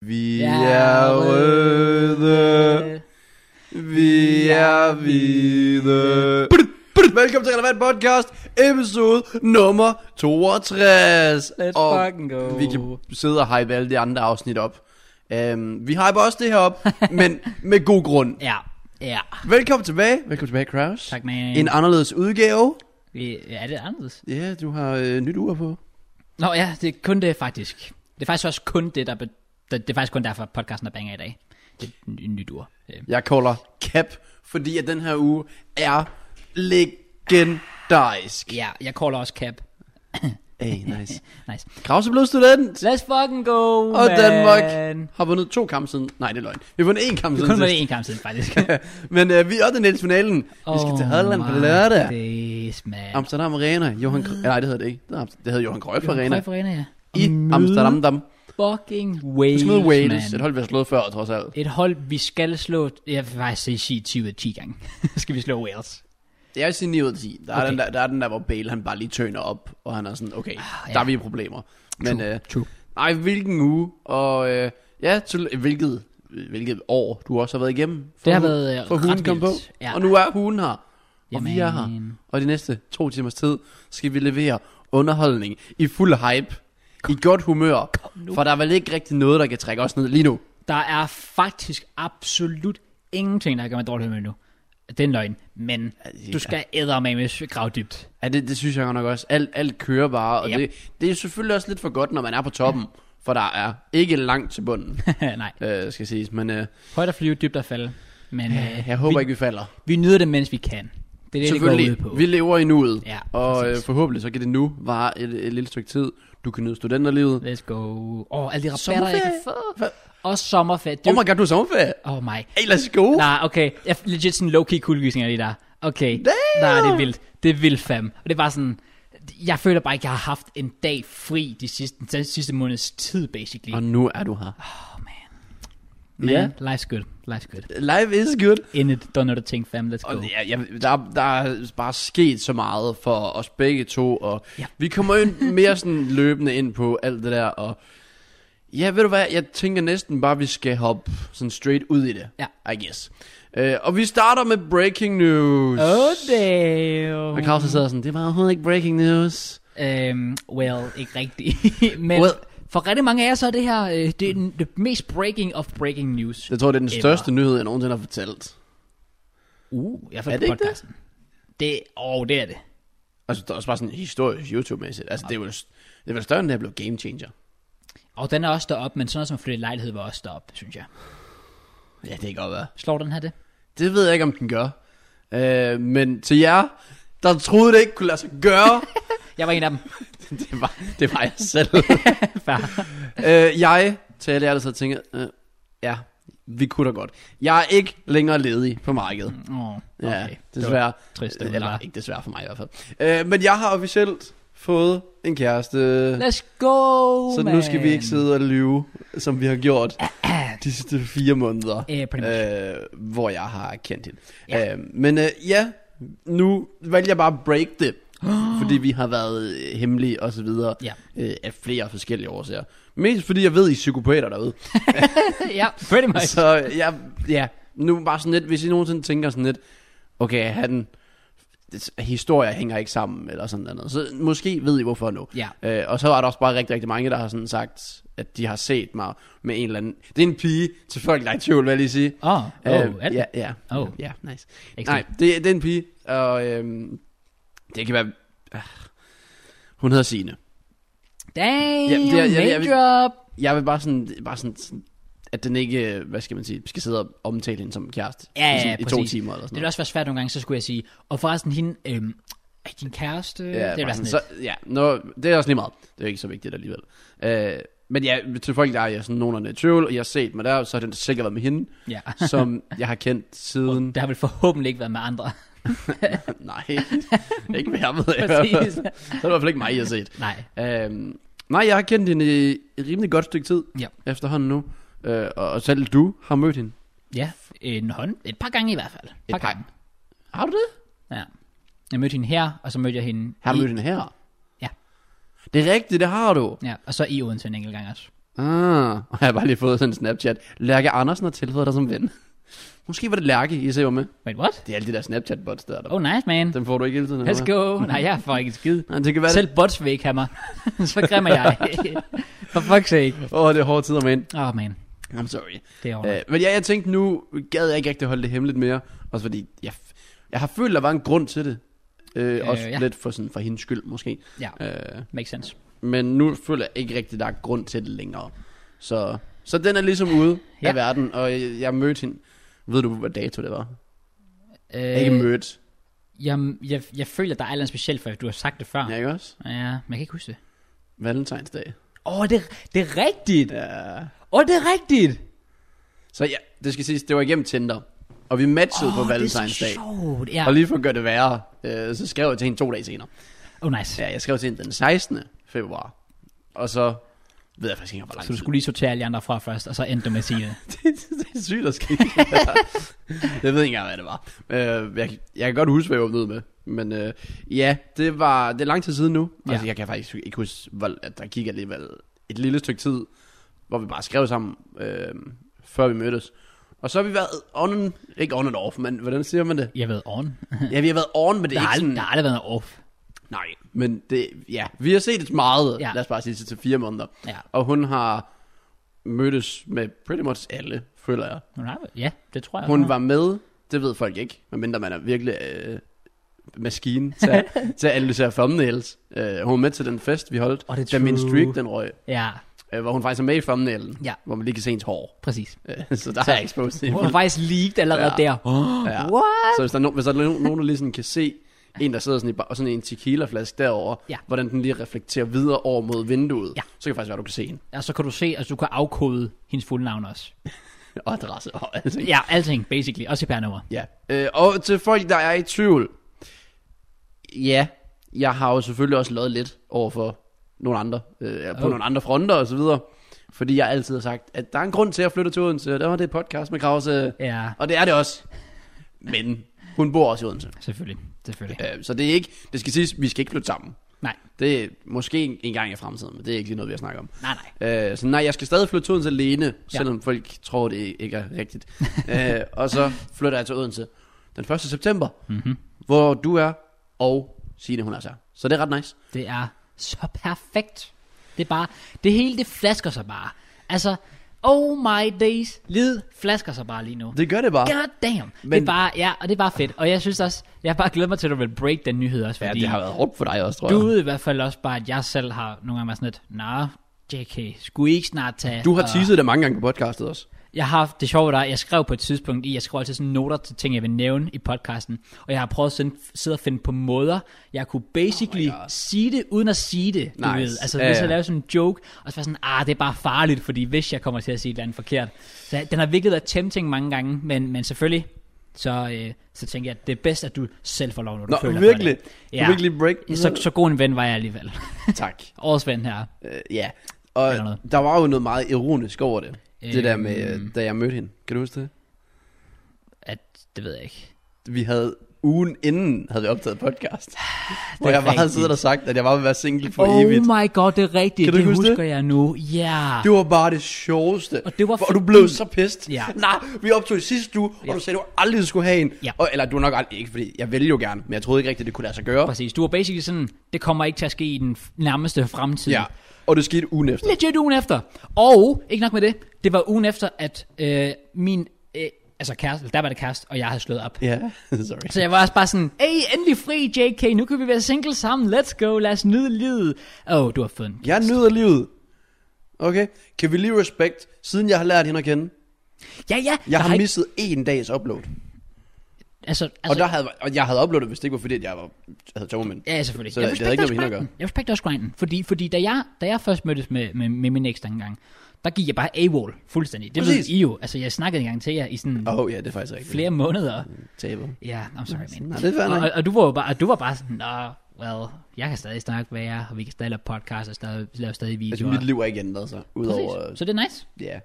Vi er røde. Vi er hvide. Velkommen til Relevant Podcast, episode nummer 62. Let's fucking go. Vi kan sidde og hype alle de andre afsnit op. Vi hyper også det her op, men med god grund. Ja. Velkommen tilbage, Kraus. Tak, man. En anderledes udgave. Er det anderledes? Ja, du har nyt ur på. Nå ja, det er kun det faktisk. Det er faktisk også kun det, det er faktisk kun derfor, podcasten er banger i dag. Det er et nyt ur. Jeg kalder cap, fordi at den her uge er legendarisk. Ja, jeg kalder også cap. Hey, nice. Nice. Kraus er blevet student. Let's fucking go, Og man. Danmark har vundet 2 kampe siden. Nej, det er løgn. Vi har vundet 1 kamp Vi siden. kun vundet 1 kamp siden, faktisk. Men vi er 8. finalen. Vi skal til Holland på lørdag. Days, man. Amsterdam Arena. Nej, det hedder det ikke. Det hedder Johan Cruyff Arena. Cruyff Arena, ja. I Amsterdam. Fucking Wales, Vi smed Wales. man. Et hold, vi har slået før, trods alt. Et hold, vi skal slå. Jeg vil faktisk sige 10 ud af 10 gange. Skal vi slå Wales. Jeg vil sige 9 ud af 10. Der er den der, hvor Bale han bare lige tøner op, og han er sådan, okay, der er vi i problemer. Men True. Ej, hvilken uge, og hvilket år du også har været igennem. Det har været for hugen kom på. Ja. Og nu er hugen her, og Jamen. vi er her. Og de næste 2 timers tid skal vi levere underholdning i fuld hype, i godt humør. For der er vel ikke rigtig noget, der kan trække os ned lige nu. Der er faktisk absolut ingenting, der gør mig dårlig med nu. Det er en løgn, men du skal eddermame grave dybt. Ja, det synes jeg godt nok også. Alt kører bare, og det er selvfølgelig også lidt for godt, når man er på toppen. For der er ikke langt til bunden. Nej. Skal siges, men Højt at flyve, dybt at falde. Men jeg håber ikke, vi falder. Vi nyder det, mens vi kan. Det er det, det går ud på. Vi lever i nuet. Ja, og forhåbentlig så kan det nu vare et lille stykke tid. Du kan nyde studenterlivet. Let's go. Alle de rabatter, jeg kan få. Og sommerferie. Oh my god, du har sommerferie. Oh my. Hey, let's go. Nej, okay. Jeg er legit sådan low-key kuldegysninger lige der. Okay. Nej, det er vildt. Det er vildt, fam. Og det er bare sådan, jeg føler bare ikke, jeg har haft en dag fri den sidste måneds tid, basically. Og nu er du her. Oh, man. Ja. Life's good. Life is good. In it, don't know the thing, fam. Let's go. Og der er bare sket så meget for os begge to, og vi kommer jo mere sådan løbende ind på alt det der, og ja, ved du hvad, jeg tænker næsten bare, vi skal hoppe sådan straight ud i det, I guess. Og vi starter med breaking news. Oh, damn. Og Claus sidder sådan, det var overhovedet ikke breaking news. Well, ikke rigtigt. Men for rigtig mange af jer, så er det her det er det mest breaking of breaking news. Jeg tror, det er den største nyhed, jeg nogensinde har fortalt. Jeg har fået podcasten. Det er det. Altså, der er også bare sådan historisk YouTube-mæssigt. Altså, det er vel større, end det her blev game changer. Og den er også deroppe, men sådan noget som flytte lejlighed var også deroppe, synes jeg. Ja, det kan godt være. Slår den her det? Det ved jeg ikke, om den gør. Men til jer, der troede det ikke kunne lade sig gøre. Jeg var en af dem. det var jeg selv. Jeg talte ærligt og tænkte, vi kunne da godt. Jeg er ikke længere ledig på markedet. Okay. Ja, desværre. Trist, eller ikke desværre for mig i hvert fald. Men jeg har officielt fået en kæreste. Let's go, så nu skal vi ikke sidde og lyve, som vi har gjort de sidste 4 måneder, hvor jeg har kendt hende. Men nu vælger jeg bare at break det. Fordi vi har været hemmelige og så videre af flere forskellige årsager. Mest fordi jeg ved, I er psykopater derude. Ja, pretty much. Så nu bare sådan lidt, hvis I nogensinde tænker sådan lidt, okay, historier hænger ikke sammen eller sådan noget, så måske ved I hvorfor nu. Og så er der også bare rigtig, rigtig mange, der har sådan sagt, at de har set mig med en eller anden. Det er en pige til folk, der er i tvivl, vil jeg lige sige. Er det? Ja, nice. Nej, det er en pige, og det kan være. Hun hedder Signe. Damn, name drop. Jeg vil bare sådan, at den ikke, hvad skal man sige, skal sidde og omtale hende som kæreste i 2 timer eller sådan. Det vil også være svært nogle gange, så skulle jeg sige. Og forresten hende, din kæreste. Det er sådan, det er også lige meget. Det er ikke så vigtigt alligevel. Men ja, til folk der er sådan nogenlunde i tvivl, og jeg har set mig der, så har det sikkert været med hende, som jeg har kendt siden. Og det har vel forhåbentlig ikke været med andre. Nej, ikke med ham, så er det i hvert fald ikke mig, jeg har set. Nej, jeg har kendt hende i et rimelig godt stykke tid efterhånden nu. Og selv du har mødt hende. Ja, et par gange i hvert fald. Et par gange. Har du det? Ja. Jeg mødte hende her, og så mødte jeg hende mødte hende her? Ja. Det er rigtigt, det har du. Ja, og så i Odense en enkelt gang også. Og jeg har bare lige fået sådan en Snapchat. Lærke Andersen har tilføjet dig som ven. Måske var det Lærke, I ser med. Wait, what? Det er alle de der Snapchat-bots der. Oh, nice, man. Dem får du ikke hele tiden. Let's go. Nej, jeg får ikke skid. Nej, det kan være selv bots vil ikke have mig. Så grimmer jeg. For fuck's sake. Det er hårde tider, man. Man. I'm sorry. Det er men jeg tænkte, nu gad jeg ikke rigtig holde det hemmeligt mere. Også fordi, jeg har følt, der var en grund til det. Også lidt for hendes skyld, måske. Ja, makes sense. Men nu føler jeg ikke rigtig, der er grund til det længere. Så den er ligesom ude af verden, og jeg mødte hende. Ved du, hvad dato det var? Ikke mødt. Jeg føler, der er noget specielt, for du har sagt det før. Ja, ikke også? Ja, men jeg kan ikke huske det. Valentinsdag. Det er rigtigt. Ja. Det er rigtigt. Så ja, det skal siges, det var igennem Tinder. Og vi matchede på Valentinsdag. Det er så sjovt, ja. Og lige for at gøre det værre, så skrev jeg til hende 2 dage senere. Nice. Ja, jeg skrev til hende den 16. februar. Og så ved jeg faktisk ikke, hvor lang tid. Så du skulle lige sortere alle de andre fra først, og så endte du med at sige det. det er sygt at ske. Jeg ved ikke engang, hvad det var. Jeg kan godt huske, hvad jeg var med. Men det er lang tid siden nu. Ja. Altså, jeg kan faktisk ikke huske, at der gik alligevel et lille stykke tid, hvor vi bare skrev sammen, før vi mødtes. Og så har vi været ikke on and off, men hvordan siger man det? Jeg har været on. Ja, vi har været on, men det er ikke sådan... Der har aldrig været off. Nej, men vi har set et meget, lad os bare sige til 4 måneder. Ja. Og hun har mødtes med pretty much alle, føler jeg. Ja, det tror jeg. Hun var med, det ved folk ikke, medmindre man er virkelig maskine til at analysere thumbnails. Hun var med til den fest, vi holdt, da min streak den røg. Ja. Hvor hun faktisk er med i thumbnailen, hvor man lige kan se hendes hår. Præcis. Så der er exposed. Hun har faktisk leaked allerede der. Ja. What? Så hvis der er nogen, der lige sådan kan se en, der sidder sådan i en tequila-flaske derovre, hvordan den lige reflekterer videre over mod vinduet, så kan det faktisk være, du kan se hende. Ja, så kan du se, altså du kan afkode hendes fulde navn også. Og adresse og alting. Ja, alting, basically. Også i pærnummer. Ja. Og til folk, der er i tvivl. Ja, jeg har jo selvfølgelig også lavet lidt over for nogle andre, på nogle andre fronter og så videre. Fordi jeg altid har sagt, at der er en grund til at flytte til Odense, og det var det podcast med Krause. Ja. Og det er det også. Men hun bor også i Odense. Selvfølgelig. Så det er ikke, det skal siges, vi skal ikke flytte sammen. Nej. Det er måske en gang i fremtiden, men det er ikke lige noget, vi har snakket om. Nej. Så nej, jeg skal stadig flytte til Odense alene, selvom folk tror, det ikke er rigtigt. Og så flytter jeg til Odense den 1. september, hvor du er, og Signe, hun er så. Så det er ret nice. Det er så perfekt. Det er bare, det hele det flasker sig bare. Altså, oh my days, livet flasker sig bare lige nu. Det gør det bare. God damn. Men det er bare, og det er bare fedt. Og jeg synes også, jeg har bare glædet mig til, at du vil break den nyhed også. Fordi det har været hårdt for dig også, tror jeg. Du ved i hvert fald også bare, at jeg selv har nogle gange været sådan lidt, JK, skulle I ikke snart tage... Du har teaset det mange gange på podcastet også. Jeg har det sjove der, jeg skrev på et tidspunkt jeg skrev altid sådan noter til ting, jeg vil nævne i podcasten, og jeg har prøvet at sidde og finde på måder, jeg kunne basically sige det, uden at sige det, du ved. Altså hvis jeg laver sådan en joke, og så var sådan, det er bare farligt, fordi hvis jeg kommer til at sige det andet forkert. Så den har virkelig været tempting mange gange, men selvfølgelig, så tænker jeg, at det er bedst, at du selv får lov, når du føler virkelig? For det. Ja, du virkelig break? Så god en ven var jeg alligevel. Tak. Årets ven her. Ja, og der var jo noget meget ironisk over det. Det der med, da jeg mødte hende. Kan du huske det? Det ved jeg ikke. Vi havde ugen inden, havde vi optaget podcast. Hvor jeg bare havde siddet og sagt, at jeg var ved at være single for evigt. Oh my god, det er rigtigt. Det husker jeg nu. Ja. Det var bare det sjoveste. Og det var og du blev så pissed. Ja. Nej, vi optog i sidste uge, og du sagde, at du aldrig skulle have en. Ja. Eller du nok aldrig, ikke fordi jeg ville jo gerne, men jeg troede ikke rigtigt, det kunne lade sig gøre. Præcis, du var basically sådan, det kommer ikke til at ske i den nærmeste fremtid. Ja. Og det skete ugen efter. Legit ugen efter. Og, ikke nok med det, det var ugen efter, at min kæreste, der var det kæreste, og jeg havde slået op. Ja, sorry. Så jeg var også bare sådan, endelig fri, JK, nu kan vi være single sammen, let's go, lad os nyde livet. Du har fået en kæreste. Jeg nyder livet. Okay, kan vi lige respekt, siden jeg har lært hende at kende? Ja. Jeg har misset 1 dags upload. Altså, og jeg havde uploadet, hvis det ikke var fordi, at jeg havde tømmermænd. Ja, selvfølgelig. Så jeg havde ikke noget med hende at gøre. Jeg respekter også grinden. Fordi da jeg først mødtes med min eks dengang, der gik jeg bare AWOL fuldstændig. Det ved I jo. Altså, jeg snakkede engang til jer i sådan det er faktisk rigtigt. flere måneder. Taber. Ja, I'm sorry, man. Nej, det er og du var bare sådan, jeg kan stadig snakke med jer, og vi kan stadig lave podcast og lave stadig videoer. Altså, mit liv er ikke ændret sig. Udover, så det er nice. Ja.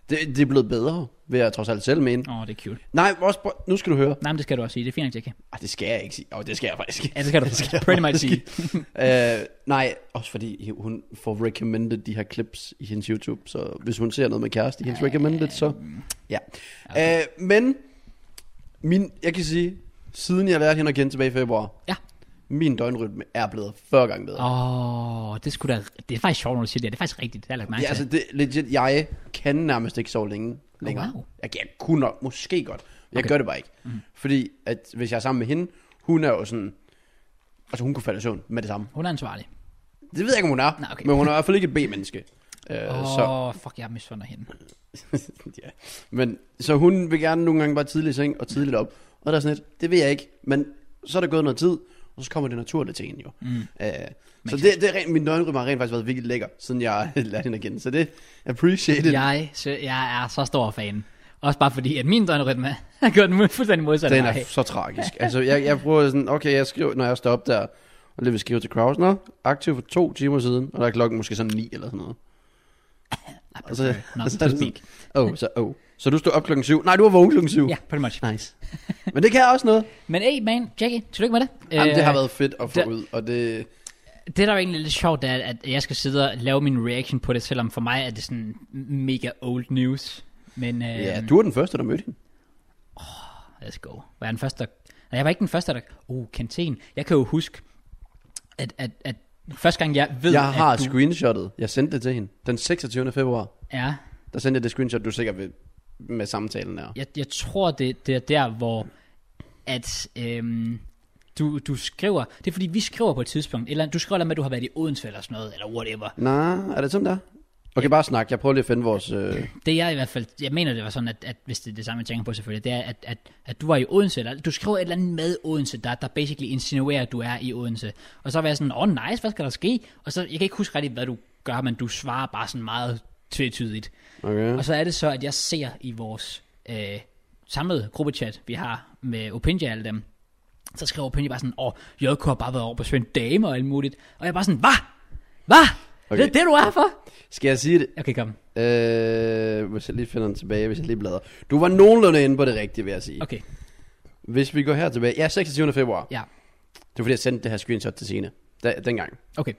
Det er blevet bedre, vil jeg trods alt selv mene. Det er cute. Nej, også, nu skal du høre. Nej, men det skal du også sige. Det er fint, Jackie. Det skal jeg ikke sige. Det skal jeg faktisk. Ja, det skal du pretty much sige. Nej, også fordi hun får recommended de her clips i hendes YouTube, så hvis hun ser noget med kæreste i hendes recommended, så ja. Okay. Men jeg kan sige, siden jeg lærte hende at kende tilbage i februar, min døgnrytme er blevet 40 gange bedre. Det er faktisk sjovt, når du siger det. Det er faktisk rigtigt. Det er lagt mærke til. Altså det legit, jeg kan nærmest ikke sove længere. Wow. Jeg kunne nok, måske godt. Jeg gør det bare ikke. Fordi at hvis jeg er sammen med hende, hun er jo sådan, altså hun kunne falde i søvn med det samme. Hun er ansvarlig. Det ved jeg ikke, om hun er. Nej, okay. Men hun er i hvert fald ikke et B-menneske. Fuck, jeg misfunder hende. Ja. Men så hun vil gerne nogle gange bare tidligt i seng og tidligt op. Og der er sådan lidt, det ved jeg ikke. Men så er der gået noget tid, og så kommer det naturligt til hende jo. Så det min døgnrytme har rent faktisk været virkelig lækker, siden jeg lærte hende at kende. Så det appreciated. Jeg er så stor fan. Også bare fordi, at min døgnrytme har gjort den fuldstændig modsatte. Den er så tragisk. Altså, jeg prøver sådan, okay, jeg skriver, når jeg står op der, og det vil skrive til Kraus, aktiv for 2 timer siden, og der er klokken måske sådan 9 eller sådan noget. Så du stod op klokken 7? Nej, du var vågen klokken 7. Ja, pretty much. Nice. Men det kan også noget. Men hey man, Jackie, tillykke med det. Jamen, det har været fedt at få ud, og det... Det der er jo egentlig lidt sjovt, er, at jeg skal sidde og lave min reaction på det, selvom for mig er det sådan mega old news. Men, ja, du er den første, der mødte hende. Let's go. Var jeg den første, jeg var ikke den første, der... kanten. Jeg kan jo huske, at første gang jeg ved, jeg har screenshottet. Jeg sendte det til hende. Den 26. februar. Ja. Der sendte jeg det screenshot, du sikkert ved med samtalen der. Jeg tror, det er der, hvor at... Du skriver, det er fordi vi skriver på et tidspunkt, eller du skriver med, at du har været i Odense eller sådan noget, eller whatever. Nej, er det sådan der? Okay, bare snak, jeg prøver lige at finde vores... Det er i hvert fald, jeg mener det var sådan, at hvis det er det samme, jeg tænker på selvfølgelig, det er, at du var i Odense, eller du skriver et eller andet med Odense, der basically insinuerer, at du er i Odense. Og så var jeg sådan, nice, hvad skal der ske? Og så, jeg kan ikke huske rigtig, hvad du gør, men du svarer bare sådan meget tvetydigt. Okay. Og så er det så, at jeg ser i vores samlede gruppechat, vi har med Opinja og alle dem, så skriver Opinja bare sådan, JK har bare været over på Svend Dame og alt muligt. Og jeg er bare sådan, hvad? Okay. Det er det, du er for? Skal jeg sige det? Okay, kom. Hvis jeg lige finder den tilbage, hvis jeg lige bladrer. Du var nogenlunde inde på det rigtige, vil jeg sige. Okay. Hvis vi går her tilbage. Ja, 26. februar. Ja. Det var fordi, jeg sendte det her screenshot til Signe. Dengang. Okay.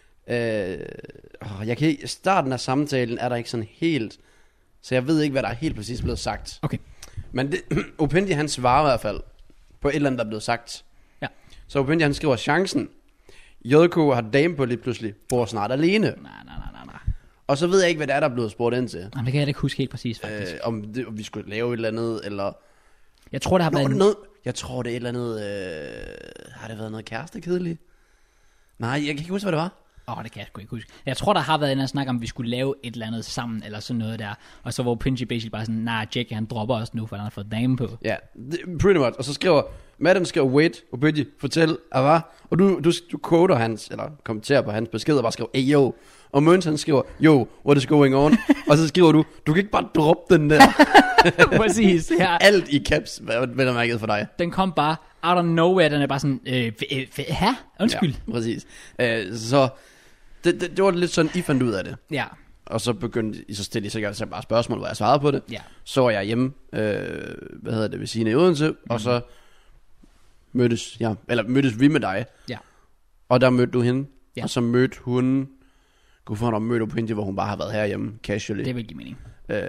Starten af samtalen er der ikke sådan helt... Så jeg ved ikke, hvad der er helt præcis blevet sagt. Okay. Men Opinja, han svarer i hvert fald på et eller andet, der er blevet sagt. Ja. Så Opinja, han skriver chancen. JK har dame på lige pludselig. Bor snart alene. Nej. Og så ved jeg ikke, hvad det er, der er blevet spurgt ind til. Jamen, det kan jeg ikke huske helt præcis, faktisk. Om vi skulle lave et eller andet, eller... Jeg tror, der har været noget... Jeg tror, det er et eller andet... Har det været noget kærestekedeligt? Nej, jeg kan ikke huske, hvad det var. Det kan jeg sgu ikke huske. Jeg tror, der har været en anden snak om, vi skulle lave et eller andet sammen, eller sådan noget der. Og så var Pinji basically bare sådan, Jackie, han dropper os nu, for han har fået dame på. Ja, pretty much. Og så skriver Madden, wait, Pinji, fortæl, hvad? Og du quoter hans, eller kommenterer på hans besked, og bare skriver, hey yo. Og Møns, han skriver, yo, what is going on? Og så skriver du kan ikke bare droppe den der. Præcis, ja. Alt i caps, hvad der mærket for dig. Den kom bare out of nowhere, den er bare sådan, undskyld. Ja, præcis. Så det var lidt sådan, I fandt ud af det. Ja. Og så begyndte I så stille så bare spørgsmål, hvor jeg svarede på det. Ja. Så var jeg hjemme, ved Signe i Odense, og så mødtes vi med dig. Ja. Og der mødte du hende, og så mødte hun... Gud for, hun mødte Opinja, hvor hun bare har været herhjemme, casually. Det vil give mening.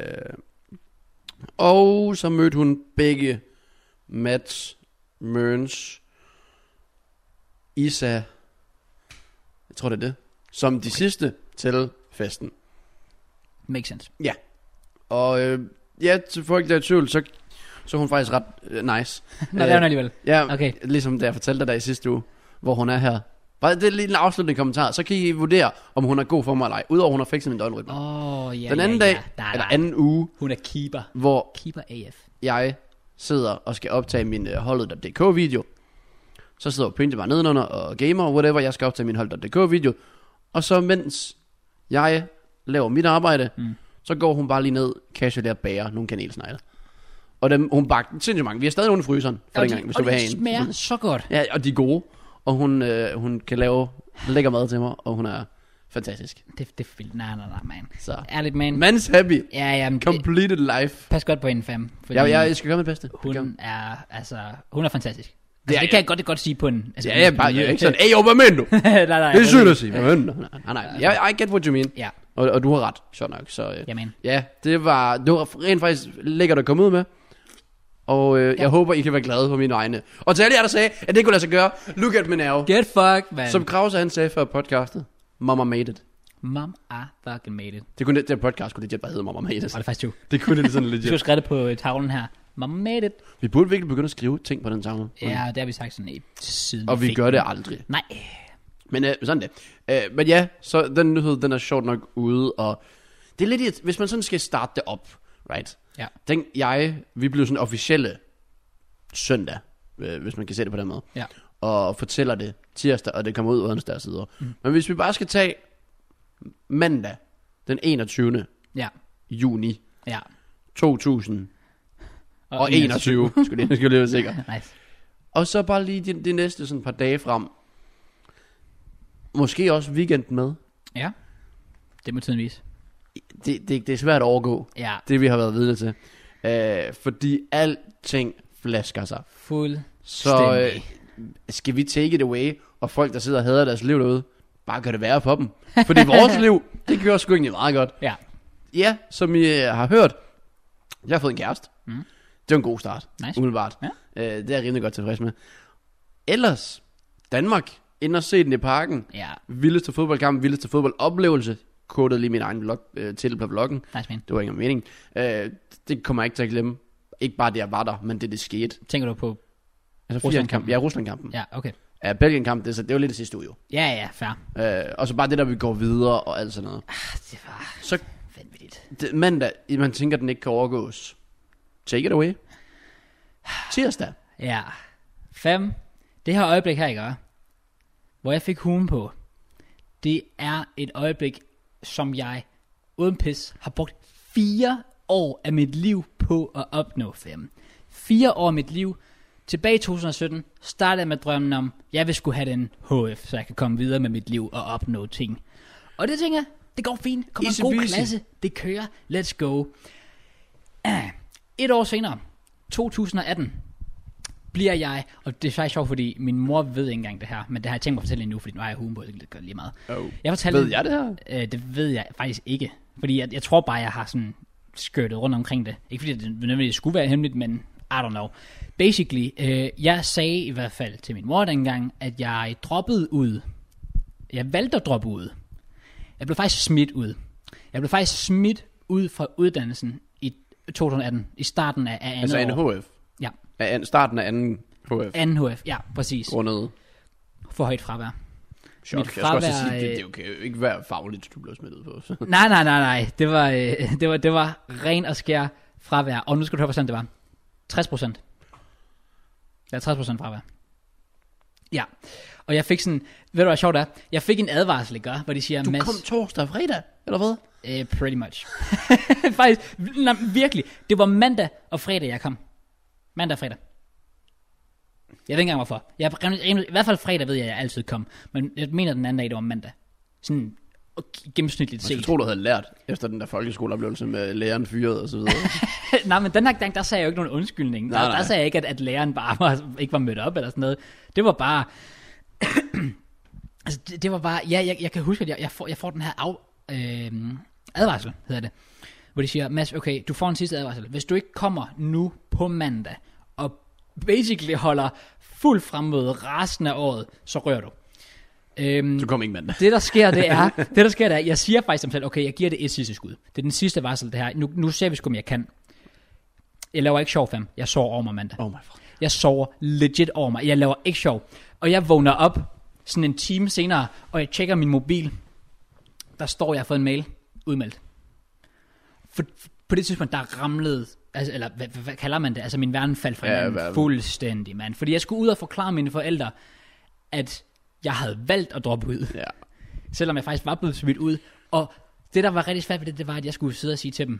Og så mødte hun begge Matt, Mørns, Isa, jeg tror det er det, som de sidste til festen. Makes sense. Ja. Og til folk der er i tvivl, så er hun faktisk ret nice. Nå, det er hun alligevel. Ja, okay. Ligesom da jeg fortalte dig i sidste uge, hvor hun er her. Bare det er lige en afsluttende kommentar. Så kan I vurdere, om hun er god for mig eller ej. Udover hun har fikset min døgnrytme. Den anden dag, eller anden uge. Hun er keeper. Hvor keeper AF. Jeg sidder og skal optage min holdet.dk video. Så sidder Pinja bare nedenunder og gamer og whatever. Jeg skal optage min holdet.dk video. Og så mens jeg laver mit arbejde, så går hun bare lige ned, casually og bager nogle kanelsnegle. Og hun bagte sindssygt mange. Vi har stadig nogle i fryseren for dengang, hvis du vil have en. Og de smager så godt. Ja, og de er gode. Og hun kan lave lækker mad til mig, og hun er fantastisk. Det er vildt. Nej, man. Så. Ærligt, man. Man's happy. Ja, Completed life. Pas godt på hende, fam. Jeg skal gøre mit bedste. Hun er fantastisk. Altså, det kan jeg godt sige på en... Altså, jeg er ikke sådan, hvad mener du? nej. Det er sygt at sige. Nej. I get what you mean. Ja. Og du har ret, så nok. Så, Jamen. Ja, det var rent faktisk lækkert at komme ud med. Og jeg håber, I kan være glade på mine egne. Og til alle jer, der sagde, at det kunne lade sig gøre, look at me now. Get fucked, man. Som Krause han sagde før podcastet, Mama made it. Mom fucking made it. Det podcast kunne det bare hedde Mama made it. Og det er faktisk jo. Det kunne det sådan legit. Du skulle skrive det på tavlen her. Mom made it. Vi burde virkelig begynde at skrive ting på den tavle. Ja, det har vi sagt sådan siden. Og vi gør det aldrig. Nej. Men sådan det. Men ja, så den nyhed, den er sjovt nok ude, og det er lidt, hvis man sådan skal starte det op, right? Ja. Vi blev sådan officielle søndag, hvis man kan se det på den måde. Ja. Og fortæller det tirsdag, og det kommer ud onsdag og så videre. Men hvis vi bare skal tage mandag, den 21. juni 2021, skulle jeg være sikker. Nice. Og så bare lige de næste sådan par dage frem. Måske også weekenden med. Ja, det må tiden vise. Det er svært at overgå, det vi har været vidne til. Fordi alting flasker sig. Fuldstændig. Så skal vi take it away, og folk, der sidder og hader deres liv derude, bare gør det værre på dem. Fordi vores liv, det kører sgu egentlig meget godt. Ja, som I har hørt, jeg har fået en kæreste. Det var en god start, umiddelbart. Ja. Det er jeg rimelig godt tilfreds med. Ellers, Danmark, ind og se den i parken. Vildeste fodboldkamp, vildeste fodboldoplevelse. Kodede lige min egen titel på bloggen. Nice, man. Det var ingen mening. Det kommer jeg ikke til at glemme. Ikke bare det, jeg var der, men det skete. Tænker du på Rusland-kampen? Ja, Rusland-kampen. Ja, okay. Ja, Belgien-kampen, det var lidt det sidste uge jo. Ja, fair. Og så bare det der, vi går videre og alt sådan noget. Det var så vanvittigt. Mandag, man tænker, den ikke kan overgås. Take it away. Tirsdag. Ja. 5. Det her øjeblik her, ikke? Hvor jeg fik hugen på. Det er et øjeblik, som jeg uden pis har brugt 4 år af mit liv på at opnå, 5. 4 år af mit liv. Tilbage i 2017 startede jeg med drømmen om, jeg vil skulle have den HF, så jeg kan komme videre med mit liv og opnå ting. Og det tænker jeg, det går fint. Kommer en god klasse. Det kører. Let's go. 1 år senere, 2018, bliver jeg, og det er faktisk sjovt, fordi min mor ved ikke engang det her, men det har jeg tænkt mig at fortælle nu, fordi nu har jeg hugen på, det gør lige meget. Ved jeg det her? Det ved jeg faktisk ikke, fordi jeg tror bare, jeg har sådan skørtet rundt omkring det. Ikke fordi det nødvendigvis skulle være hemmeligt, men I don't know. Basically, jeg sagde i hvert fald til min mor dengang, at jeg droppede ud. Jeg valgte at droppe ud. Jeg blev faktisk smidt ud. Jeg blev faktisk smidt ud fra uddannelsen i 2018, i starten af andet år. Altså NHF? Ja. Starten af anden HF? Anden HF, ja, præcis. Grundet? For højt fravær. Chok. Jeg skal også sige, det kan jo ikke være fagligt, du blev smidt ud på. Nej. Det var ren og skær fravær. Og nu skal du høre, hvor sådan det var. 60%. Ja, 60% fravær. Ja. Og jeg fik sådan, ved du hvad sjovt er? Jeg fik en advarsel, ikke? Hvor de siger, du kom torsdag og fredag, eller hvad? Pretty much. Faktisk, virkelig. Det var mandag og fredag, jeg kom. Mandag og fredag. Jeg ved ikke engang hvorfor. I hvert fald fredag ved jeg altid kom. Men jeg mener den anden dag, det var mandag. Sådan gennemsnitligt set. Jeg tror, du havde lært efter den der folkeskoleoplevelse med læreren fyret og så videre. Nej, men den her gang, der sagde jeg jo ikke nogen undskyldning. Der sagde jeg ikke, at læreren bare ikke var mødt op eller sådan noget. Det var bare... altså, det var bare... Ja, jeg kan huske, at jeg får den her advarsel, hedder det. Hvor de siger, Mads, okay, du får en sidste advarsel. Hvis du ikke kommer nu på mandag, og basically holder fuld fremmøde resten af året, så rører du. Du kom ikke mandag. Det der sker, det er, jeg siger faktisk som selv, okay, jeg giver det et sidste skud. Det er den sidste varsel, det her. Nu ser vi sgu, om jeg kan. Jeg laver ikke sjov, fam. Jeg sover over mig mandag. Oh my God. Jeg sover legit over mig. Jeg laver ikke sjov. Og jeg vågner op sådan en time senere, og jeg tjekker min mobil. Der står, jeg har fået en mail. Udmeldt. For på det tidspunkt, der ramlede, altså, eller hvad kalder man det? Altså min verden faldt fra hinanden fuldstændig, mand. Fordi jeg skulle ud og forklare mine forældre, at jeg havde valgt at droppe ud. Ja. Selvom jeg faktisk var blevet smidt ud. Og det, der var rigtig svært ved det var, at jeg skulle sidde og sige til dem,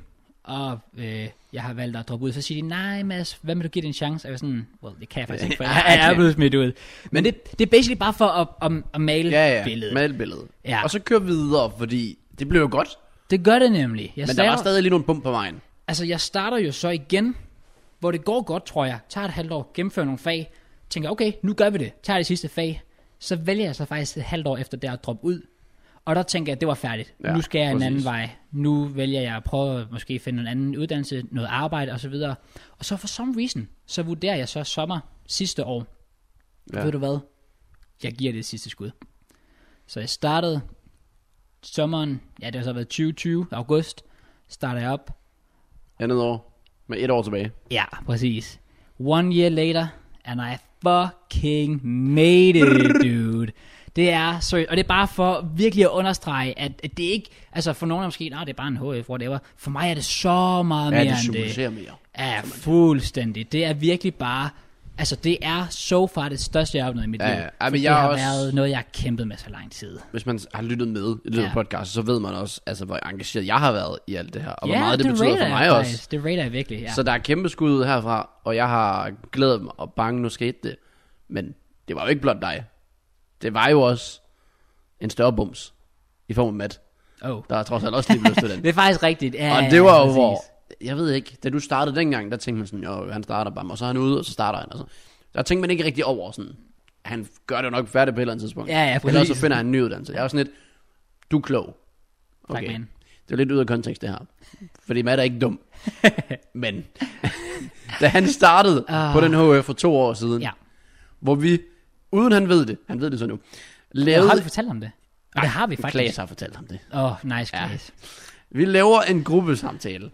og jeg har valgt at droppe ud. Så siger de, nej Mads, hvad vil du give det en chance? Og jeg var sådan, well, det kan jeg faktisk ikke, for jeg er blevet smidt ud. Men det er basically bare for at male billedet. Male billedet. Ja. Og så køre videre, fordi det blev jo godt. Det gør det nemlig. Men der var stadig lige nogle bump på vejen. Altså, jeg starter jo så igen, hvor det går godt, tror jeg. Tager et halvt år, gennemfører nogle fag. Tænker, okay, nu gør vi det. Tager det sidste fag. Så vælger jeg så faktisk et halvt år efter det at droppe ud. Og der tænker jeg, at det var færdigt. Nu skal jeg en anden vej. Nu vælger jeg at prøve at måske finde en anden uddannelse, noget arbejde osv. Og så for some reason, så vurderer jeg så sommer sidste år. Ved du hvad? Jeg giver det sidste skud. Så jeg startede sommeren, det har så været 2020, august, starter jeg op. Andet år, med 1 år tilbage. Ja, præcis. 1 year later, and I fucking made it, dude. Det er så, og det er bare for virkelig at understrege, at det ikke, altså for nogen er måske, det er bare en HF, whatever. For mig er det så meget mere end det. Ja, det mere. Ja, fuldstændig. Det er virkelig bare, altså det er so far det største, jeg har opnået i mit liv. Men det har været noget, jeg har kæmpet med så lang tid. Hvis man har lyttet med i det podcast, så ved man også, altså hvor engageret jeg har været i alt det her. Og hvor meget det betyder for mig også. Det rater jeg virkelig, ja. Så der er kæmpe skud herfra, og jeg har glædet mig, og bange, nu skete det. Men det var jo ikke blot dig. Det var jo også en større bums i form af Matt. Der er trods alt også lige blevet student. Det er faktisk rigtigt. Ja, og det var jo hvor, jeg ved ikke, da du startede dengang, der tænkte man sådan, jo, han starter bare, og så er han ude, og så starter han. Altså. Der tænkte man ikke rigtig over sådan, han gør det jo nok færdigt på et eller andet tidspunkt. Ja, eller så finder han en ny uddannelse. Jeg var sådan lidt, du er klog. Okay. Tak, det er lidt ud af kontekst det her. Fordi Matt er ikke dum. Men da han startede på den HF for 2 år siden, hvor vi, uden han ved det så nu, lavede... Har vi fortalt ham det? Nej, det har vi faktisk. Klaas har fortalt ham det. Nice Klaas. Vi laver en gruppesamtale.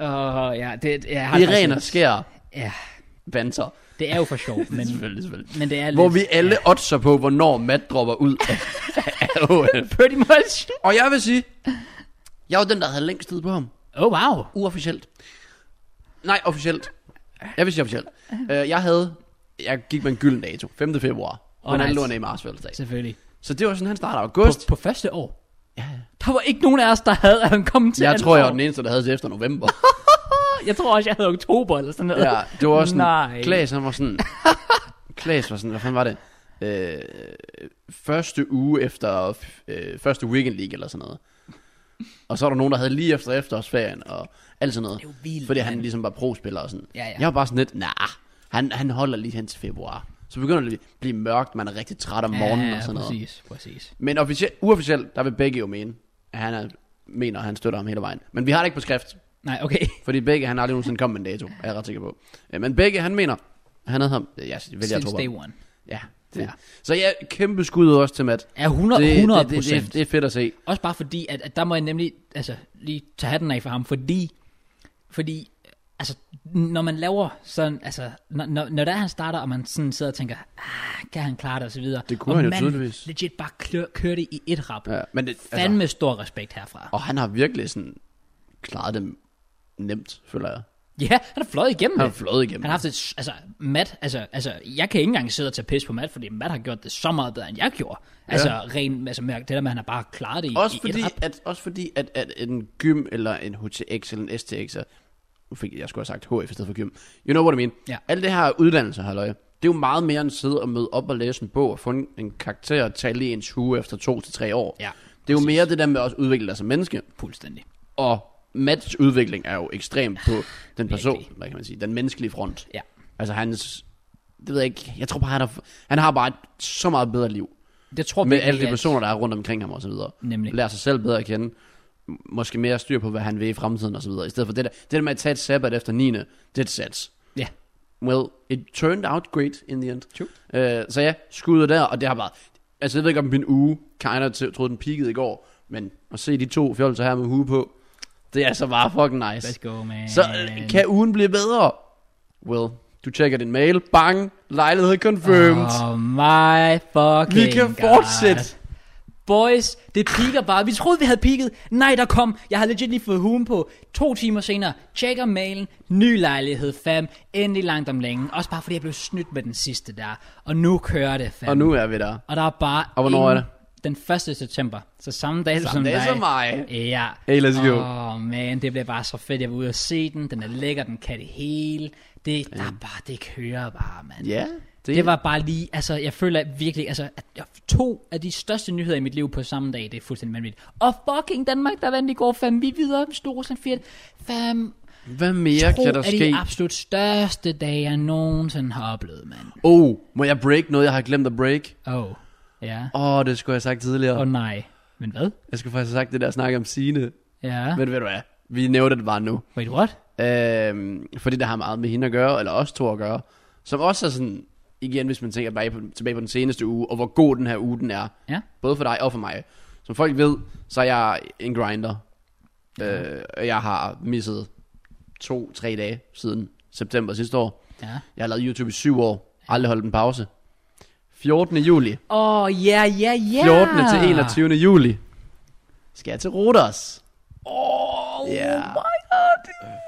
I ren og skær banter. Det er jo for sjovt, men, selvfølgelig. Men det er hvor vi alle oddser på, hvornår Matt dropper ud af HF. Pretty much. Og jeg vil sige, jeg var den, der havde længst tid på ham. Wow. Uofficielt. Nej, officielt. Jeg vil sige officielt. Jeg gik med en gylden dato. 5. februar. Og han lå i Mars fødselsdag. Selvfølgelig. Så det var sådan, han startede august. På første år? Ja. Der var ikke nogen af os, der havde, at han kom til. Jeg tror, jeg var den eneste, der havde til efter november. Jeg tror også, jeg havde oktober eller sådan noget. Ja, det var også sådan. Klaas, han var sådan. Klaas var sådan, hvad fanden var det? Første uge efter første weekend league eller sådan noget. Og så var der nogen, der havde lige efter efterårsferien og alt sådan noget. Det er jo vildt, fordi han ligesom var pro-spiller og sådan. Ja. Jeg var bare sådan lidt, han holder lige hen til februar. Så begynder det at blive mørkt, man er rigtig træt om morgenen og sådan noget. Præcis. Men uofficielt, der vil begge jo mene, at han mener, at han støtter ham hele vejen. Men vi har det ikke på skrift. Nej, okay. Fordi begge, han aldrig nogensinde kom med en dato, er jeg ret sikker på. Men begge, han mener, han havde ham. Since day one. Ja. Så ja, kæmpe skud også til Matt. Ja, 100%. Det er fedt at se. Også bare fordi, at der må jeg nemlig lige tage hatten af for ham, fordi altså, når man laver sådan, altså, når der han starter, og man sådan sidder og tænker, kan han klare det, og så videre. Det kunne han jo tydeligvis. Legit bare køre det i et rap. Ja, men det, fandme stor respekt herfra. Og han har virkelig sådan klaret det nemt, føler jeg. Ja, han har fløjet igennem det. Han har haft et, Matt, jeg kan ikke engang sidde og tage pis på Matt, fordi Matt har gjort det så meget bedre, end jeg gjorde. Det der med, han har bare klaret det også i fordi, et rap. Også fordi, at en gym, eller en HTX, eller en STX, jeg skulle have sagt HF i stedet for gym. You know what I mean? Ja. Alt det her uddannelse, halløj, det er jo meget mere end at sidde og møde op og læse en bog, og få en karakter og tale i ens hue efter 2 til 3 år. Ja, det er jo mere det der med at udvikle dig som menneske. Fuldstændig. Og Matts udvikling er jo ekstremt på den person, hvad kan man sige, den menneskelige front. Ja. Altså hans, det ved jeg ikke, jeg tror bare, han har bare et så meget bedre liv. Det tror med alle de personer, der er rundt omkring ham og så videre. Nemlig. Lærer sig selv bedre at kende. Måske mere styr på, hvad han vil i fremtiden og så videre. I stedet for det der med at tage et sabbat efter 9. Det er et sats. Ja. Well, it turned out great in the end. True. Så ja, skuddet der, og det har bare, altså jeg ved ikke om min uge, troede den peakede i går, men at se de 2 fjolser her med hue på, det er så bare fucking nice. Let's go, man. Så kan ugen blive bedre? Well, du tjekker din mail, bang, lejlighed confirmed. Oh my fucking vi kan fortsætte. Boys, det peaker bare. Vi troede, vi havde peaket. Nej, der kom. Jeg har legit lige fået hugen på. 2 timer senere, tjekker mailen. Ny lejlighed, fam. Endelig langt om længe. Også bare fordi jeg blev snydt med den sidste der. Og nu kører det, fam. Og nu er vi der. Og der er bare og hvornår er det? den 1. september. Så samme dag som dig. Samme dag som mig. Ja. Hey, let's go. Man, det bliver bare så fedt. Jeg var ude at se den. Den er lækker, den kan det hele. Det kører bare, mand. Ja. Det var bare lige, altså jeg føler virkelig, altså at 2 af de største nyheder i mit liv på samme dag, det er fuldstændig vanvittigt. Og fucking Danmark, der vandt i går 5, vi videre, Storrusland 4, 5. Hvad mere kan der ske? 2 af de absolut største dage, jeg nogensinde har oplevet, mand. Må jeg break noget, jeg har glemt at break? Ja. Det skulle jeg have sagt tidligere. Nej, men hvad? Jeg skulle faktisk have sagt det der snak om Signe. Ja. Men ved du hvad, vi nævnte det bare nu. Wait, what? Fordi det har meget med hende at gøre, eller os 2 at gøre. Som også er sådan, igen hvis man tænker tilbage på den seneste uge, og hvor god den her uge den er. Ja. Både for dig og for mig. Som folk ved, så er jeg en grinder. Jeg har misset 2-3 dage siden september sidste år. Ja. Jeg har lavet YouTube i 7 år. Aldrig holdt en pause. 14. juli. 14. til 21. juli. Skal jeg til Rhodos. My god,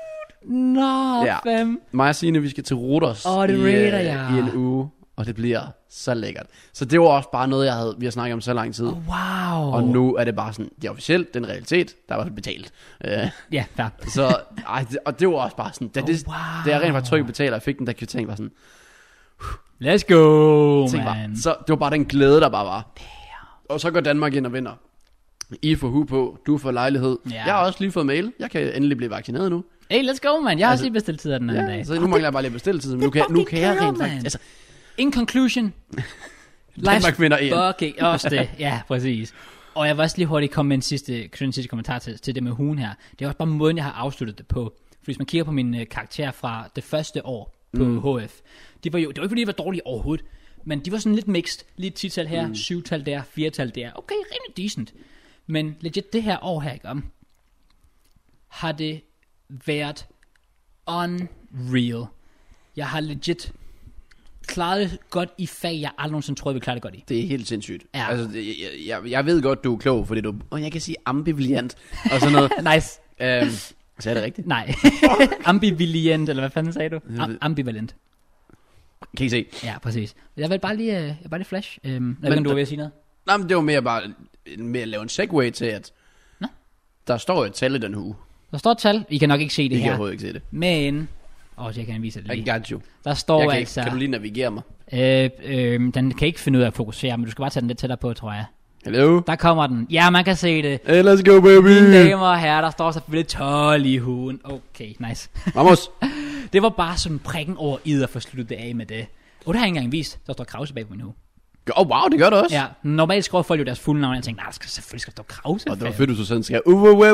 dude. Fem. Mig og Signe, vi skal til Rhodos i en uge. Og det bliver så lækkert. Så det var også bare noget, vi har snakket om så lang tid. Wow. Og nu er det bare sådan, det er officielt, den realitet, der var betalt. Ja, fair. Så, og det var også bare sådan, da jeg rent faktisk trykkede betaler, jeg fik den der kvittering, var sådan, let's go, man. Bare, så det var bare den glæde, der bare var. Og så går Danmark ind og vinder. I får hu på, du får lejlighed. Jeg har også lige fået mail, jeg kan endelig blive vaccineret nu. Hey, let's go, man. Jeg har også lige bestilt tid af den anden dag. Så nu mangler jeg bare lige bestille tid, men nu kan jeg rent faktisk. Altså, in conclusion, Danmark vinder en. Okay, også det. Ja, præcis. Og jeg vil også lige hurtigt komme med en sidste kommentar til det med hugen her. Det er også bare måden, jeg har afsluttet det på. For hvis man kigger på min karakter fra det første år på HF, det var ikke fordi, de var dårlige overhovedet, men de var sådan lidt mixed. Lige 10-tal her, 7-tal der, 4-tal der. Okay, rimelig decent. Men legit det her år her, ikke om, har det været unreal. Jeg har legit klaret godt i fag, jeg aldrig nogensinde troede, vi klarede det godt i. Det er helt sindssygt. Ja. Altså, jeg ved godt, du er klog, fordi jeg kan sige ambivalent og sådan noget. Nice. Så er det rigtigt? Nej. Ambivalent, eller hvad fanden sagde du? Ambivalent. Kan I se? Ja, præcis. Jeg vil bare lige flash. Men du var ved at sige noget? Nej, men det var mere at lave en segue til, at der står et tal i den uge. Der står et tal. I kan nok ikke se det her. I kan overhovedet ikke se det. Men jeg kan vise det lige. I got you. Der står altså... Kan du lige navigere mig? Den kan ikke finde ud af at fokusere, men du skal bare tage den lidt tættere på, tror jeg. Hello? Der kommer den. Ja, man kan se det. Hey, let's go, baby. Mine damer og herrer, der står selvfølgelig 12 i hugen. Okay, nice. Vamos. Det var bare sådan prikken over id at få sluttet det af med det. Det har jeg ikke engang vist. Der står Krause bag på min hue. Wow, det gør det også. Ja, normalt skriver folk jo deres fulde navn. Jeg tænkte, der skal selvfølgelig stå Krause. Og det var fedt, du så sådan skal.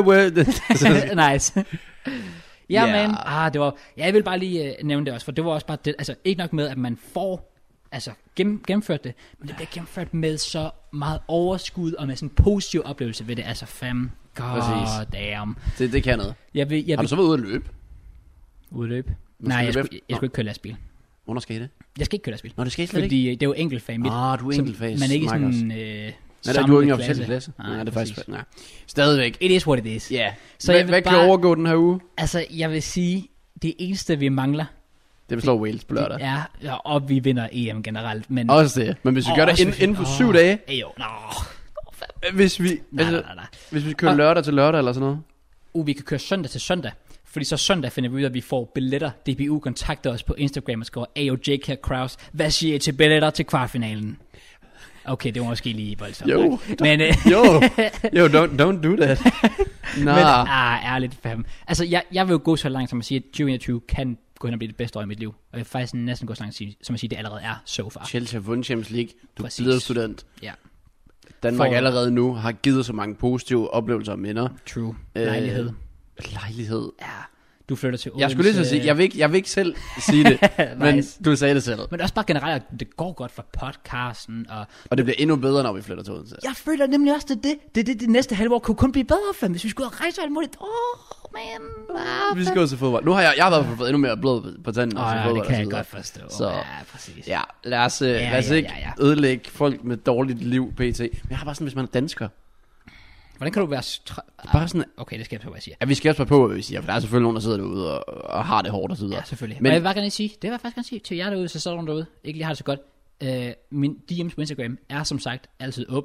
Nice. Men det var. Jeg vil bare lige nævne det også, for det var også bare det. Altså ikke nok med, at man får gennemført det, men det bliver gennemført med så meget overskud og med sådan en positiv oplevelse ved det. Altså god damn. Det kan noget. Har du så været ude at løbe? Ude at løbe? Nej, jeg skulle ikke køre lastbil. Hvornår skal I det? Jeg skal ikke køre lastbil. Nå, det skal I slet ikke? Fordi det er jo enkeltfag mit. Du er enkeltfag. Men ikke sådan du er ikke en officiel klasse. Nej, det er faktisk. Nej. Stadigvæk. It is what it is. Ja. Yeah. Så hvad kan overgå den her uge? Altså, jeg vil sige, det eneste vi mangler, det vil slå Wales på lørdag. Ja, og vi vinder EM generelt. Men også det. Men hvis vi gør det inden for 7 dage. Hvis vi kører lørdag til lørdag eller sådan noget. Vi kan køre søndag til søndag. Fordi så søndag finder vi ud af, at vi får billetter. DBU kontakter os på Instagram og skriver, AOJK Kraus, hvad siger I til billetter til kvartfinalen? Okay, det var måske lige voldsomt. Jo, men, don't do that. Men ærligt fam. Altså, jeg vil jo gå så langt som at sige, at 2021 kan gå hen og blive det bedste år i mit liv. Og jeg vil faktisk næsten gå så langt som at sige, at det allerede er so far. Chelsea har vundet Champions League. Du er blevet student. Ja. Danmark allerede nu har givet så mange positive oplevelser og minder. True. Lejlighed. Ja. Du flytter til Odense. Jeg skulle lige så sige, jeg vil ikke selv sige det, men nice. Du sagde det selv. Men også bare generelt, at det går godt for podcasten. Og det bliver endnu bedre, når vi flytter til Odense. Jeg føler nemlig også, at det næste halve år kunne kun blive bedre for, hvis vi skulle rejse alt muligt. Man. Vi skal også til fodbold. Nu har jeg har været fået endnu mere blod på tanden. Det kan jeg godt forstå. Så, ja, præcis. Ja, lad os ikke ødelægge folk med dårligt liv, pt. Men jeg har bare sådan, hvis man er dansker. Hvordan kan du være... bare sådan... Okay, det skal jeg på, hvad jeg siger. Ja, vi skal også på, hvad vi siger, for der er selvfølgelig nogen, der sidder derude og har det hårdt og så videre. Ja, selvfølgelig. Men jeg vil bare gerne sige, det vil jeg faktisk gerne sige til jer derude, så står nogen derude, ikke lige har det så godt. Min DM's på Instagram er som sagt altid åbne.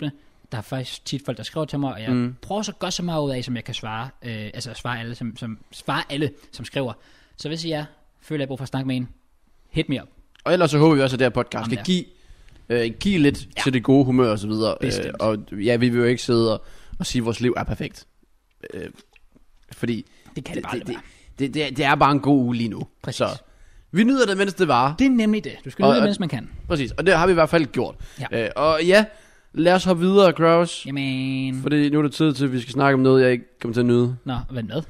Der er faktisk tit folk, der skriver til mig, og jeg prøver så godt så meget ud af, som jeg kan svare. Svare alle, som skriver. Så hvis jeg føler, at jeg har brug for at snakke med en, hit me up. Og ellers så håber vi også, at det her podcast skal give lidt til det gode humør og så videre. Og ja, vi vil jo ikke sidde og sige, at vores liv er perfekt. Fordi det kan det bare det er bare en god uge lige nu. Præcis. Så vi nyder det, mens det var. Det er nemlig det. Du skal nyde det, mens man kan. Præcis, og det har vi i hvert fald gjort. Og ja, lad os hoppe videre, Kraus. Jamen. Fordi nu er det tid til, at vi skal snakke om noget, jeg ikke kommer til at nyde. Nå, vent med.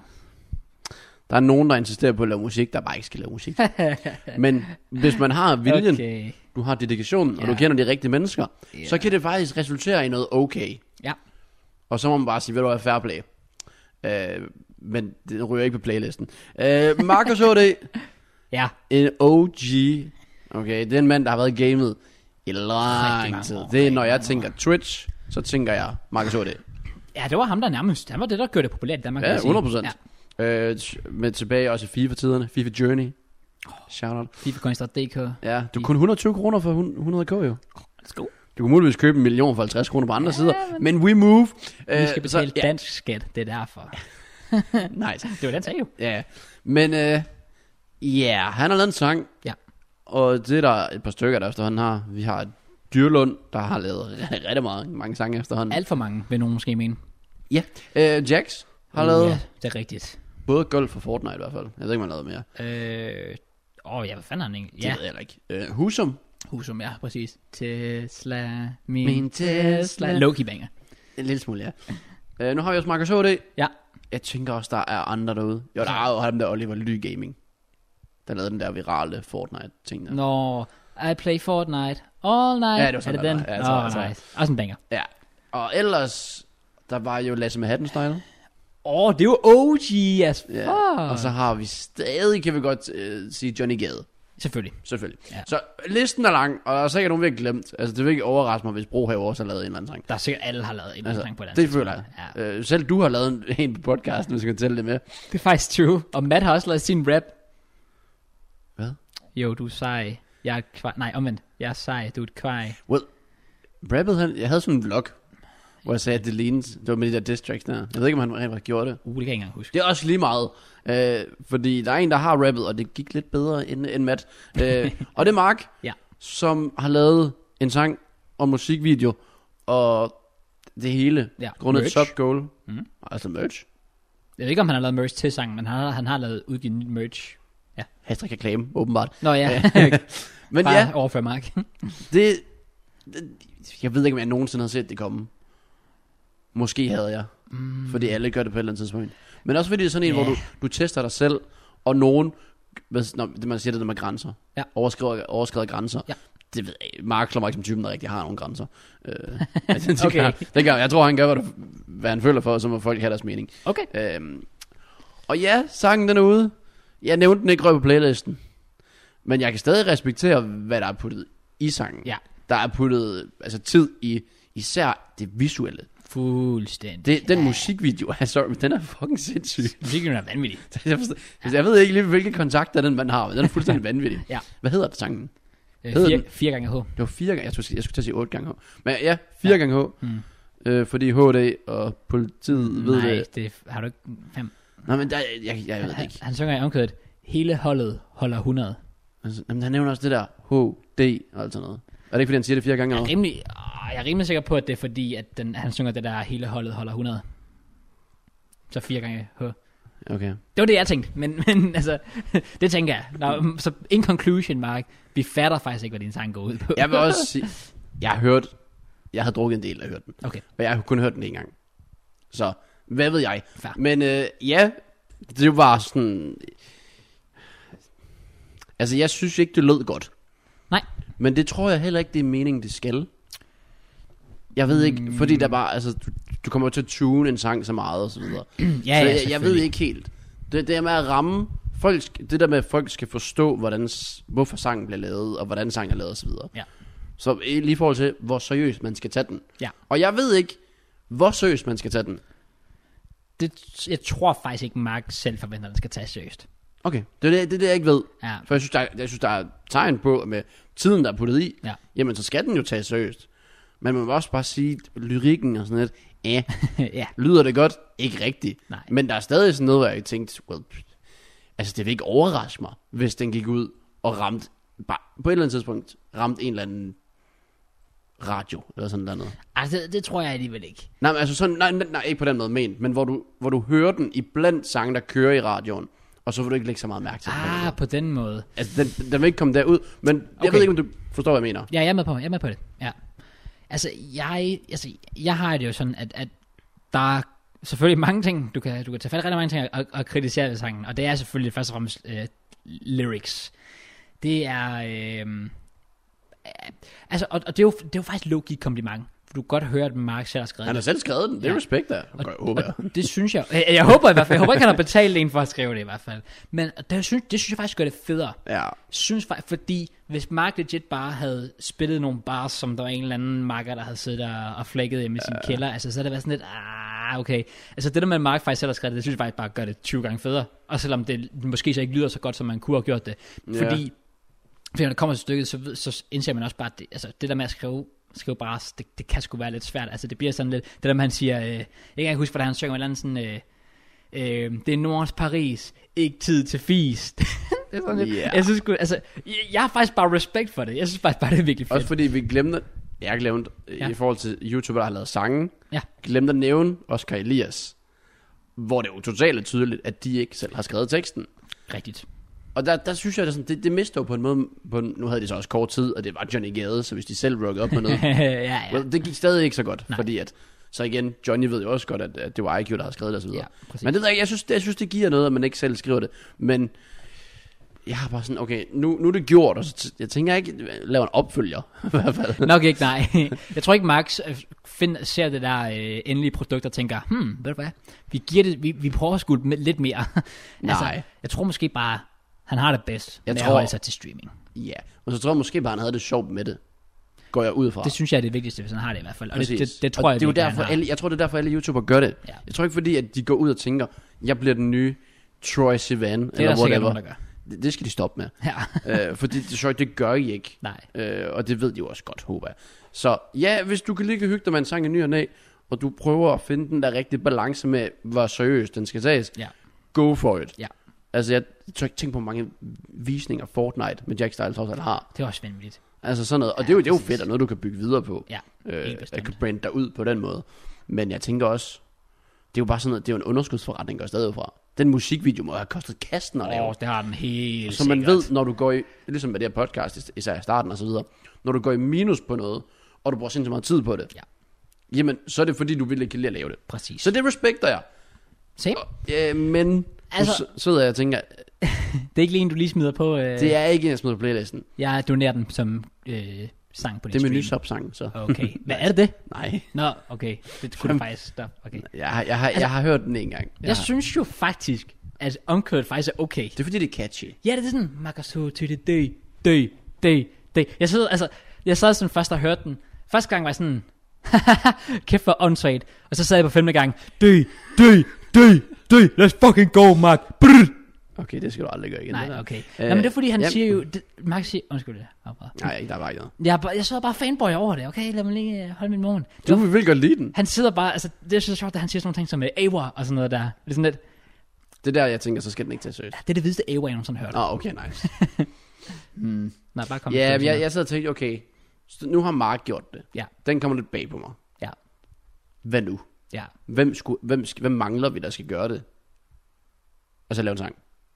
Der er nogen, der insisterer på at lave musik, der bare ikke skal lave musik. Men hvis man har viljen, du har dedikationen, og du kender de rigtige mennesker, så kan det faktisk resultere i noget okay. Ja. Og så må man bare sige, ved du hvad, fair play. Men det ryger ikke på playlisten. Marcus HD. Ja. En OG. Okay, det er en mand, der har været i gamet i lang tid. Det er, når jeg tænker Twitch, så tænker jeg Marcus HD. Ja, det var ham, der nærmest. Han var det, der gjorde det populært i Danmark. Ja, 100%. Ja. Med tilbage også i FIFA-tiderne. FIFA Journey. Shout out. FIFA-coins.dk. Ja, du kunne 120 kroner for 100k jo. Let's go. Du kunne muligvis købe 1 million for 50 kroner på andre sider. Men we move. Vi skal betale dansk skat, det er derfor. Nice. Det var den sag jo. Ja, men han har lavet en sang. Ja. Og det er der et par stykker, der efterhånden har. Vi har Dyrlund, der har lavet rigtig mange sange efterhånden. Alt for mange, vil nogen måske mene. Ja, Jax har lavet. Ja, det er rigtigt. Både golf og Fortnite i hvert fald. Jeg ved ikke, om han har lavet mere. Hvad fanden har han egentlig? Det ved jeg ikke. Husum, ja, præcis. Tesla, min Tesla. Low-key banger. En lille smule, ja. Nu har vi også Marcus HD. Ja. Jeg tænker også, der er andre derude. Jo, der er jo ham der Oliver Ly Gaming, der lavede den der virale Fortnite-ting der. Nå, I play Fortnite all night. Ja, det var sådan, er det den? Ja, nice. Også en banger. Ja. Og ellers, der var jo Lasse med Hatten-style. Det var OG as fuck. Ja. Og så har vi stadig, kan vi godt sige, Johnny Gade. Selvfølgelig. Ja. Så listen er lang, og der er sikkert nogen, vi har glemt. Altså, det vil ikke overraske mig, hvis Brohave også har lavet en eller anden sang. Der er sikkert alle har lavet en eller anden sang på den. Det føler jeg. Ja. Selv du har lavet en på podcasten, hvis jeg kan tælle det med. Det er faktisk true. Og Matt har også lavet sin rap. Hvad? Jo, du er sej. Jeg er kvej. Nej, omvendt. Jeg er sej, du er et kvej. Well, rappede han? Jeg havde sådan en vlog, hvor jeg sagde, at det lignede. Det var med de der diss tracks der. Jeg ved ikke, om han rent gjorde det. Det kan jeg ikke engang huske. Det er også lige meget. Fordi der er en, der har rappet, og det gik lidt bedre end Matt. Og det er Mark, som har lavet en sang og musikvideo, og det hele. Ja, grundet Top Goal. Altså merch. Jeg ved ikke, om han har lavet merch til sangen, men han har lavet udgivet nyt merch. Ja. Hashtag reklame, åbenbart. Nå ja. Men bare overfør Mark. Jeg ved ikke, om jeg nogensinde havde set det komme. Måske havde jeg. Fordi alle gør det på et eller andet tidspunkt. Men også fordi det er sådan en, hvor du tester dig selv, og nogen, det man siger det der med grænser, overskrider grænser. Ja. Det ved jeg, Mark slår mig ikke som typen, der rigtig har nogle grænser. Okay. Jeg tror, han gør, hvad han føler for, og så må folk have deres mening. Okay. Og ja, sangen den er ude. Jeg nævnte den ikke røg på playlisten. Men jeg kan stadig respektere, hvad der er puttet i sangen. Ja. Der er puttet tid i især det visuelle. Fuldstændig. Den musikvideo, den er fucking sindssyg. Musikvideoen er vanvittig. Jeg ved ikke lige, hvilke kontakter den man har, men den er fuldstændig vanvittig. Ja. Hvad hedder det sangen? 4 gange H. Det var 4 gange, jeg skulle til at sige 8 gange H. Men ja, 4 gange H. Fordi HD og politiet ved det. Nej, det har du ikke 5. Nej, men jeg ved det ikke. Han synger i omkødet, hele holdet holder 100. Altså, han nævner også det der HD og alt sådan noget. Er det ikke, fordi han siger det 4 gange? Jeg er rimelig sikker på, at det er fordi, at han synger det der, hele holdet holder 100. Så 4 gange H. Okay. Det var det, jeg tænkte. Men altså, det tænker jeg. Så in conclusion, Mark, vi fatter faktisk ikke, hvad din sang går ud på. Jeg vil også sige, jeg havde drukket en del, og hørt den. Okay. Og jeg har kun hørt den en gang. Så, hvad ved jeg? Fair. Men det var sådan... Altså, jeg synes ikke, det lød godt. Nej. Men det tror jeg heller ikke, det er meningen, det skal. Jeg ved ikke, fordi der bare, altså, du kommer til at tune en sang så meget og så videre. Så jeg ved ikke helt. Det der med at ramme folk, det der med at folk skal forstå, hvorfor sangen bliver lavet, og hvordan sangen er lavet og så videre. Ja. Så lige i forhold til, hvor seriøst man skal tage den. Ja. Og jeg ved ikke, hvor seriøst man skal tage den. Jeg tror faktisk ikke, Mark selv forventer, at den skal tage seriøst. Okay, det er det, jeg ikke ved. Ja. For jeg synes, der er tegn på, med tiden, der er puttet i, jamen så skal den jo tage seriøst. Men man må også bare sige, lyrikken og sådan lidt, ja. Lyder det godt? Ikke rigtigt. Nej. Men der er stadig sådan noget, hvor jeg tænkte, altså det vil ikke overraske mig, hvis den gik ud og ramte, bare på et eller andet tidspunkt, ramte en eller anden radio, eller sådan noget. Altså, det tror jeg alligevel ikke. Nej, men altså sådan, nej, ikke på den måde ment, men hvor du hører den i blandt sange, der kører i radioen, og så vil du ikke lægge så meget mærke til den. På den måde. Altså, den vil ikke komme derud, men jeg ved ikke, om du forstår, hvad jeg mener. Ja, jeg er med på det, ja. Altså, jeg har det jo sådan, at der er selvfølgelig mange ting, du kan tage fat i rigtig mange ting og kritisere ved sangen, og det er selvfølgelig først og fremmest lyrics. Det er, altså, og det er jo faktisk low-key kompliment. Du kan godt høre, at Mark selv har skrevet Han har selv skrevet den, det er respekt der. Det synes jeg. Jeg håber i hvert fald. Jeg håber ikke, han har betalt en for at skrive det i hvert fald. Men det synes jeg faktisk gør det federe. Ja. Synes faktisk, fordi hvis Mark legit bare havde spillet nogle bars, som der var en eller anden marker, der havde siddet der og flækket i sin kælder, altså så havde det været sådan lidt, okay. Altså det der med Mark faktisk selv har skrevet det synes jeg faktisk bare gør det 20 gange federe. Og selvom det måske så ikke lyder så godt, som man kunne have gjort det. Fordi når det kommer til stykket, så indser man også bare, at det der med at skrive bare, det kan sgu være lidt svært. Altså det bliver sådan lidt, det der med han siger, jeg kan ikke huske, hvordan han synger med eller sådan, det er Nordens Paris, ikke tid til fis. Det er sådan lidt, jeg synes sgu, altså, jeg har faktisk bare respekt for det. Jeg synes faktisk bare, det er virkelig fedt. Også fordi vi glemte, i forhold til YouTuber, der har lavet sange, glemte at nævne Oscar Elias, hvor det er jo totalt tydeligt, at de ikke selv har skrevet teksten. Rigtigt. Og der synes jeg, at det mister jo på en måde, nu havde de så også kort tid, og det var Johnny Gade, så hvis de selv rockede op med noget, well, det gik stadig ikke så godt, fordi at, så igen, Johnny ved jo også godt, at det var IQ, der havde skrevet det og så videre. Men det, jeg synes, det giver noget, at man ikke selv skriver det, men jeg har bare sådan, okay, nu er det gjort, og så jeg tænker ikke, lave en opfølger, i hvert fald. Nok ikke, nej. Jeg tror ikke, Max ser det der endelige produkt og tænker, ved du hvad, vi giver det, vi prøver at skudde lidt mere. Altså, jeg tror måske bare, han har det bedst med at holde sig til streaming. Ja, og så tror jeg måske bare, han havde det sjovt med det. Går jeg ud fra. Det synes jeg er det vigtigste, hvis han har det i hvert fald. Og det tror jeg, det er jo derfor, jeg tror, det er derfor, alle YouTubere gør det. Ja. Jeg tror ikke, fordi at de går ud og tænker, jeg bliver den nye Troy Sivan. Det er der sikkert nogen, der gør. Det skal de stoppe med. Ja. Fordi det gør I ikke. Nej. Og det ved de jo også godt, håber jeg. Så ja, hvis du kan lige hygge dig med en sang i ny og næ, og du prøver at finde den der rigtige balance med, hvor seriøst den skal tages, go for it. Ja. Altså, jeg tør ikke tænke på, mange visninger Fortnite med Jack Styles også har. Det er også vanvittigt. Altså sådan noget. Og det er jo fedt, og noget du kan bygge videre på. Ja, jeg kan brande dig ud på den måde. Men jeg tænker også, det er jo bare sådan noget, det er jo en underskudsforretning, går stadig fra. Den musikvideo må have kostet kasten at lave. Det har den helt så man ved, når du går i, ligesom med det her podcast, især i starten og så videre, når du går i minus på noget, og du bruger sindssygt meget tid på det, jamen, så er det fordi, du vil ikke lide at lave det. Præcis. Så det respekter jeg. Same. Men altså, så ved jeg tænker, det er ikke lige en, du lige smider på. Det er ikke en, jeg smider på playlisten. Jeg donerer den som sang på din stream. Det er min nysop-sang, så. Okay. Hvad er det? Nej. Nå, okay. Det kunne faktisk stoppe. Okay. Jeg har hørt den en gang. Jeg synes jo faktisk, at omkøret faktisk er okay. Det er fordi, det er catchy. Ja, det er sådan, Makasu til det dø. Jeg sad sådan først og hørte den. Første gang var jeg sådan, kæft for åndssvagt. Og så sad jeg på 5. gang, dø. Let's fucking go, Mark. Brrr. Okay, det skal du aldrig gøre igen. Nej, okay. Men det er fordi, han siger jo, Mark siger, undskyld det. Nej, der var ikke noget. Jeg så bare fanboy over det, okay? Lad mig lige holde min morgen. Du vil godt lide den. Han sidder bare, altså det er så sjovt, at han siger sådan nogle ting som AWA og sådan noget der. Det er sådan lidt. Det der, jeg tænker, så skal den ikke tage seriøst. Det er det vidste AWA, jeg nogensinde hørt. Okay, nice. Nej, bare kom. Ja, jeg sad og tænkte, okay, nu har Mark gjort det. Ja. Den kommer lidt bag på mig. Ja. Hvad nu? Ja. Hvem mangler vi, der skal gøre det? Og så lave en sang.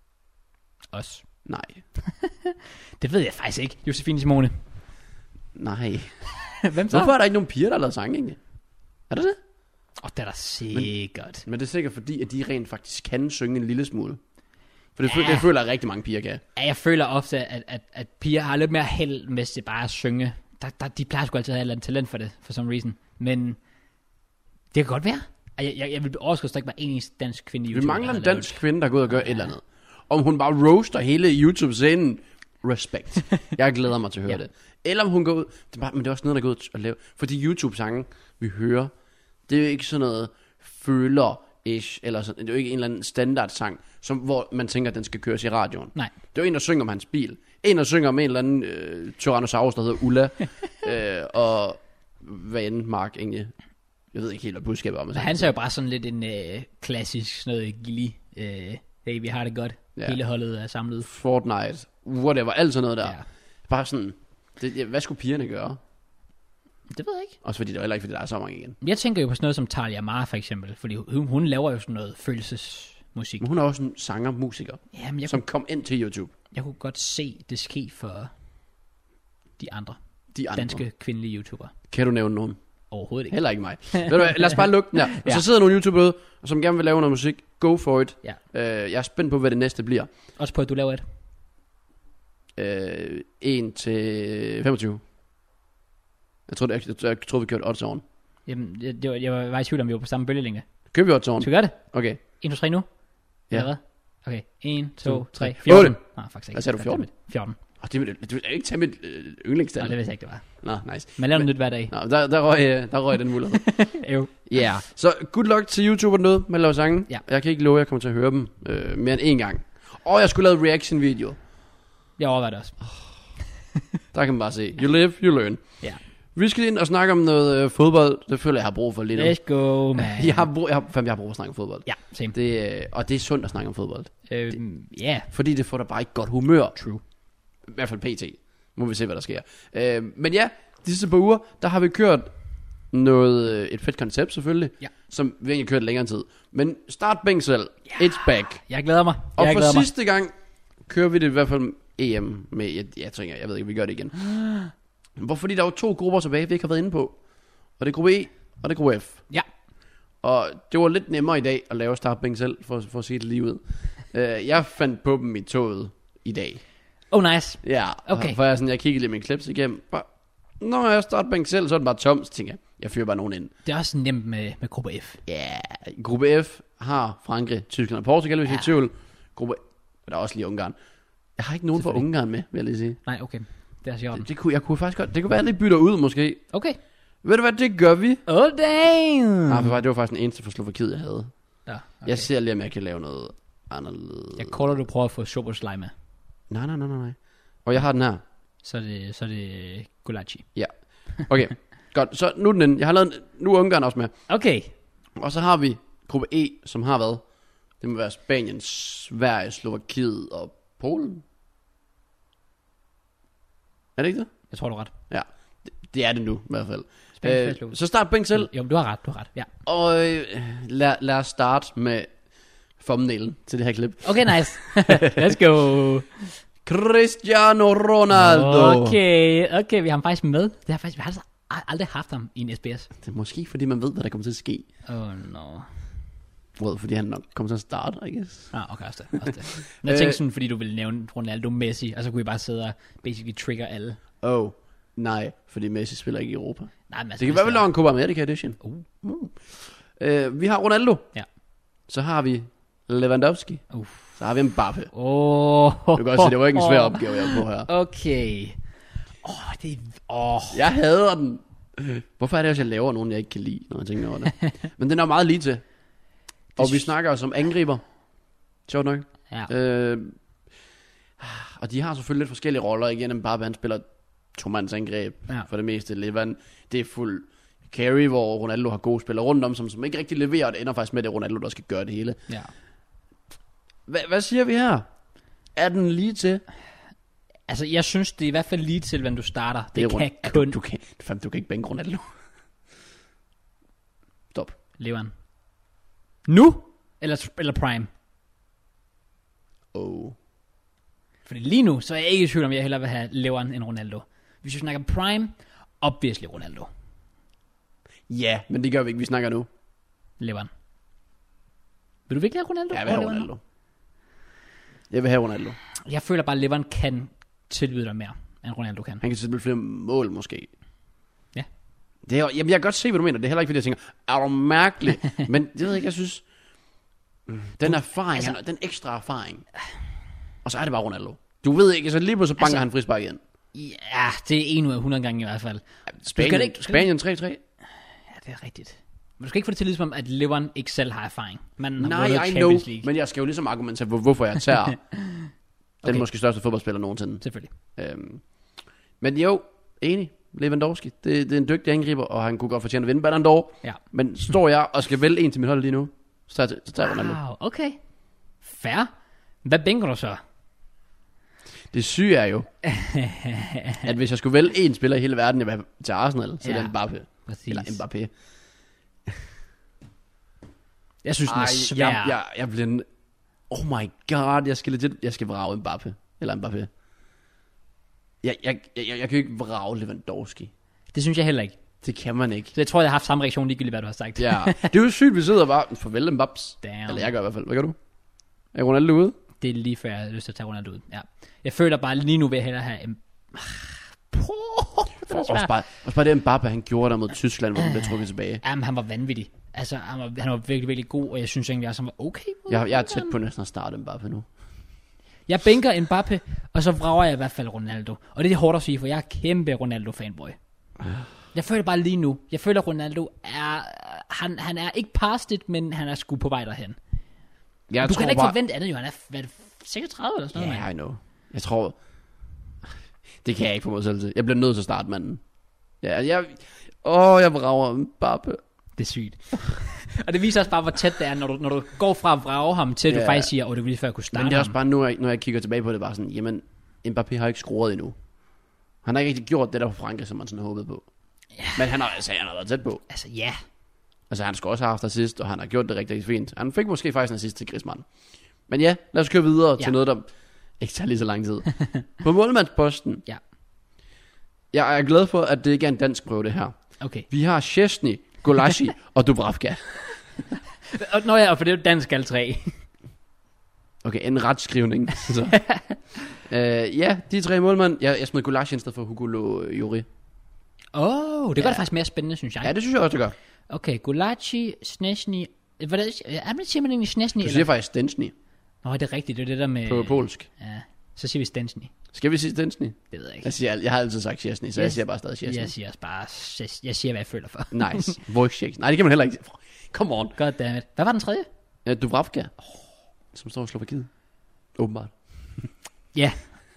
Os. Nej. Det ved jeg faktisk ikke. Josefine Simone. Nej. Hvem så? Hvorfor er der ikke nogen piger, der har lavet sang egentlig? Er det det? Det er der sikkert. Men det er sikkert fordi, at de rent faktisk kan synge en lille smule. For det føler jeg rigtig mange piger kan. Ja, jeg føler ofte, at piger har lidt mere held med det bare at synge. De plejer sgu altid at have et eller andet talent for det, for some reason. Men det kan godt være. Jeg vil overskrive, at der ikke var en dansk kvinde i YouTube. Vi mangler en dansk kvinde, der går ud og gør et eller andet. Om hun bare roaster hele YouTube-scenen, respekt. Jeg glæder mig til at høre det. Eller om hun går ud, men det er også noget, der går ud og lave. For de YouTube-sange, vi hører, det er jo ikke sådan noget føler-ish, eller sådan, det er jo ikke en eller anden standard-sang, hvor man tænker, at den skal køres i radioen. Nej. Det er jo en, der synger om hans bil. En, der synger om en eller anden Tyrannosaurus, der hedder Ulla. Og hvad end Mark egentlig, jeg ved ikke helt, hvad budskabet om. Han ser jo bare sådan lidt en klassisk, sådan noget gilly, hey, vi har det godt, hele holdet er samlet. Fortnite, whatever, alt sådan noget der. Bare sådan, hvad skulle pigerne gøre? Det ved jeg ikke. Også fordi det er heller ikke, fordi der er så mange igen. Jeg tænker jo på sådan noget som Talia Mar for eksempel, fordi hun laver jo sådan noget følelsesmusik. Men hun er også en sanger-musiker, som kom ind til YouTube. Jeg kunne godt se det ske for de andre danske kvindelige YouTubere. Kan du nævne nogen? Overhovedet ikke. Heller ikke mig. Lad os bare lukke den her. Så sidder nogle YouTubere ude, som gerne vil lave noget musik. Go for it. Ja. Jeg er spændt på, hvad det næste bliver. Også på, at du laver et. 1 til 25. Jeg tror vi kørte 8 år. Jamen, jeg var i tvivl om, vi var på samme bølgelængde. Køber vi 8 år? Skal vi gøre det? Okay. 1, 2, 3 nu? Ja. Eller hvad? Okay. 1, 2, 3, 14. Nej, faktisk ikke. Hvad sagde du, 14? 14. Du vil ikke tage mit yndlingstal. Nej, det vidste jeg ikke, det var. Nå, nice. Man laver noget nyt hver dag. Nå, der røg den mulighed. Jo. Ja. Så good luck til YouTuber noget med at lave sange. Ja. Jeg kan ikke love, at jeg kommer til at høre dem mere end en gang. Og jeg skulle lave et reaction video. Jeg overvejer det også. Der kan man bare se. You live, you learn. Ja. Vi skal ind og snakke om noget fodbold. Det føler jeg har brug for lige nu. Let's go, man. Jeg har brug for at snakke om fodbold. Ja, same. Og det er sundt at snakke om fodbold. Ja. Fordi det får dig bare ikke godt humør. True. I hvert fald pt. Må vi se, hvad der sker. Men ja, disse par uger, der har vi kørt et fedt koncept selvfølgelig. Ja. Som vi egentlig kørt længere tid. Men start selv. It's back. Jeg glæder mig. Og for sidste gang kører vi det i hvert fald EM med, jeg ved ikke, vi gør det igen. Fordi der var 2 grupper tilbage, vi ikke har været inde på. Og det er gruppe E, og det er gruppe F. Ja. Og det var lidt nemmere i dag at lave startbænk selv, for at sige det lige ud. Jeg fandt på dem i toget i dag. Oh, nice. Ja, okay. For jeg kiggede lidt mine clips igennem. Når jeg startbænk selv, så er det bare tomt, så tænker jeg fyrer bare nogen ind. Det er også nemt med gruppe F. Ja, gruppe F har Frankrig, Tyskland og Portugal, hvis jeg er i tvivl. Gruppe, der er også lige Ungarn. Jeg har ikke nogen fra Ungarn med, vil jeg lige sige. Nej, okay. Det er sjovt. Jeg kunne faktisk godt. Det kunne være, at det bytter ud måske. Okay. Ved du hvad, det gør vi. Oh, damn. Nej, det var faktisk den eneste for Slovakiet, jeg havde. Ja, okay. Jeg ser lige, om jeg kan lave noget anderledes. Jeg kalder, du prøver at få Soboslaj med. Nej. Og jeg har den her. Så er det Gulaci. Ja. Okay, godt. Så nu er den inde. Jeg har lavet nu er Ungarn også med. Okay. Og så har vi gruppe E, som har været. Det må være Spanien, Sverige, Slovakiet og Polen. Er det ikke det? Jeg tror, du er ret. Ja, det er det nu i hvert fald. Så start bænk selv. Jo, du har ret, ja. Og lad os starte med thumbnailen til det her klip. Okay, nice. Let's go. Cristiano Ronaldo. Okay, vi har ham faktisk med. Vi har altså aldrig haft ham i en SBS. Det er måske fordi man ved, hvad der kommer til at ske. No. Fordi han nok kommer til at starte, I guess. Okay, også det. Jeg tænkte sådan, fordi du ville nævne Ronaldo, Messi, og så kunne vi bare sidde og basically trigger alle. Nej, fordi Messi spiller ikke i Europa. Nej, men det kan være, vi laver en Copa America edition. Vi har Ronaldo. Ja. Så har vi Lewandowski. Så har vi Mbappe. Du kan også se, det var ikke en svær opgave, jeg er på her. Okay. Jeg hader den. Hvorfor er det også, jeg laver nogen, jeg ikke kan lide, når jeg tænker over det? Men den er meget lige til. Og vi snakker også om angriber. Sjovt nok. Ja. Og de har selvfølgelig lidt forskellige roller. Igen, Mbappe, han spiller tomands angreb for det meste. Levan, det er fuld carry, hvor Ronaldo har gode spillere rundt om, som ikke rigtig leverer, og det ender faktisk med, at Ronaldo, der skal gøre det hele. Ja. Hvad siger vi her? Er den lige til? Altså, jeg synes, det er i hvert fald lige til, hvem du starter. Det kan kun... Du kan ikke bænke Ronaldo. Stop. Levan. Nu? Eller Prime? Fordi lige nu, så er jeg ikke i tvivl om, jeg hellere vil have Levan end Ronaldo. Hvis vi snakker Prime, obviously Ronaldo. Ja, men det gør vi ikke. Vi snakker nu. Levan. Vil du virkelig have Ronaldo? Jeg vil have Ronaldo. Jeg vil have Ronaldo. Jeg føler bare, at Levan kan tilbyde dig mere, end Ronaldo kan. Han kan tilbyde flere mål, måske. Ja. Jeg kan godt se, hvad du mener. Det er heller ikke, fordi jeg tænker, er du mærkelig? Men det ved jeg ikke, jeg synes... Den erfaring, den ekstra erfaring. Og så er det bare Ronaldo. Du ved ikke, så lige pludselig banker han frispark igen. Ja, det er 1 ud af 100 gange i hvert fald. Spanien 3-3. Ja, det er rigtigt. Men du skal ikke få det til ligesom, at Levan ikke selv har erfaring. Nej, I know, men jeg skal jo ligesom argumentere, hvorfor jeg tager den måske største fodboldspiller nogensinde. Selvfølgelig. Men jo, enig. Lewandowski. Det er en dygtig angriber, og han kunne godt fortjene at vinde Ballon d'Or. Ja. Men står jeg og skal vælge en til mit hold lige nu, så tager Ronaldo. Wow, okay. Fair. Hvad bænker du så? Det syge er jo, at hvis jeg skulle vælge en spiller i hele verden, jeg vil have til Arsenal, så er det Mbappé. Præcis. Eller Mbappé. Jeg synes, den er svær. Jeg bliver oh my god, jeg skal vrage Mbappé. Eller Mbappé. Jeg kan jo ikke vrage Lewandowski. Det synes jeg heller ikke. Det kan man ikke. Så jeg tror, jeg har haft samme reaktion ligegyldigt, hvad du har sagt. Ja, det er jo sygt, vi sidder bare farvel Mbappé. Damn. Eller jeg gør i hvert fald. Hvad gør du? Er Ronaldo ude? Det er lige før, jeg har lyst til at tage Ronaldo ud. Ja. Jeg føler bare lige nu, vil jeg hellere have... Også bare det Mbappé, han gjorde der mod Tyskland, hvor han blev trukket tilbage. Jamen, han var vanvittig. Altså, han var virkelig, virkelig god, og jeg synes egentlig også, han var okay. Jeg er tæt på næsten at starte Mbappé nu. Jeg bænker Mbappé, og så vrager jeg i hvert fald Ronaldo. Og det er hårdt at sige, for jeg er kæmpe Ronaldo-fanboy. Jeg føler bare lige nu, Ronaldo er... Han er ikke past it, men han er sgu på vej derhen. Du kan ikke forvente andet, jo. Han er 36 eller sådan noget. Ja, I know. Jeg tror... Det kan jeg ikke få mig selv til. Jeg bliver nødt til at starte manden. Ja, jeg vrager Mbappé. Det er sygt. Og det viser også bare, hvor tæt det er, når du går fra at vrage ham til, at du faktisk siger, det ville lige før jeg kunne starte. Men det er også bare, når jeg kigger tilbage på det, bare sådan, jamen, Mbappé har ikke skruet endnu. Han har ikke rigtig gjort det der på Frankrig, som man sådan håbede på. Ja. Men han har været tæt på. Altså, ja. Altså, han skulle også have haft assist, og han har gjort det rigtig, rigtig fint. Han fik måske faktisk en assist til Griezmann. Men ja, lad os køre videre til noget, der ikke tager lige så lang tid. På målmandsposten. Ja. Jeg er glad for, at det ikke er en dansk prøve, det her. Okay. Vi har Szczesny, Golashi og Dubravka. Nå ja, for det er jo dansk alle tre. Okay, en retskrivning. Ja, de tre målmænd. Jeg smed Golashi i stedet for Hugo Lloris. Det gør det faktisk mere spændende, synes jeg. Ja, det synes jeg også, det gør. Okay, Golashi, Szczesny. Hvad siger man egentlig Szczesny? Du siger faktisk Szczesny. Nå, det er rigtigt, det er det der med... På polsk. Ja, så siger vi Szczesny. Skal vi sige Szczesny? Det ved jeg ikke. Jeg har altid sagt Szczesny, så jeg siger bare stadig Szczesny. Jeg siger også bare... Jeg siger, hvad jeg føler for. Nice. Wojciech. Nej, det kan man heller ikke. Come on. Goddammit. Hvad var den tredje? Dubravka. Som står i Slovakiet. Åbenbart. Ja.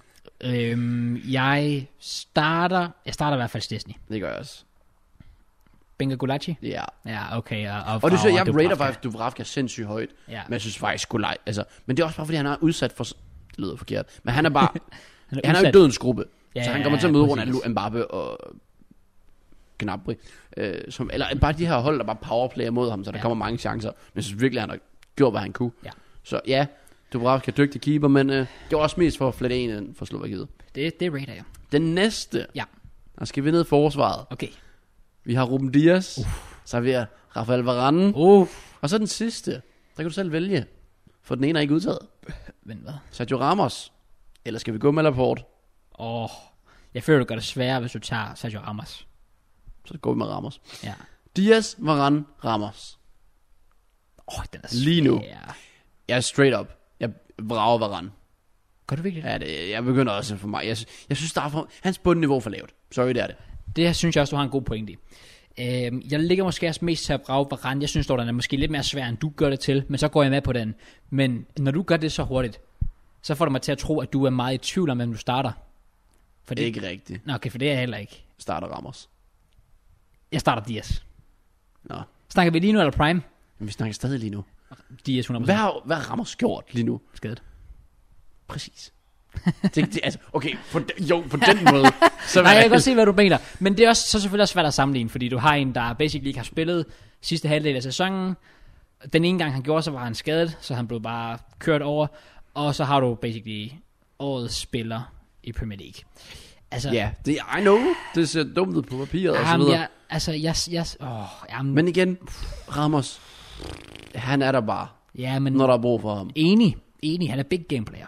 Jeg starter i hvert fald Szczesny. Det gør jeg også. Bænker Golashi? Ja. Ja, okay. Og du siger, jeg rater faktisk Dubravka sindssygt højt. Ja. Men jeg synes faktisk Golashi, altså, men det er også bare fordi han er udsat for, det lyder forkert, men han er bare han er jo dødens gruppe. Ja, så han kommer til at møde Ronaldo, Mbappé og Gnabry, eller bare de her hold der bare powerplayer mod ham, så der kommer mange chancer. Men jeg synes virkelig han har gjort hvad han kunne. Ja. Så ja, Dubravka er dygtig keeper, men det var også mest for at flette en ind for Slovakiet. Det rater jeg. Den næste. Ja. Der skal vi ned i forsvaret. Okay. Vi har Ruben Dias, så har vi Rafael Varane, og så den sidste, der kan du selv vælge, for den ene er ikke udtaget. Men hvad? Sergio Ramos, eller skal vi gå med Laporte? Jeg føler, du gør det sværere, hvis du tager Sergio Ramos. Så går vi med Ramos. Ja. Dias, Varane, Ramos. Den er svær. Lige nu. Jeg er straight up. Jeg vrager Varane. Gør du virkelig det? Ja, jeg begynder også for mig. Jeg synes, der er hans bundniveau for lavt. Sorry, det er det. Det her synes jeg også, du har en god pointe i. Jeg ligger måske også mest til at brage Varane. Jeg synes dog, den er måske lidt mere svær, end du gør det til. Men så går jeg med på den. Men når du gør det så hurtigt, så får du mig til at tro, at du er meget i tvivl om, hvem du starter. For det er ikke rigtigt. Nå, okay, for det er jeg heller ikke. Starter Ramos. Jeg starter Dias. Nå. Snakker vi lige nu, eller Prime? Men vi snakker stadig lige nu. Dias 100%. Hvad har Ramos gjort lige nu? Skadet. Præcis. Altså, okay, på den måde. Så nej, jeg kan godt se, hvad du mener. Men det er også så selvfølgelig også svært at sammenligne, fordi du har en, der basically ikke har spillet sidste halvdel af sæsonen. Den ene gang han gjorde, så var han skadet, så han blev bare kørt over. Og så har du basically årets spiller i Premier League. Altså, ja, I know. Det ser dumt ud på papiret og så videre. Men igen, Ramos, han er der bare, når der er brug for ham. Enig, han er big game player.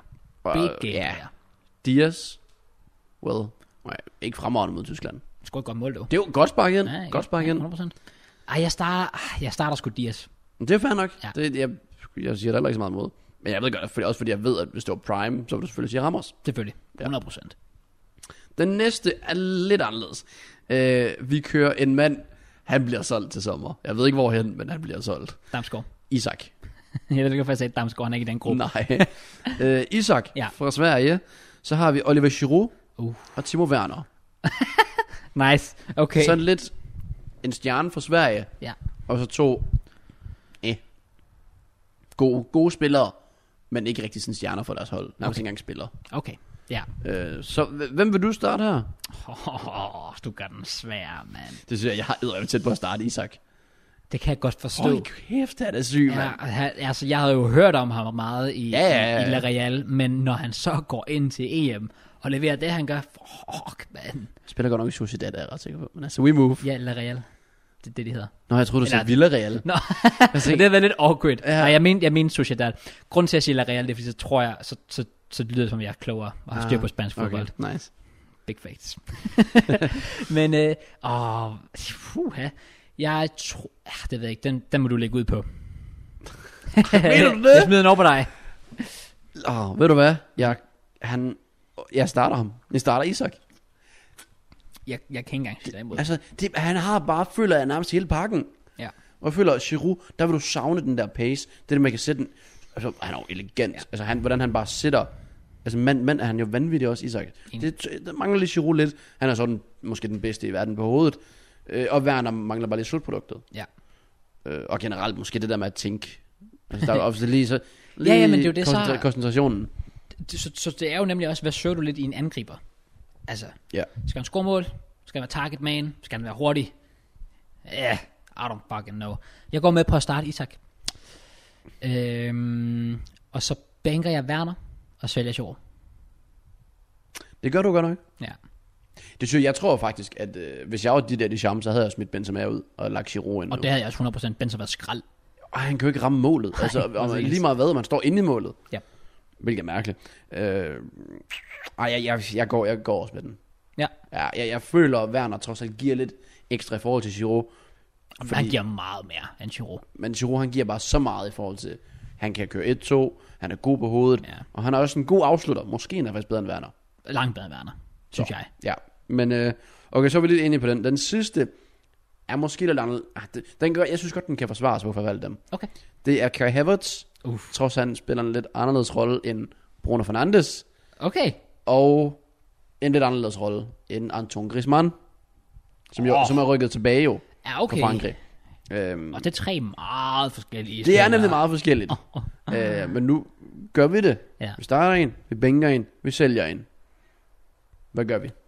Dias, ikke fremragende mod Tyskland. Det skulle godt mål, dog. Det er jo godt spark igen. Godt spark igen. 100%. Jeg starter sgu Dias. Det er fair nok. Ja. Jeg siger der heller ikke så meget mod. Men jeg ved godt, fordi jeg ved, at hvis det var Prime, så vil du selvfølgelig sige Ramos. Selvfølgelig. 100%. Den næste er lidt anderledes. Vi kører en mand. Han bliver solgt til sommer. Jeg ved ikke hvorhen, men han bliver solgt. Damsgaard. Isak. Jeg ved ikke, hvorfor jeg sagde Damsgaard. Han er ikke i den gruppe. Nej. Isak fra Sverige. Så har vi Oliver Giroud og Timo Werner. Nice, okay. Sådan lidt en stjerne for Sverige. Ja. Og så 2 gode spillere, men ikke rigtig sådan stjerner for deres hold. Nærmest ikke engang spillere. Okay, ja. Så hvem vil du starte her? Du gør den svær, mand. Det synes jeg har edderligt tæt på at starte Isak. Det kan jeg godt forstå. Hold kæft, er det syg, mand. Altså, jeg havde jo hørt om ham meget i La Real, men når han så går ind til EM og leverer det, han gør, fuck, man. Spiller godt nok i Sociedad, er jeg ret sikker på. Men altså, we move. Ja, La Real. Det er det, de hedder. Nå, jeg troede, du sagde Villarreal. Nå, det har været lidt awkward. Ja. Nej, jeg mener Sociedad. Grunden til at sige La Real, det er, fordi så tror jeg, så lyder det som, jeg er klogere og har styr på spansk fodbold. Okay, nice. Big facts. Men, jeg tror, det ved jeg ikke, den må du lægge ud på. Mener du det? Jeg smider den over på dig. Ved du hvad? Jeg starter ham. Jeg starter Isak. Jeg kan ikke engang sige imod. Altså, han har bare, føler jeg, nærmest hele pakken. Ja. Og jeg føler, Giroud, der vil du savne den der pace. Det der, man kan sætte den. Altså, han er jo elegant. Ja. Altså, hvordan han bare sætter. Altså, mand er han jo vanvittig også, Isak. Det mangler lidt Giroud lidt. Han er sådan måske den bedste i verden på hovedet. Og Werner mangler bare lidt slutproduktet. Ja. Og generelt måske det der med at tænke. Altså, der er jo ofte lige så... ja, men det er jo det så... Koncentrationen. Så det er jo nemlig også, hvad søger du lidt i en angriber? Altså, skal han score mål? Skal han være target man? Skal han være hurtig? I don't fucking know. Jeg går med på at starte Isak. Og så banker jeg Werner og svælger Giroud. Det gør du godt nok. Ja. Det synes jeg tror faktisk, at hvis jeg var de charme, så havde jeg smidt Benzema ud og lagt Giroud ind. Og det havde jeg også 100%. Benzema var skrald. Han kan jo ikke ramme målet. Nej, altså, lige meget hvad, man står inde i målet. Ja. Hvilket er mærkeligt. Jeg går også med den. Ja. Jeg føler, at Werner trods alt giver lidt ekstra i forhold til Giroud. Han giver meget mere end Giroud. Men Giroud, han giver bare så meget i forhold til, han kan køre 1-2, han er god på hovedet, og han er også en god afslutter. Måske er han faktisk bedre end Werner. Langt bedre end Werner, synes jeg. Ja, men okay, så er vi lidt enige på den. Den sidste er måske lidt anderledes. Jeg synes godt, den kan forsvares, hvorfor jeg valgte dem. Okay. Det er Kai Havertz. Trods han spiller en lidt anderledes rolle end Bruno Fernandes. Okay. Og en lidt anderledes rolle end Antoine Griezmann, som er rykket tilbage jo på Frankrig. Og det er 3 meget forskellige. Det er nemlig meget forskelligt. Men nu gør vi det. Ja. Vi starter en, vi bænker en, vi sælger en. Hvad gør vi?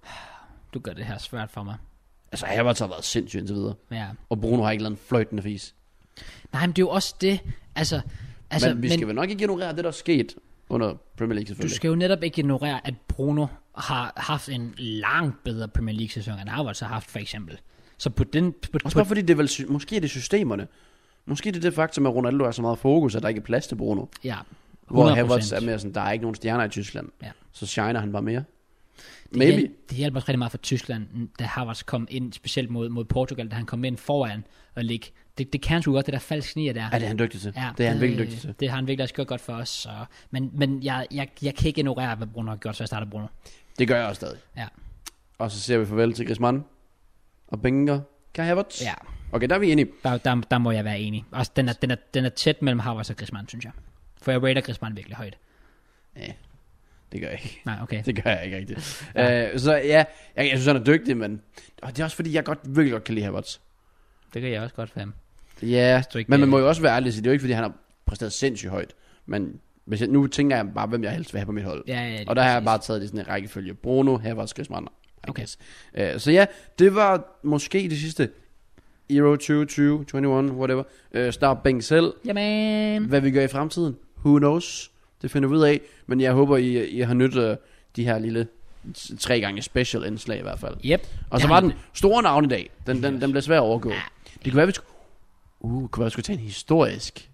Du gør det her svært for mig. Altså, Havertz har været sindssygt indtil videre. Ja. Og Bruno har ikke lavet en fløjtende fis. Nej, men det er jo også det. Altså, men vi skal vel nok ikke ignorere det, der er sket under Premier League selvfølgelig. Du skal jo netop ikke ignorere, at Bruno har haft en langt bedre Premier League-sæson, end Havertz har haft, for eksempel. Så på den... Også bare fordi det er vel... Måske er det systemerne. Måske er det faktum, at Ronaldo er så meget fokus, at der ikke er plads til Bruno. Ja, 100%. Hvor Havertz er mere sådan, der er ikke nogen stjerner i Tyskland. Ja. Så shiner han bare mere. Maybe. Det hjælper også rigtig meget for Tyskland, da Havertz kom ind, specielt mod Portugal, da han kom ind foran og ligge. Det kan sgu godt, det der falsk sniger der. Ja, det er han dygtig til. Ja, det er han virkelig dygtig til. Det har han virkelig også gjort godt for os. Så. Men jeg kan ikke ignorere, hvad Bruno har gjort, så jeg starter Bruno. Det gør jeg også stadig. Ja. Og så ser vi farvel til Griezmann og Benker. Kai Havertz. Ja. Okay, der er vi enige. Der må jeg være enig. Også den er tæt mellem Havertz og Griezmann, synes jeg. For jeg rater Griezmann virkelig højt. Ja. Det gør jeg ikke. Nej, okay. Det gør jeg ikke rigtigt. Så ja, jeg synes, han er dygtig, men det er også fordi, jeg virkelig godt kan lide Havertz. Det gør jeg også godt for ham. Ja, men man må jo også være ærlig, så det er jo ikke, fordi han har præsteret sindssygt højt. Men nu tænker jeg bare, hvem jeg helst vil have på mit hold. Ja, og der har jeg bare taget det sådan en rækkefølge. Bruno, Havertz, Griezmann. Okay. Så ja, det var måske det sidste Euro 2020, 21, whatever. Start bænk selv. Jamen. Hvad vi gør i fremtiden, who knows. Det finder vi ud af. Men jeg håber, I har nyttet de her lille 3 gange special indslag i hvert fald. Yep. Og så var den store navn i dag. Den blev svær at overgå. Ja. Det kunne være, vi skulle tage en historisk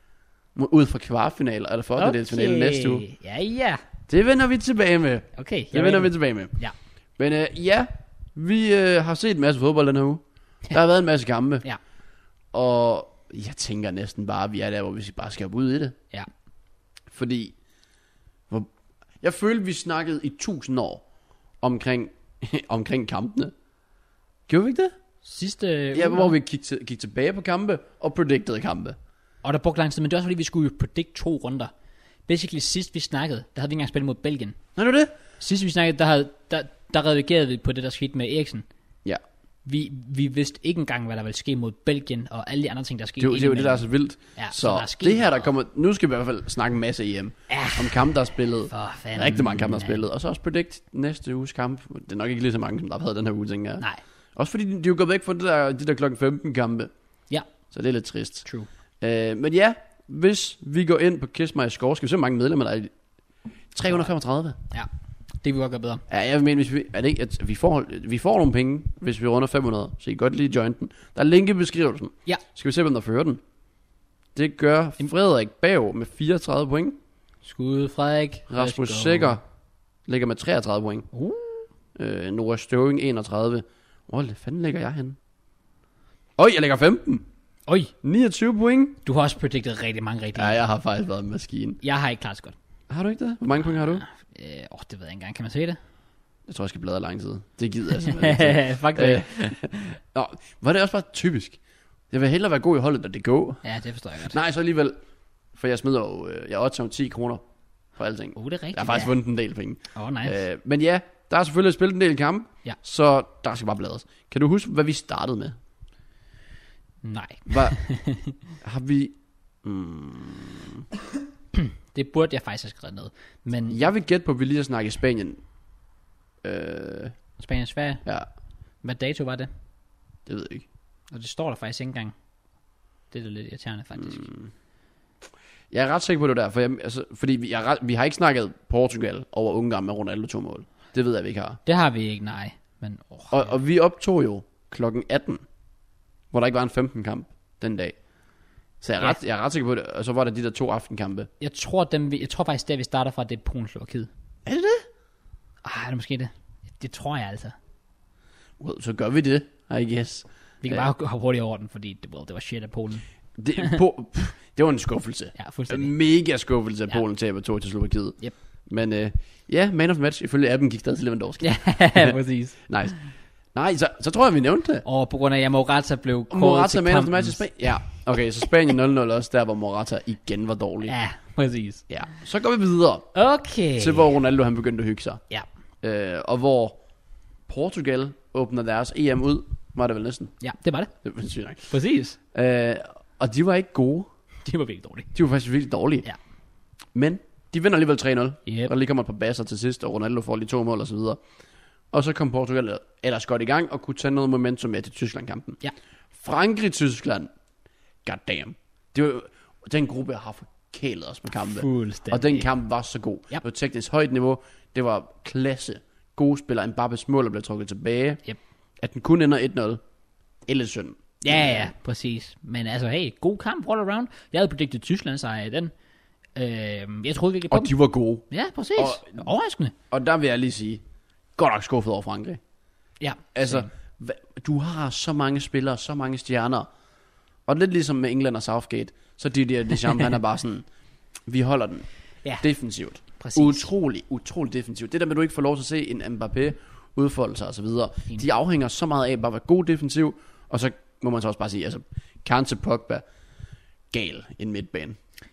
ud fra kvartfinaler eller fjerdedelsfinalen næste uge. Ja. Det vender vi tilbage med. Okay. Det vender vi tilbage med. Ja. Men vi har set en masse fodbold den her uge. Ja. Der har været en masse kampe. Ja. Og jeg tænker næsten bare, at vi er der, hvor vi bare skal op ud i det. Ja. Fordi jeg følte, vi snakkede i 1000 år omkring kampene. Gjorde vi ikke det? Sidste ja, hvor vi gik tilbage på kampe og predicted kampe. Og der brugte lang tid, men det var også fordi, vi skulle jo predict 2 runder. Basically, sidst vi snakkede, der havde vi ikke engang spillet mod Belgien. Nej, det var det? Sidst vi snakkede, der reagerede vi på det, der skete med Eriksen. Ja. Vi vidste ikke engang, hvad der ville ske mod Belgien, og alle de andre ting, der skete. Det er jo det, der er så vildt. Ja, så der det her, der kommer... Nu skal vi i hvert fald snakke en masse EM. Ja. Om kampe, der er spillet. For fanden. Rigtig mange kampe, der er spillet. Og så også predict næste uges kamp. Det er nok ikke lige så mange, som der har været den her uge, tænker jeg. Nej. Også fordi de er jo gået væk fra de der klokken 15 kampe. Ja. Så det er lidt trist. True. Men ja, hvis vi går ind på Kiss My Score, skal vi se, hvor mange medlemmer der er i 335. Ja, det vil godt gøre bedre. Ja, jeg mener, hvis vi, er det ikke, at vi får nogle penge, hvis vi runder 500, så I kan godt lige join den. Der er link i beskrivelsen. Ja. Skal vi se, hvem der fører den? Det gør Frederik Bav med 34 point. Skud, Frederik. Rasmus Sækker ligger med 33 point. Nora Støving 31. Hvor fanden ligger jeg henne? Jeg ligger 15. 29 point. Du har også predicted rigtig mange rigtige. Ja, jeg har faktisk været en maskine. Jeg har ikke klart så godt. Har du ikke det? Hvor mange point har du? Det ved jeg ikke engang. Kan man se det? Jeg tror, jeg skal bladre lang tid. Det gider jeg simpelthen ikke. Fuck det. Var det også bare typisk? Jeg vil hellere være god i holdet, når det går. Ja, det forstår jeg godt. Nej, så alligevel. For jeg smider jo... Jeg oddser 10 kroner for alting. Det er rigtigt. Jeg har faktisk vundet en del penge. Nice. Men ja, der er selvfølgelig spillet en del kamp. Ja. Så der skal bare blades. Kan du huske, hvad vi startede med? Nej. Har vi... Det burde jeg faktisk have skrevet ned. Men Jeg vil gætte på, at vi lige har snakket Spanien. Spanien Sverige. Ja. Hvad dato var det? Det ved jeg ikke. Og det står der faktisk ikke engang. Det er da lidt irriterende faktisk. Jeg er ret sikker på det der, fordi vi har ikke snakket Portugal over Ungarn med Ronaldo 2 mål. Det ved jeg, vi ikke har. Det har vi ikke, nej. Men, og vi optog jo klokken 18, hvor der ikke var en 15 kamp den dag. Så jeg er ret sikker på det. Og så var der de der 2 aftenkampe. Jeg tror faktisk, der vi starter fra, det er Polen-Slovakiet. Er det det? Er det måske det? Det tror jeg altså. Well, så gør vi det, I guess. Vi kan bare hoppe hurtigt over den, fordi det var shit af Polen. Det var en skuffelse. Ja, fuldstændig. En mega skuffelse af Polen taber 2 til Slovakiet. Yep. Men man of match, ifølge appen gik stadig til Lewandowski. Ja, præcis. Nice. Nej, så tror jeg, vi nævnte det. Og på grund af, at Morata blev kåret til man of the match i Spanien. Ja, okay, så Spanien 0-0 også, der hvor Morata igen var dårlig. Ja, præcis. Ja, så går vi videre. Okay. Til hvor Ronaldo han begyndte at hygge sig. Ja. Og hvor Portugal åbner deres EM ud, var det vel næsten. Ja, det var det. Det var sygt nok. Præcis. Og de var ikke gode. De var virkelig dårlige. De var faktisk virkelig dårlige. Ja. Men de vinder alligevel 3-0. Yep. Og der lige kommer et par basser til sidst, og Ronaldo får lige 2 mål og så videre. Og så kom Portugal ellers godt i gang, og kunne tage noget momentum med til Tyskland-kampen. Ja. Frankrig-Tyskland. Goddamn. Det var den gruppe, jeg har forkælet os med kampe. Fuldstændig. Og den kamp var så god. Ja. Det var teknisk højt niveau. Det var klasse. Gode spillere. Mbappé's mål blev trukket tilbage. Yep. At den kun ender 1-0. Eller synd. Ja, præcis. Men altså, hey, god kamp all around. Jeg havde predicted Tyskland sejr i den. Jeg troede virkelig på og de var gode. Ja, præcis. Overraskende. Og der vil jeg lige sige, godt nok skuffet over Frankrig. Ja. Altså, du har så mange spillere, så mange stjerner. Og lidt ligesom med England og Southgate, så Deschamps, han er bare sådan, vi holder den defensivt. Præcis. Utrolig defensivt. Det der med, at du ikke får lov til at se en Mbappé udfolde sig og så videre. De afhænger så meget af bare at være god defensiv, og så må man så også bare sige, altså, Kante Pogba, gal en midtbane.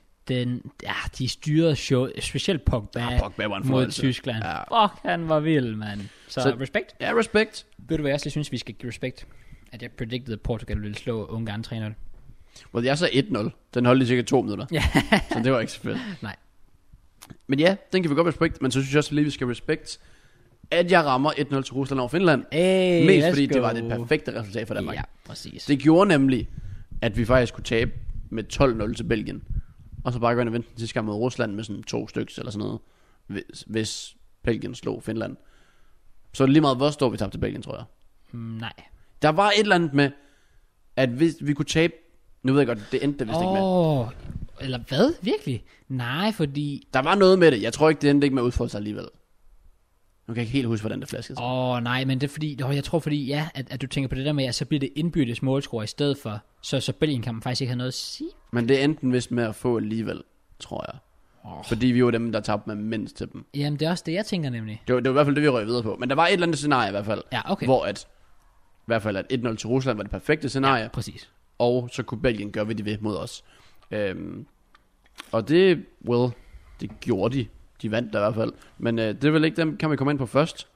De styrede show, specielt Pogba var en mod Tyskland. Ja. Fuck, han var vild, mand. Så respekt. Ja, respekt. Ved du hvad, jeg synes, vi skal give respekt, at jeg predicted, at Portugal ville slå Ungarn 3-0. Well, jeg så 1-0. Den holdt i cirka 2 minutter. Så det var ikke så fedt. Nej. Men ja, den kan vi godt respekt, men så synes jeg også lige, vi skal respekt, at jeg rammer 1-0 til Rusland over Finland. Mest fordi det var det perfekte resultat for Danmark. Ja, præcis. Det gjorde nemlig, at vi faktisk kunne tabe med 12-0 til Belgien. Og så bare gå ind og vente den sidste gang mod Rusland med sådan 2 stykker eller sådan noget, hvis Belgien slog Finland. Så er det lige meget, hvor stor vi tabte til Belgien, tror jeg. Nej. Der var et eller andet med, at hvis vi kunne tabe, nu ved jeg godt, det endte det vist ikke med. Eller hvad? Virkelig? Nej, fordi... Der var noget med det. Jeg tror ikke, det endte ikke med at udfordre sig alligevel. Nu kan jeg ikke helt huske, hvordan det flaskede sig. Nej, men det er fordi... jeg tror fordi, at du tænker på det der med, at så bliver det indbyrdes målscore i stedet for. Så Belgien kan man faktisk ikke have noget at sige. Men det endte vist med at få alligevel, tror jeg. Fordi vi var dem, der tabte med mindst til dem. Jamen, det er også det, jeg tænker nemlig. Det var i hvert fald det, vi røg videre på. Men der var et eller andet scenarie i hvert fald. Ja, okay. Hvor i hvert fald at 1-0 til Rusland var det perfekte scenarie. Ja, præcis. Og så kunne Belgien gøre, hvad de vil mod os. Og det gjorde de. De vandt der i hvert fald. Men det er vel ikke dem, kan vi komme ind på først. Nej.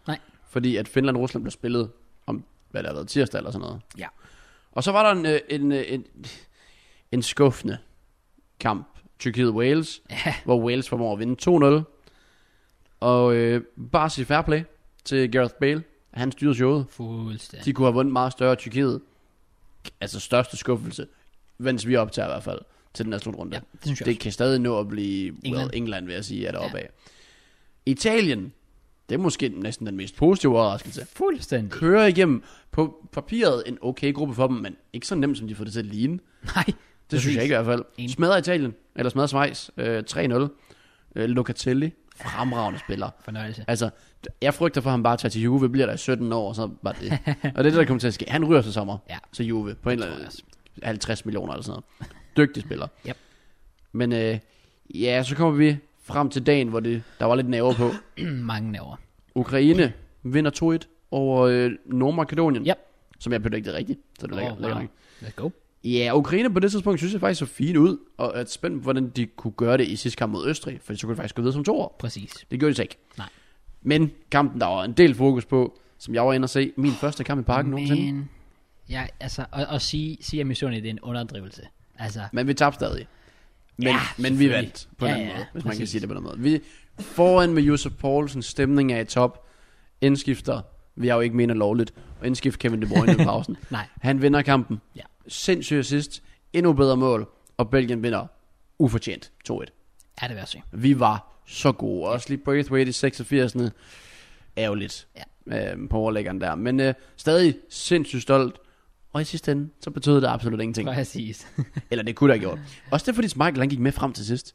fordi at Finland og Rusland blev spillet om, hvad der har været, tirsdag eller sådan noget. Ja. Og så var der en skuffende kamp, Tyrkiet-Wales, hvor Wales formår at vinde 2-0. Og bare sige fair play til Gareth Bale. Han styrede showet. Fuldstændig. De kunne have vundet meget større. Tyrkiet, altså største skuffelse, mens vi optager i hvert fald til den her slutrunde. Ja, det synes jeg det kan stadig nå at blive England, vil jeg sige, er deroppe af. Italien, det er måske næsten den mest positive overraskelse. Fuldstændig. Kører igennem på papiret en okay gruppe for dem, men ikke så nemt, som de får det til at ligne. Nej. Det synes jeg ikke i hvert fald. Smadrer Italien, eller smadrer Schweiz, 3-0. Locatelli, fremragende spiller. Fornøjelse. Altså, jeg frygter for, at han bare tager til Juve, bliver der i 17 år, og så bare det. Og det er det, der kommer til at ske. Han ryger til sommer til Juve, på en eller anden 50 millioner eller sådan noget. Dygtig spiller. Yep. Men så kommer vi frem til dagen, hvor der var lidt nerver på. Mange nerver. Ukraine vinder 2-1 over Nordmakedonien. Yep. som jeg bedte rigtigt, så det lækker nok. Let's go. Ja, Ukraine på det tidspunkt synes jeg faktisk så fint ud, og er spændt hvordan de kunne gøre det i sidste kamp mod Østrig, for så kunne de faktisk gå videre som 2 år. Præcis. Det gjorde de så ikke. Nej. Men kampen, der var en del fokus på, som jeg var inde og se, min første kamp i parken nogensinde. Ja, altså, at sige at missionen, det er en underdrivelse. Altså. Men vi tabte stadig. Men vi vandt på en anden måde, hvis man kan sige det på den måde. Vi foran med Josef Poulsen, stemning er i top, indskifter, vi har jo ikke mener lovligt, og indskift Kevin De Bruyne i pausen. Nej. Han vinder kampen. Ja. Sindssygt assist, endnu bedre mål, og Belgien vinder ufortjent 2-1. Ja, det vil jeg sige. Vi var så gode. Også lige Braithwaite i 86'erne. Ærgerligt på overlæggeren der. Men stadig sindssygt stolt. Og i sidste ende, så betød det absolut ingenting. Præcis. Eller det kunne det have gjort. Også det, fordi Michael han gik med frem til sidst.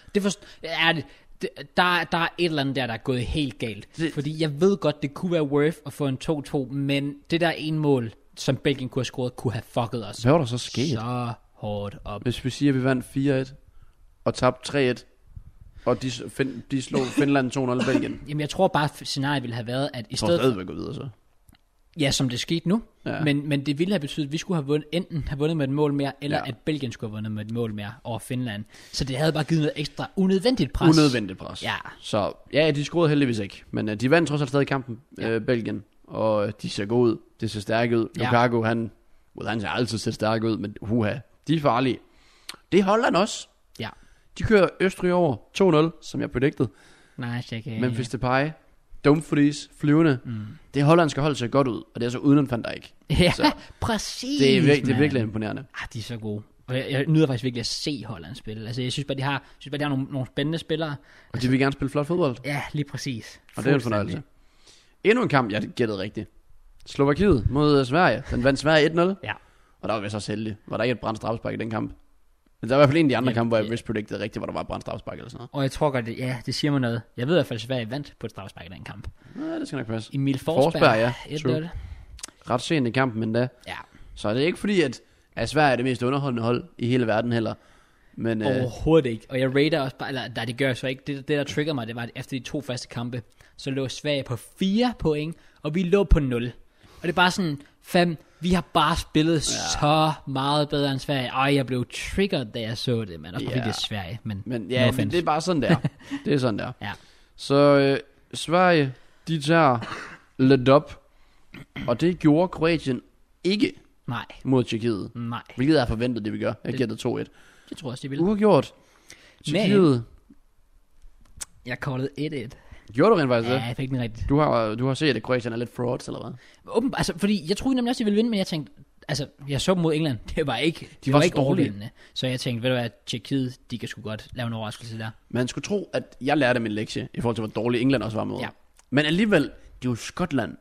Der er et eller andet der er gået helt galt. Fordi jeg ved godt, det kunne være worth at få en 2-2, men det der ene mål, som Belgien kunne have scoret, kunne have fucket os. Hvad var der så sket? Så hårdt op. Hvis vi siger, at vi vandt 4-1 og tabte 3-1, og de slog Finland 2-0 i Belgien. Jamen jeg tror bare, at scenariet ville have været, at i stedet for... at gå videre så. Ja, som det skete nu. Ja. Men det ville have betydet, at vi skulle have enten have vundet med et mål mere, eller at Belgien skulle have vundet med et mål mere over Finland. Så det havde bare givet noget ekstra unødvendigt pres. Unødvendigt pres. Ja. Så ja, de scorede heldigvis ikke. Men de vandt trods alt stadig kampen, Belgien. Og de ser gode ud. Det ser stærke ud. Lukaku, han ser altid set stærke ud, men de er farlige. Det er Holland også. Ja. De kører Østrig over 2-0, som jeg predicted. Nice, okay. Memphis Depay, Dumfries, flyvende. Det hollandske hold ser godt ud, og det er så uden Van Dijk. Ja, så præcis. Det er virkelig imponerende. De er så gode. Og jeg nyder faktisk virkelig at se Holland spille. Altså, jeg synes bare, de har nogle spændende spillere. Og de vil gerne spille flot fodbold. Ja, lige præcis. Og det er en fornøjelse. Endnu en kamp, jeg gættede rigtigt. Slovakiet mod Sverige. Den vandt Sverige 1-0. Ja. Og der var vi så heldige. Var der ikke et brændt straffespark i den kamp? Men der var i hvert fald en af de andre kampe, hvor jeg mispredicted rigtigt, hvor der var et brændt straffespark eller sådan noget. Og jeg tror godt, det siger mig noget. Jeg ved i hvert fald, at Sverige vandt på et straffespark i den kamp. Ja, det skal nok passe. Emil Forsberg, ja. 1-0. Ret sent i kampen, men da. Ja. Så det er ikke fordi, at Sverige er det mest underholdende hold i hele verden heller. Men, overhovedet ikke. Og jeg rater også bare, eller det gør jeg så ikke. Det der trigger mig, det var, at efter de 2 første kampe, så lå Sverige på 4 point, og vi lå på 0. Og det er bare sådan, vi har bare spillet så meget bedre end Sverige. Og jeg blev triggeret, da jeg så det, men også fordi det er Sverige. Men ja, det er bare sådan der. Det er sådan der. Ja. Så Sverige, de tager lidt op, og det gjorde Kroatien ikke. Nej. Mod Tjekkiet. Nej. Hvilket er forventet, det vi gør. Jeg gætter 2-1. Det tror jeg også, de vil. Uafgjort. Tjekkiet. Jeg callede 1-1. Gjorde du rent faktisk det? Ja, jeg fik den rigtigt. Du har set, at Kroatien er lidt frauds, eller hvad? Altså, fordi jeg troede nemlig også, de ville vinde, men jeg tænkte, altså, jeg så mod England, det var ikke, de var ikke dårlige. Så jeg tænkte, ved du hvad, Tjekkiet, de kan sgu godt lave en overraskelse der. Man skulle tro, at jeg lærte min lektie, i forhold til, hvor dårlig England også var med. Ja. Men alligevel, det er jo Skotland.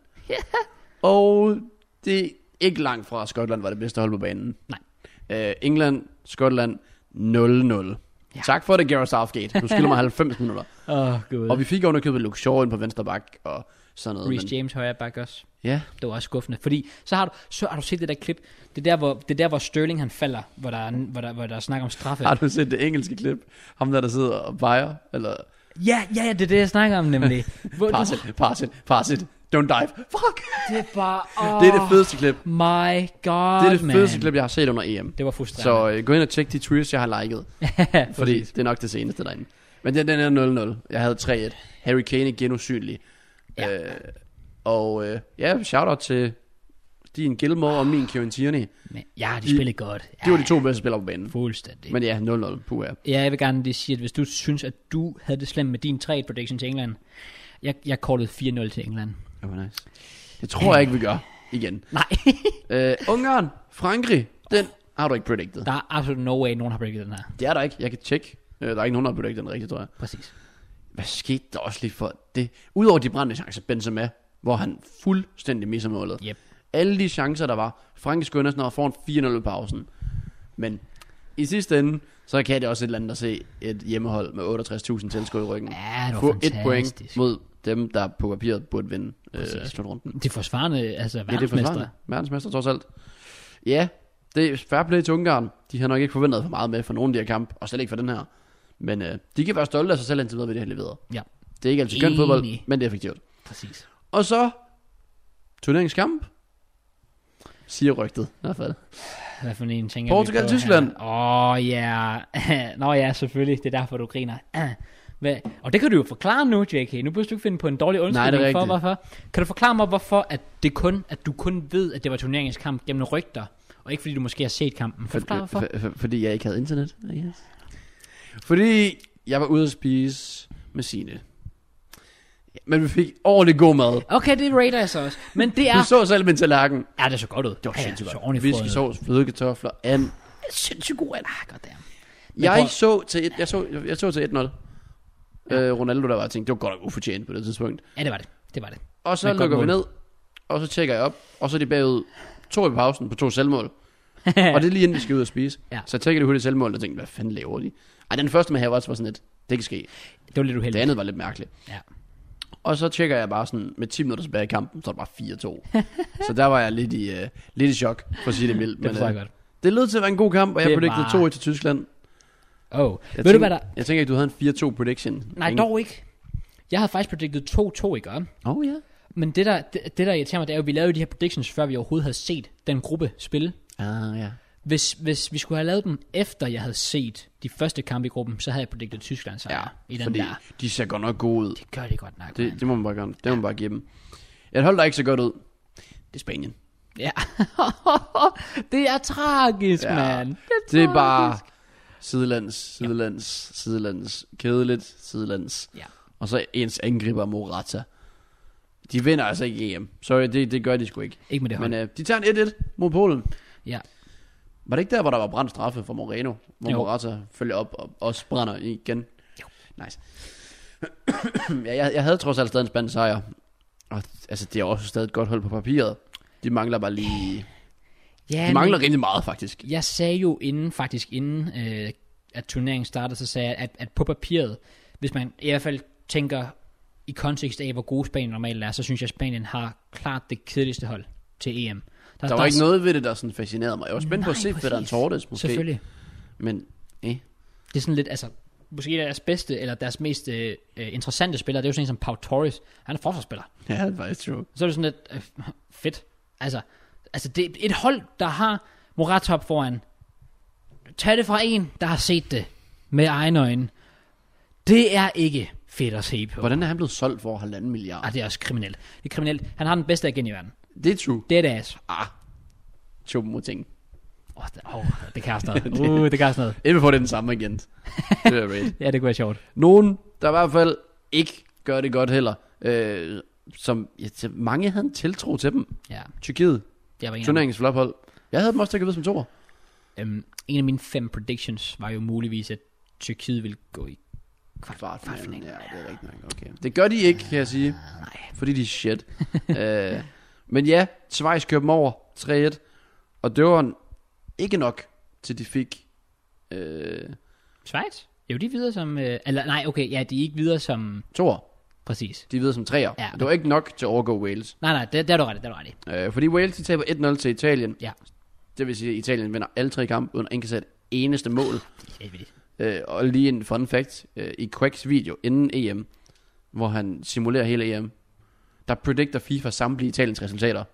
Og det er ikke langt fra, Skotland var det bedste hold på banen. Nej. England, Skotland, 0-0. Ja. Tak for det, Gareth Southgate. Du skylder mig 90 minutter. God. Og vi fik underkøbet Luke Shaw ind på venstre bak og sådan noget. Reece James højre bak også. Ja. Det var også skuffende, fordi så har du set det der klip. Det er der hvor Sterling han falder, hvor der er snak om straffe. Har du set det engelske klip? Ham der sidder og peger eller? Ja, det er det jeg snakker om nemlig. Pass it. Don't dive. Fuck. Det er bare det er det fedeste klip. My god, det er det fedeste klip jeg har set under EM. Det var frustrerende. Så gå ind og tjek de tweets jeg har liket. Fordi det er nok det seneste derinde. Men den er 0-0. Jeg havde 3-1. Harry Kane igen usynlig. Ja. Og shout-out til din Gilmore og min Kieran Tierney. Ja, de spillede godt. Ja, det var de 2 bedste spillere på banen. Fuldstændig. Men ja, 0-0. Puh, ja. Ja, jeg vil gerne lige sige, at hvis du synes, at du havde det slemt med din trade prediction til England, jeg callede 4-0 til England. Det var nice. Det tror jeg ikke, vi gør igen. Nej. Ungarn, Frankrig, den har du ikke predicted. Der er absolut no way, nogen har predicted den her. Det er der ikke. Jeg kan tjekke. Der er ikke nogen, der har predicted den rigtigt, tror jeg. Præcis. Hvad skete der også lige for det? Udover de brændende chancer, Benzema, hvor han fuldstændig misser målet. Yep. Alle de chancer, der var. Frankrig skulle næsten have foran 4-0 i pausen. Men i sidste ende, så kan det også et eller andet at se et hjemmehold med 68.000 tilskuere i ryggen. Ja, det var få fantastisk. 1 point mod dem, der på papiret burde vinde slutrunden. De forsvarende, altså verdensmester. Ja, det er forsvarende. Verdensmester trods alt. Ja, det er fair play til Ungarn. De har nok ikke forventet for meget med for nogen af de her kamp, og slet ikke for den her. Men de kan være stolte af sig selv indtil videre ved det her leveret. Ja. Det er ikke altid kønt fodbold, men det er effektivt. Præcis. Og så turneringskamp, siger rygtet i hvert fald. Hvad for en tænker Portugal, Tyskland. Ja. Nå ja, selvfølgelig. Det er derfor, du griner. Og det kan du jo forklare nu, JK. Nu burde du ikke finde på en dårlig undskyldning for, hvorfor. Kan du forklare mig, hvorfor at du kun ved, at det var turneringskamp gennem rygter, og ikke fordi du måske har set kampen? Fordi jeg ikke havde internet. Yes. Fordi jeg var ude at spise med Signe. Men vi fik ordentligt god mad. Okay, det rater jeg så også. Men det er... Du så selv min tallerken. Ja, det så godt ud. Det var sindssygt godt. Whisky-sovs, flødekartofler, and. Sindssygt god and. Goddamn. Jeg så til 1-0. Ronaldo der var, jeg tænkte, det var godt nok ufortjent på det tidspunkt. Ja, det var det. Og så lukker vi ned, og så tjekker jeg op, og så er de bagud 2 i pausen på 2 selvmål. Og det er lige inden de skal ud og spise. Ja. Så jeg tjekker det hurtigt selvmål, og tænkte, hvad fanden laver de? Ej, den første med her var sådan lidt, det kan ske. Det var lidt uheldigt. Det andet var lidt mærkeligt. Ja. Og så tjekker jeg bare sådan, med 10 minutter tilbage i kampen, så er det bare 4-2. Så der var jeg lidt i chok, for at sige det mildt. Det men, godt. Det lød til at være en god kamp, og jeg predicted 2-1 til Tyskland. Ved du hvad der... Jeg tænker ikke, du havde en 4-2 prediction. Nej, dog ikke. Jeg havde faktisk predicted 2-2, ikke? Ja. Men det der irriterer mig, det er jo, at vi lavede de her predictions, før vi overhovedet havde set den gruppe spille. Ja. Hvis vi skulle have lavet dem efter jeg havde set de første kampe i gruppen, så havde jeg predicted Tyskland i den der. De ser godt nok gode ud. Det gør de godt nok. Det må man bare gøre. Det må man bare give dem. Jeg holder ikke så godt ud. Det er Spanien. Ja. Det er tragisk, mand. Det er bare sidelands, kedeligt, sidelands. Ja. Og så ens angriber Morata. De vinder altså ikke EM. Sorry, det gør de sgu ikke. Ikke med det hold. Men de tager en 1-1 mod Polen. Ja. Var det ikke der, hvor der var brændt straffe for Moreno? Hvor Morata følger op og også brænder igen? Jo. Nice. jeg havde trods alt stadig en spændende sejr. Og altså, det er også stadig et godt hold på papiret. De mangler bare lige... Ja, de mangler rigtig meget, faktisk. Jeg sagde jo inden at turneringen startede, så sagde jeg, at på papiret, hvis man i hvert fald tænker i kontekst af, hvor gode Spanien normalt er, så synes jeg, at Spanien har klart det kedeligste hold til EM. Der var ikke noget ved det, der sådan fascinerede mig. Jeg var spændt på at se Ferran Torres, måske. Selvfølgelig. Men, Det er sådan lidt, altså, måske deres bedste, eller deres mest interessante spiller, det er jo sådan en som Pau Torres. Han er forsvarsspiller. Ja, det er faktisk true. Så er det sådan lidt fedt. Altså, det er et hold, der har Morata op foran. Tag det fra en, der har set det med egne øjne. Det er ikke fedt at se på. Hvordan er han blevet solgt for 1,5 milliard? Det er også kriminelt. Det er kriminelt. Han har den bedste agent i verden. Det er true. Det er det altså. Choupo-Moting. Det kan også noget. Det kan også noget. Jeg vil få det den samme agent. Det er right. Ja, det kunne være sjovt. Nogen, der i hvert fald ikke gør det godt heller. Som mange havde en tiltro til dem. Ja. Tyrkiet. Turneringens flophold. Jeg havde dem også til at som toer. En af mine 5 predictions var jo muligvis, at Tyrkiet ville gå i kvartfinalen. Ja, det er rigtigt nok. Okay. Det gør de ikke, kan jeg sige. Nej. Fordi de er shit. Men ja, Schweiz købte dem over 3-1. Og det var ikke nok, til de fik... Schweiz? Jo, de er videre som... de er ikke videre som... Toer. Præcis. De er videre som 3'er. Ja, det var ikke nok til at overgå Wales. Nej, det er du ret i. Fordi Wales, de taber 1-0 til Italien. Ja. Det vil sige, at Italien vinder alle 3 kampe, uden at indkasse et eneste mål. Det er og lige en fun fact. I Quacks video inden EM, hvor han simulerer hele EM, der predicter FIFA samtlige Italiens resultater.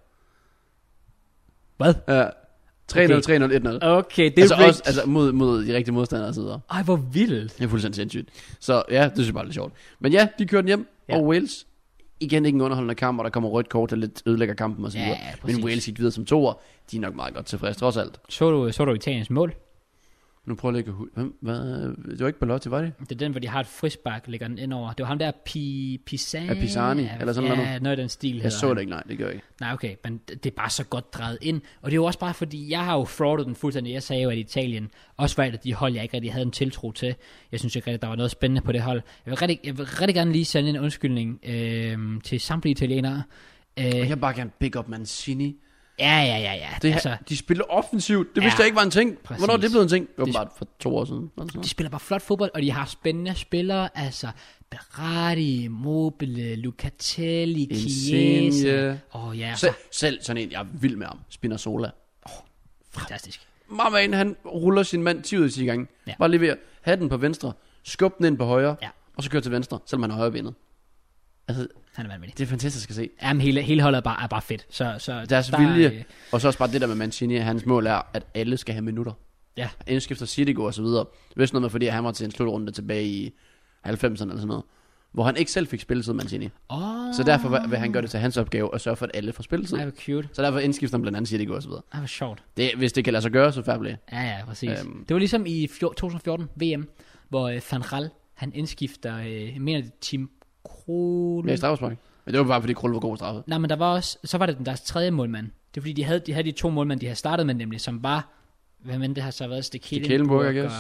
Hvad? 3-0, 3-0, 1-0. Okay, det er også mod de rigtige modstandere og så videre. Ej, hvor vildt. Det er fuldstændig sindssygt. Så ja, det synes jeg bare er lidt sjovt. Men ja, de kørte den hjem, og Wales igen ikke en underholdende kamp, og der kommer rødt kort, der lidt ødelægger kampen og så videre. Men Wales gik videre som toer. De er nok meget godt tilfreds, trods alt. Så du Italiens mål? Nu prøver jeg ikke at det var ikke Belotti, var det? Det er den, hvor de har et frispark, lægger den ind over. Det var ham der Pisani. Ja, Pisani, eller sådan noget. Ja, noget af den stil. Jeg så det ikke, nej, det gør jeg ikke. Nej, okay, men det er bare så godt drejet ind. Og det er jo også bare fordi, jeg har jo fraudet den fuldstændig. Jeg sagde jo, at Italien også var et af de hold, jeg ikke rigtig havde en tiltro til. Jeg synes ikke rigtig, der var noget spændende på det hold. Jeg vil rigtig gerne lige sende en undskyldning til samtlige italienere. Jeg vil bare gerne pick up Mancini. Ja. Det altså, de spiller offensivt. Det vidste jeg ikke var en ting. Præcis. Hvornår er det blevet en ting? Det var bare for 2 år siden. De spiller bare flot fodbold, og de har spændende spillere. Altså Berardi, Immobile, Lucatelli, Chiesa. Selv sådan en, jeg er vild med ham. Spinazzola. Fantastisk. Mammaen, han ruller sin mand 10 ud af 10 gange. Ja. Bare lige ved at have den på venstre, skubbe den ind på højre, og så køre til venstre, selvom han er højrebenet. Altså, han er vanvittig. Det er fantastisk at se. Jamen, hele holdet er bare fedt. Så deres vilje, og så også bare det der med Mancini, hans mål er, at alle skal have minutter. Ja. Indskifter City og så videre. Hvis noget med, fordi han var til en slutrunde tilbage i 90'erne eller sådan noget, hvor han ikke selv fik spilletid, Mancini. Så derfor vil han gøre det til hans opgave at sørge for, at alle får spilletid. Ej, cute. Så derfor indskifter han blandt andet City og så videre. Ej, hvor sjovt. Hvis det kan lade sig gøre, så fair play. Ja, præcis. Det var ligesom i 2014 VM, hvor Van Gaal, han indskifter, mener det Team Krul. Ja, i straffespark. Men det var bare fordi Krul var god straffe. Nej, men der var også, så var det deres tredje målmand. Det er fordi de havde de 2 målmænd, de havde startet med nemlig, som var, hvad men det har så været Stekelenburg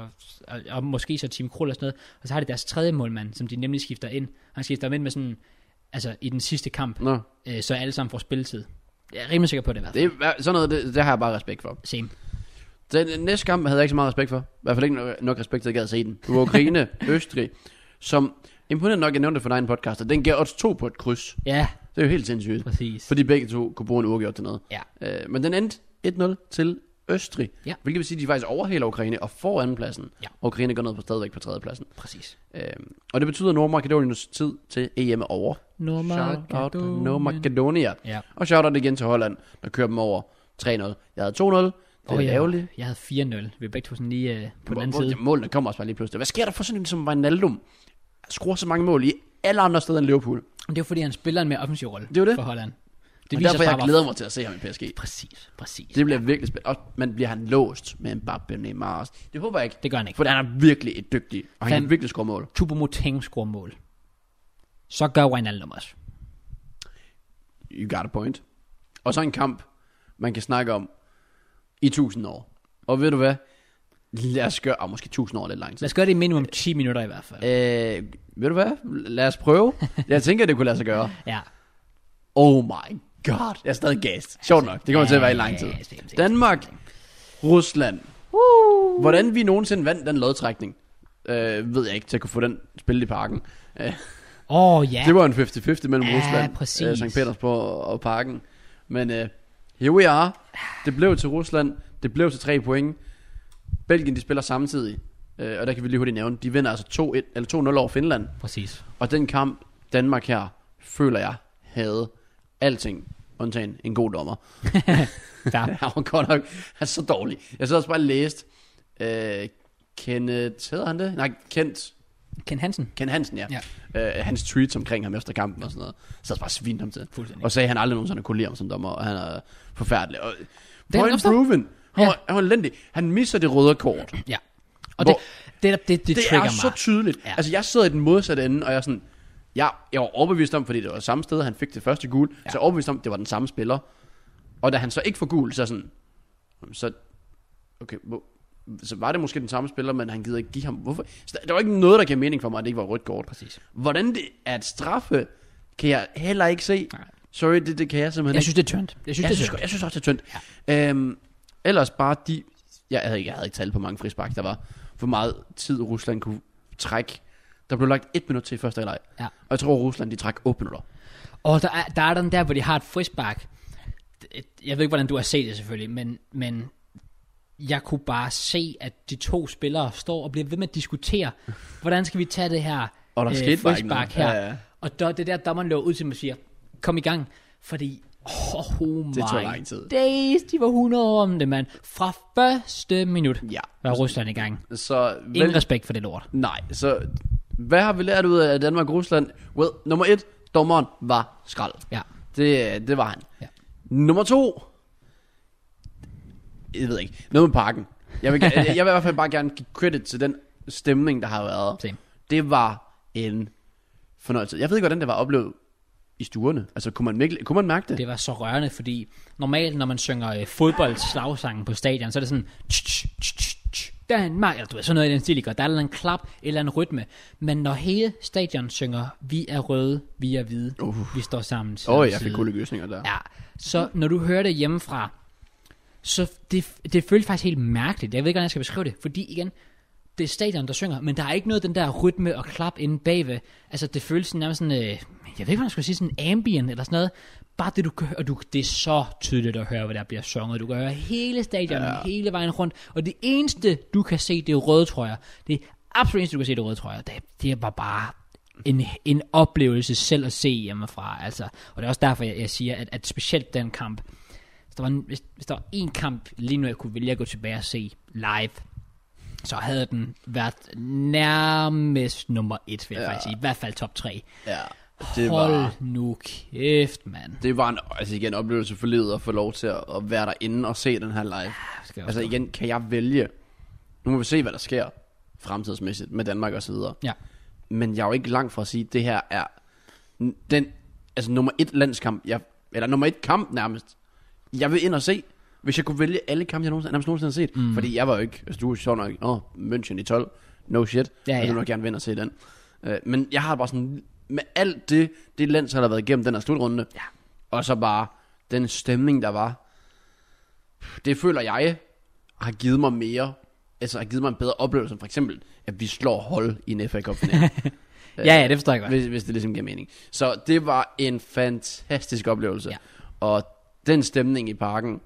og måske så Team Krul og sådan noget. Og så har de deres tredje målmand, som de nemlig skifter ind. Han skifter ind med sådan, altså i den sidste kamp, så alle sammen får spilletid. Jeg er rimelig sikker på det i hvert fald. Det er sådan noget, det har jeg bare respekt for. Same. Den næste kamp havde jeg ikke så meget respekt for. I hvert fald ikke nok respekt til, at jeg gad at se den. Det var Ukraine, Østrig, som imponerende nok, jeg nævnte det for dig i en podcast, og den gav odds 2 på et kryds. Ja. Det er jo helt sindssygt. Præcis. Fordi begge to kunne bruge en uafgjort til noget. Ja. Men den endte 1-0 til Østrig. Ja. Hvilket vil sige, at de faktisk overhaler Ukraine og får andenpladsen. Ja. Og Ukraine går ned på stadigvæk på tredjepladsen. Præcis. Og det betyder, at Nordmakedoniens tid til EM er over. Nordmakedonia. Ja. Og shout-out igen til Holland, der kører dem over 3-0. Jeg havde 2-0. Det er ærgerligt. Jeg havde 4-0. Vi er begge to sådan lige på den anden side. Målene kommer også bare lige pludselig. Hvad sker der for sådan en som Wijnaldum? Skruer så mange mål i alle andre steder end Liverpool. Det er jo fordi, han spiller en mere offensiv rolle for Holland. Det viser derfor jeg glæder mig til at se ham i PSG. Præcis. Det bliver virkelig spændende. Men bliver han låst med Mbappé, Neymar? Det håber jeg ikke. Det gør han ikke. For han er virkelig et dygtig, og han kan virkelig score mål. Choupo-Moting scorer mål. Så gør Wijnaldum også. You got a point. Og så en kamp, man kan snakke om i 1000 år. Og ved du hvad? Lad os gøre, måske 1000 år lidt lang tid. Lad os gøre det i minimum 10 minutter i hvert fald. Ved du hvad? Lad os prøve. Jeg tænker, det kunne lade sig gøre. Ja. Oh my god. Jeg er stadig gast. Sjovt nok. Det kommer til at være i lang tid. Danmark. Rusland. Hvordan vi nogensinde vandt den lodtrækning, ved jeg ikke, til at kunne få den spillet i parken. Ja. Det var en 50-50 mellem Rusland, præcis. St. Petersborg og parken. Men here we are. Det blev til Rusland. Det blev til 3 point. Belgien, de spiller samtidig. Og der kan vi lige hurtigt nævne. De vinder altså 2-1 eller 2-0 over Finland. Præcis. Og den kamp, Danmark her, føler jeg, havde alting, undtagen en god dommer. Han var godt nok, han er så dårlig. Jeg så også bare læst, Kenneth, hedder han det? Nej, Ken Hansen. Ken Hansen, ja. Hans tweets omkring ham efter kampen og sådan noget. Så også bare svinte ham til. Og sagde, at han aldrig nogensinde kunne lide ham som dommer, og han er forfærdelig. Og point proven. Han var elendig. Han misser det røde kort. Ja. Og det trigger mig. Er så tydeligt. Ja. Altså, jeg sidder i den modsatte ende, og jeg er sådan, jeg var overbevist om, fordi det var samme sted, han fik det første gul, så jeg var overbevist om, det var den samme spiller. Og da han så ikke får gul, så sådan, okay, så var det måske den samme spiller, men han gider ikke give ham. Hvorfor? Så der var ikke noget, der gav mening for mig, at det ikke var rødt kort. Præcis. Hvordan det er at straffe, kan jeg heller ikke se. Nej. Sorry, det kan jeg simpelthen ikke. Jeg synes, det er tyndt. Jeg synes også, det er tyndt. Ja. Ellers bare jeg havde ikke talt på mange frispark. Der var for meget tid, Rusland kunne trække. Der blev lagt 1 minut til i første halvleg. Ja. Og jeg tror, Rusland, de træk 8 minutter. Og der er den der, hvor de har et frispark. Jeg ved ikke, hvordan du har set det selvfølgelig, men jeg kunne bare se, at de 2 spillere står og bliver ved med at diskutere, hvordan skal vi tage det her frispark her. Ja. Og det der dommeren lå ud til mig og siger, kom i gang, fordi det tog lang tid. Days, de var 100 år om det, mand. Fra første minut var Rusland i gang. Så ingen respekt for det lort. Nej, så hvad har vi lært ud af Danmark og Rusland? Well, nummer 1, Dommeren var skrald. Ja. Det var han. Ja. Nummer 2. Jeg ved ikke. Noget med parken. Jeg vil i hvert fald bare gerne give credit til den stemning, der har været. Same. Det var en fornøjelse. Jeg ved ikke, hvordan det var oplevet i stuerne. Altså, kunne man mærke det? Det var så rørende, fordi normalt, når man synger fodboldslagsangen på stadion, så er det sådan... Danmark, eller du ved, sådan noget i den stil, der er en klap eller en rytme. Men når hele stadion synger, vi er røde, vi er hvide, vi står sammen. Jeg fik kuldegysninger der. Ja, så når du hører det hjemmefra, så det føles faktisk helt mærkeligt. Jeg ved ikke, hvordan jeg skal beskrive det, fordi igen, det er stadion, der synger, men der er ikke noget den der rytme og klap inde bagved. Altså, det føles nærmest sådan, jeg ved ikke, hvad man skal sige, sådan ambient eller sådan noget. Bare det, du kan høre, og det er så tydeligt at høre, hvad der bliver sunget. Du kan høre hele stadion, hele vejen rundt, og det eneste, du kan se, det er røde trøjer. Det absolut eneste, du kan se, det er røde trøjer. Det var bare en oplevelse selv at se hjemmefra. Altså. Og det er også derfor, jeg siger, at specielt den kamp, hvis der var en kamp lige nu, jeg kunne vælge at gå tilbage og se live, så havde den været nærmest nummer 1, vil jeg faktisk sige. I hvert fald top 3. Ja. Hold nu kæft, mand. Det var en oplevelse for livet at få lov til at være derinde og se den her live. Altså igen, kan jeg vælge. Nu må vi se, hvad der sker fremtidsmæssigt med Danmark og så videre. Ja. Men jeg er jo ikke langt fra at sige, at det her er den, altså nummer 1 landskamp, eller nummer 1 kamp nærmest, jeg vil ind og se. Hvis jeg kunne vælge alle kampe, jeg nærmest nogensinde har set. Fordi jeg var jo ikke, altså du er sjov nok, München i 12, no shit. Jeg vil nok gerne vinde og se den. Men jeg har bare sådan, med alt det landshold, der har været igennem den her slutrunde, og så bare den stemning, der var, det føler jeg har givet mig mere, altså har givet mig en bedre oplevelse, som for eksempel, at vi slår hold i en FA Cup-final. Ja, det forstår jeg godt. Hvis det ligesom giver mening. Så det var en fantastisk oplevelse. Ja. Og den stemning i parken,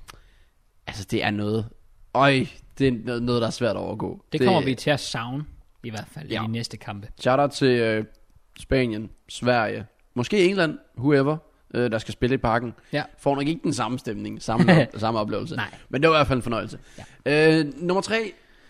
altså det er noget, det er noget, der er svært at overgå. Det kommer vi til at savne, i hvert fald i de næste kampe. Shout out til Spanien, Sverige, måske England, whoever, der skal spille i parken. Ja. Får nok ikke den samme stemning, samme oplevelse. Nej. Men det var i hvert fald en fornøjelse. Ja. Nummer 3.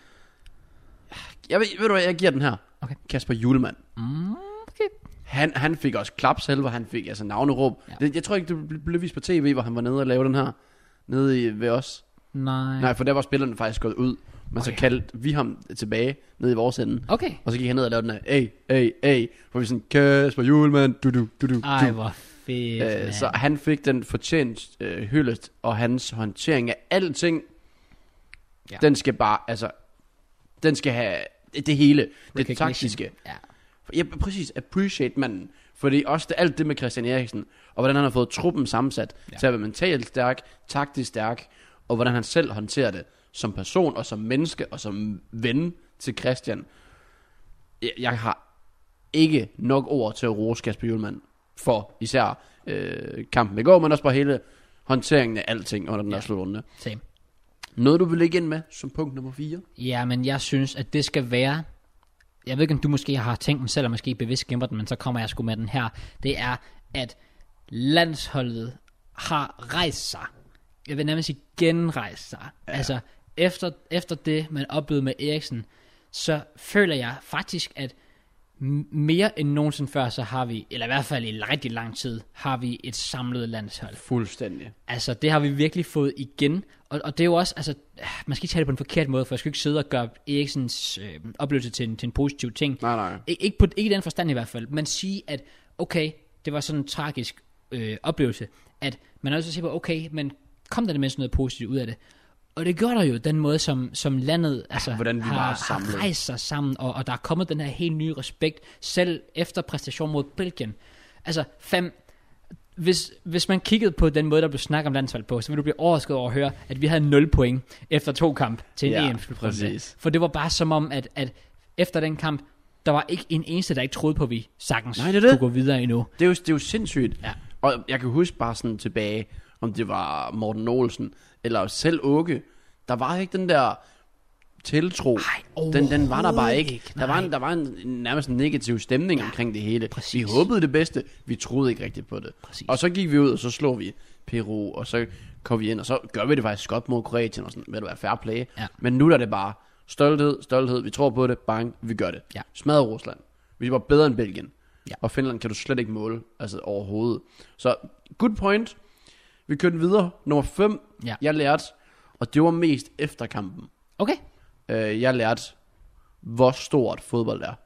Jeg giver den her. Okay. Kasper Hjulmand. Okay. Han fik også klapsalver, han fik altså navneråb. Ja. Jeg tror ikke, det blev vist på tv, hvor han var nede og lave den her. Nede ved os. Nej, for der var spillerne faktisk gået ud. Men så kaldte vi ham tilbage nede i vores ende. Okay. Og så gik han ned og lavede den her, hvor vi sådan, Kasper Hjulmand, du. Ej, hvor fedt, så han fik den fortjent hyldest, og hans håndtering af alting, den skal bare, altså, den skal have det hele, det taktiske. Ja, præcis, appreciate manden. Fordi også alt det med Christian Eriksen, og hvordan han har fået truppen sammensat til at være mentalt stærk, taktisk stærk, og hvordan han selv håndterer det som person og som menneske og som ven til Christian. Jeg har ikke nok ord til at rose Kasper Hjulmand for især kampen i går, men også bare hele håndteringen af alting under den her slutrunde. Same. Noget du vil lægge ind med som punkt nummer 4? Ja, men jeg synes, at det skal være, jeg ved ikke, om du måske har tænkt den selv, og måske bevidst gemmer den, men så kommer jeg sgu med den her. Det er, at landsholdet har rejst sig. Jeg vil nærmest sige genrejst sig. Ja. Altså, efter det, man oplevede med Eriksen, så føler jeg faktisk, at mere end nogensinde før, så har vi, eller i hvert fald i rigtig lang tid, har vi et samlet landshold. Fuldstændig. Altså, det har vi virkelig fået igen. Og det er jo også, altså, man skal ikke tage det på en forkert måde, for jeg skal ikke sidde og gøre Eriksens oplevelse til en positiv ting. Nej. Ikke i den forstand i hvert fald, men sige, at okay, det var sådan en tragisk oplevelse, at man også siger på, okay, men kom der det mindst noget positivt ud af det. Og det gør der jo den måde, som landet altså, har rejst sig sammen, og der er kommet den her helt nye respekt, selv efter præstation mod Belgien. Altså, hvis man kiggede på den måde, der blev snakket om landshold på, så ville du blive overrasket over at høre, at vi havde 0 point efter 2 kamp til en EM-slutrunde. For det var bare som om, at efter den kamp, der var ikke en eneste, der ikke troede på, at vi sagtens kunne gå videre endnu. Det er jo sindssygt. Ja. Og jeg kan huske bare sådan tilbage, om det var Morten Olsen, eller selv Åke, der var ikke den der tiltro. Den var der bare ikke. Der var en nærmest en negativ stemning omkring det hele. Præcis. Vi håbede det bedste, vi troede ikke rigtigt på det. Præcis. Og så gik vi ud, og så slog vi Peru, og så kom vi ind, og så gør vi det faktisk godt mod Kroatien, og sådan, vil det være fair play. Ja. Men nu er det bare stolthed, vi tror på det, bang, vi gør det. Ja. Smadrer Rusland. Vi var bedre end Belgien. Og Finland kan du slet ikke måle, altså overhovedet. Så good point. Vi kørte videre. Nummer 5, jeg lærte, og det var mest efter kampen. Okay. Jeg lærte, hvor stort fodbold er.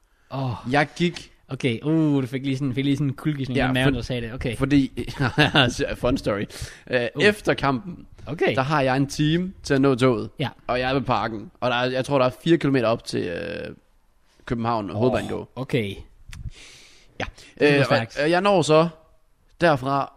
Jeg gik... Okay, du fik lige sådan en kuldegysning i maven, der sagde det. Okay. Fordi, fun story. Efter kampen, der har jeg en time til at nå toget. Ja. Og jeg er ved parken. Og jeg tror, der er 4 kilometer op til København og hovedbanegård. Okay. Ja. Og jeg når så derfra,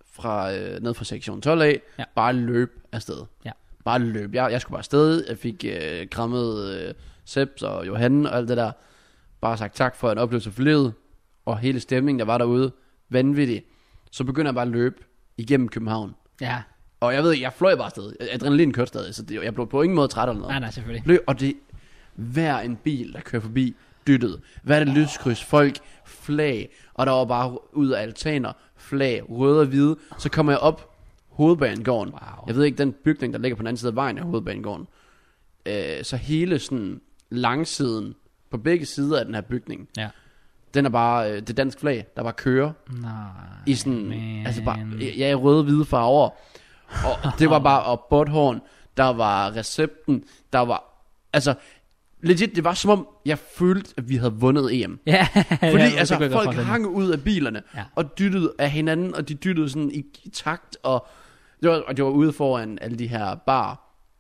ned fra sektion 12 af, bare løb afsted. Ja. Bare løb. Jeg skulle bare afsted. Jeg fik krammet Seps og Johan og alt det der. Bare sagt tak for en oplevelse for livet. Og hele stemningen, der var derude, vanvittig. Så begynder jeg bare at løbe igennem København. Ja. Og jeg ved ikke, jeg fløj bare afsted. Adrenalin kørte stadig, så jeg blev på ingen måde træt eller noget. Nej, selvfølgelig. Og det hver en bil, der kører forbi, dyttede. Hvad er det lyskryds, folk, flag. Og der var bare ud af altaner, flag, røde og hvide. Så kommer jeg op hovedbanegården. Wow. Jeg ved ikke, den bygning, der ligger på den anden side af vejen af hovedbanegården. Så hele sådan langsiden på begge sider af den her bygning, den er bare det danske flag, der bare kører. Nej, i sådan, altså bare, i røde hvide farver. Og det var bare, og botthorn, der var recepten, der var, altså legit, det var som om jeg følte, at vi havde vundet EM. Ja, fordi altså folk hang ud af bilerne og dyttede af hinanden, og de dyttede sådan i takt, og det var ude foran alle de her bar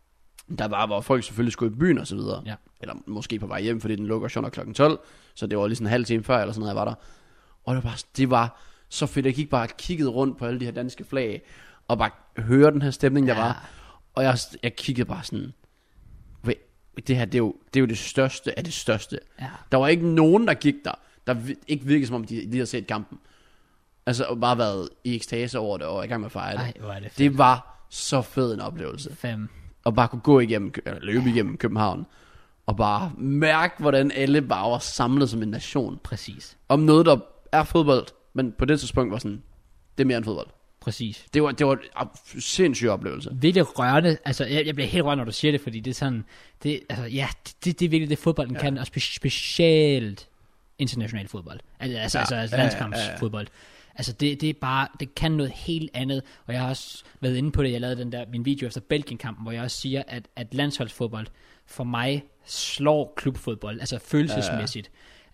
der var, hvor folk selvfølgelig skulle i byen og så videre. Ja. Eller måske på vej hjem, fordi den lukker sjovt klokken 12. Så det var lige sådan en halv time før eller sådan noget, jeg var der. Og det var så fedt. Jeg gik bare kiggede rundt på alle de her danske flag og bare høre den her stemning, der var. Og jeg kiggede bare sådan, det her, det er jo det største af det største. Ja. Der var ikke nogen, der gik der ikke virkede, som om de lige havde set kampen. Altså, og bare været i ekstase over det, og i gang med at fejre det. Ej, det var så fed en oplevelse. 5. Og bare kunne gå igennem, eller løbe igennem København, og bare mærke, hvordan alle bare var samlet som en nation. Præcis. Om noget, der er fodbold, men på det tidspunkt var sådan, det er mere end fodbold. Præcis. Det var en sindssyg oplevelse. Virkelig rørende. Altså, jeg bliver helt rørende, når du siger det, fordi det er sådan, det er virkelig det fodbolden kan, og specielt international fodbold. Altså landskampsfodbold. Altså det er bare, det kan noget helt andet. Og jeg har også været inde på det. Jeg lavede min video efter Belgien-kampen, hvor jeg også siger, at landsholdsfodbold for mig slår klubfodbold, altså følelsesmæssigt.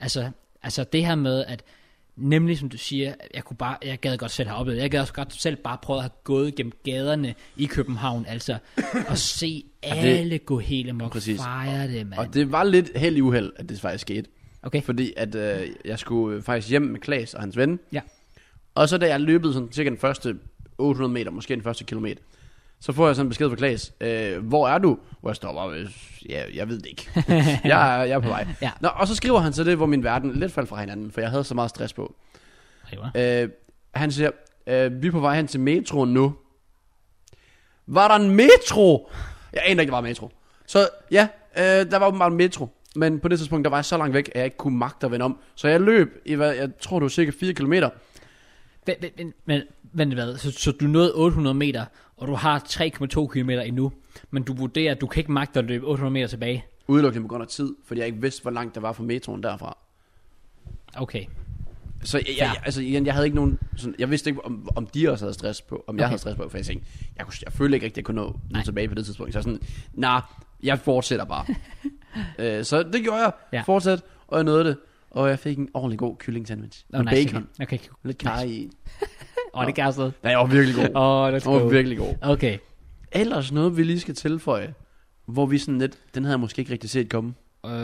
Altså det her med, at nemlig som du siger, jeg gad godt selv have oplevet. Jeg gad også godt selv bare prøve at have gået gennem gaderne i København, altså og se alle gå helt amok, fejre det, mand. Og det var lidt held i uheld, at det faktisk skete. Okay. Fordi at jeg skulle faktisk hjem med Klaas og hans ven. Ja. Og så da jeg løbede sådan cirka den første 800 meter, måske den første kilometer, så får jeg sådan en besked fra Klaas. Hvor er du? Hvor jeg står bare, jeg ved det ikke. jeg er på vej. Ja. Nå, og så skriver han så det, hvor min verden lidt faldt fra hinanden, for jeg havde så meget stress på. Han siger, vi er på vej hen til metroen nu. Var der en metro? Jeg aner ikke, der var en metro. Så ja, der var åbenbart en metro. Men på det tidspunkt, der var jeg så langt væk, at jeg ikke kunne magte at vende om. Så jeg løb i, jeg tror det var cirka 4 kilometer. Men hvad? Så du nåede 800 meter, og du har 3,2 kilometer endnu, men du vurderer, at du kan ikke magte at løbe 800 meter tilbage? Udelukkende på grund af tid, fordi jeg ikke vidste, hvor langt der var fra metroen derfra. Okay. Så jeg havde ikke nogen sådan, jeg vidste ikke, om de også havde stress på, om jeg havde stress på, for jeg tænkte, jeg følte ikke rigtig, at jeg kunne nå tilbage på det tidspunkt. Så sådan, jeg fortsætter bare. Så det gjorde jeg, fortsat, og jeg nåede det. Og jeg fik en ordentlig god kylling sandwich. Med bacon. Okay. Lidt kaj i. Det gav sådan. Nej, jeg var virkelig god. Det var virkelig god. Okay. Ellers noget, vi lige skal tilføje, hvor vi sådan lidt, den havde jeg måske ikke rigtig set komme.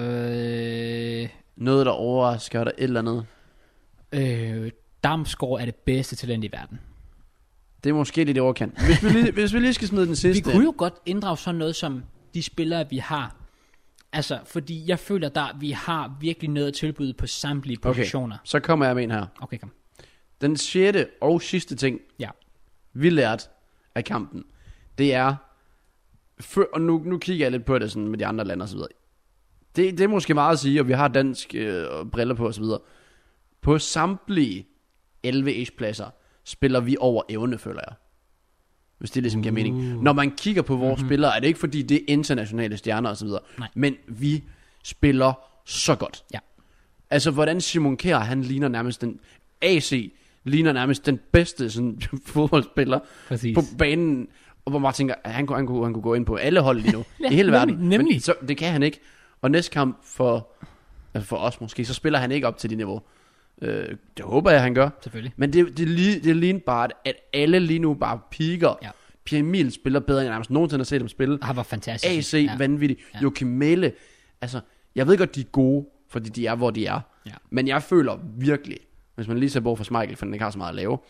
Noget, der overrasker dig, et eller andet. Damsgaard er det bedste talent i verden. Det er måske lidt overkant. Hvis vi lige skal smide den sidste. Vi kunne jo godt inddrage sådan noget som de spillere, vi har. Altså, fordi jeg føler, vi har virkelig noget at tilbyde på samtlige positioner. Okay, så kommer jeg med en her. Okay, kom. Den 6. og sidste ting, vi lærte af kampen, det er, og nu kigger jeg lidt på det sådan med de andre lande og så videre. Det er måske meget at sige, og vi har dansk briller på og så videre. På samtlige 11 pladser spiller vi over evne, føler jeg. Hvis det ligesom giver mening. Når man kigger på vores spillere, er det ikke fordi det er internationale stjerner og så videre. Men vi spiller så godt. Ja. Altså, hvordan Simon Kjær, han ligner nærmest den... AC ligner nærmest den bedste sådan, fodboldspiller på banen. Og hvor man tænker, at han kunne gå ind på alle hold lige nu. I hele verden. Nemlig. Men så, det kan han ikke. Og næste kamp for os måske, så spiller han ikke op til det niveau. Det håber jeg, han gør. Selvfølgelig. Men det ligner bare, at alle lige nu bare piker. Ja. Pierre Emil spiller bedre, end jeg nærmest nogensinde har set ham spille. Han var fantastisk. AC, vanvittig. Ja. Joachim Mæhle. Altså, jeg ved godt, de er gode, fordi de er, hvor de er. Ja. Men jeg føler virkelig, hvis man lige ser bort for Schmeichel, for den ikke har så meget at lave.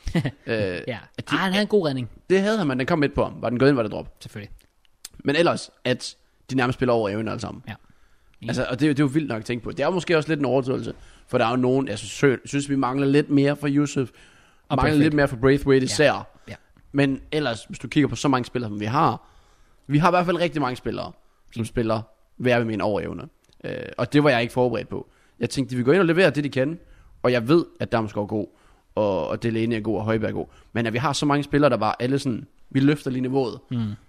Han havde en god redning. Det havde han, men den kom midt på ham. Var den gået ind, var det drop. Selvfølgelig. Men ellers, at de nærmest spiller over evnen alle sammen. Ja. Altså, og det er jo vildt nok at tænke på. Det er jo måske også lidt en overtagelse, for der er jo nogen, jeg synes vi mangler lidt mere for Yusuf. Mangler lidt mere for Braithwaite især. Ja. Men ellers, hvis du kigger på så mange spillere, som vi har i hvert fald rigtig mange spillere, som spiller hver ved min overevne. Og det var jeg ikke forberedt på. Jeg tænkte, de vil gå ind og levere det, de kan. Og jeg ved, at Damsgaard er god, og Delaney er god, og Højberg er god. Men at vi har så mange spillere, der bare alle sådan, vi løfter lige niveauet.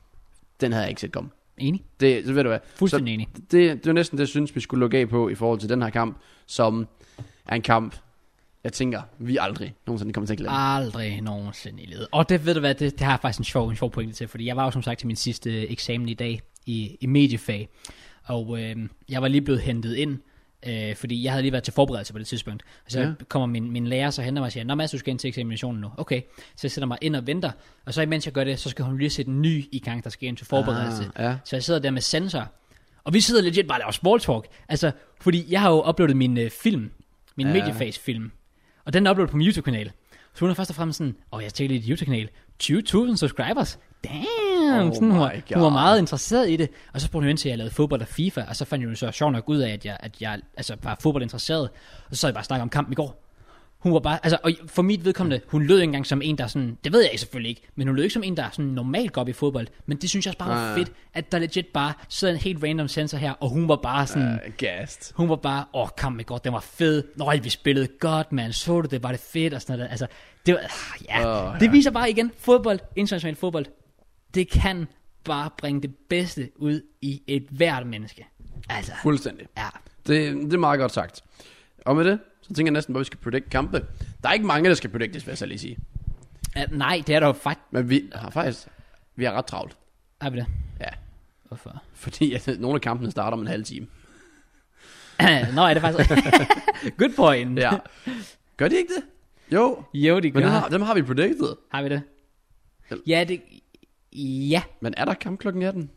Den havde jeg ikke set komme. Enig. Det ved du hvad. Fuldstændig enig. Det er næsten det, jeg synes, vi skulle lukke af på i forhold til den her kamp, som er en kamp, jeg tænker, vi aldrig nogensinde kommer til at glemme. Aldrig nogensinde i livet. Og det ved du hvad, det har jeg faktisk en sjov pointe til, fordi jeg var jo som sagt til min sidste eksamen i dag i mediefag, og jeg var lige blevet hentet ind, fordi jeg havde lige været til forberedelse på det tidspunkt. Og så kommer min lærer så henter mig og siger, nå Mads, du skal ind til eksaminationen nu. Okay, så jeg sætter mig ind og venter, og så imens jeg gør det, så skal hun lige sætte en ny i gang, der skal ind til forberedelse. Så jeg sidder der med sensor, og vi sidder legit bare og laver small talk. Altså, fordi jeg har jo uploadet min film, min mediefagsfilm, og den er uploadet på min YouTube-kanal. Så hun er først og fremmest sådan, jeg tjekker lidt YouTube-kanal, 20.000 subscribers. Damn, sådan, hun var meget interesseret i det. Og så spurgte hun ind til, at jeg lavede fodbold og FIFA. Og så fandt jeg jo så sjovt nok ud af, at jeg altså var fodboldinteresseret. Og så sad jeg bare og snakkede om kampen i går. Hun var bare, altså, og for mit vedkommende, hun lød ikke engang som en, der sådan, det ved jeg selvfølgelig ikke, men hun lød ikke som en, der sådan normalt går op i fodbold. Men det synes jeg også bare var fedt, at der legit bare sidder en helt random sensor her, og hun var bare sådan, hun var bare, kampen i går, den var fed. Vi spillede godt, man, så det var det fedt, og sådan noget. Altså, det var, det viser bare igen, fodbold, international fodbold, det kan bare bringe det bedste ud i et hvert menneske. Altså, fuldstændig. Ja. Det er meget godt sagt. Og med det, så tænker jeg næsten, hvor vi skal predict kampe. Der er ikke mange, der skal predictes, vil jeg så lige sige. Nej, det er der jo faktisk. Men vi har ret travlt. Har vi det? Ja. Hvorfor? Fordi nogle af kampene starter om en halv time. Nå, er det faktisk good point. Ja. Gør de ikke det? Jo, de gør. Men dem har vi predicted. Har vi det? Ja, det... Ja. Men er der kamp klokken 18?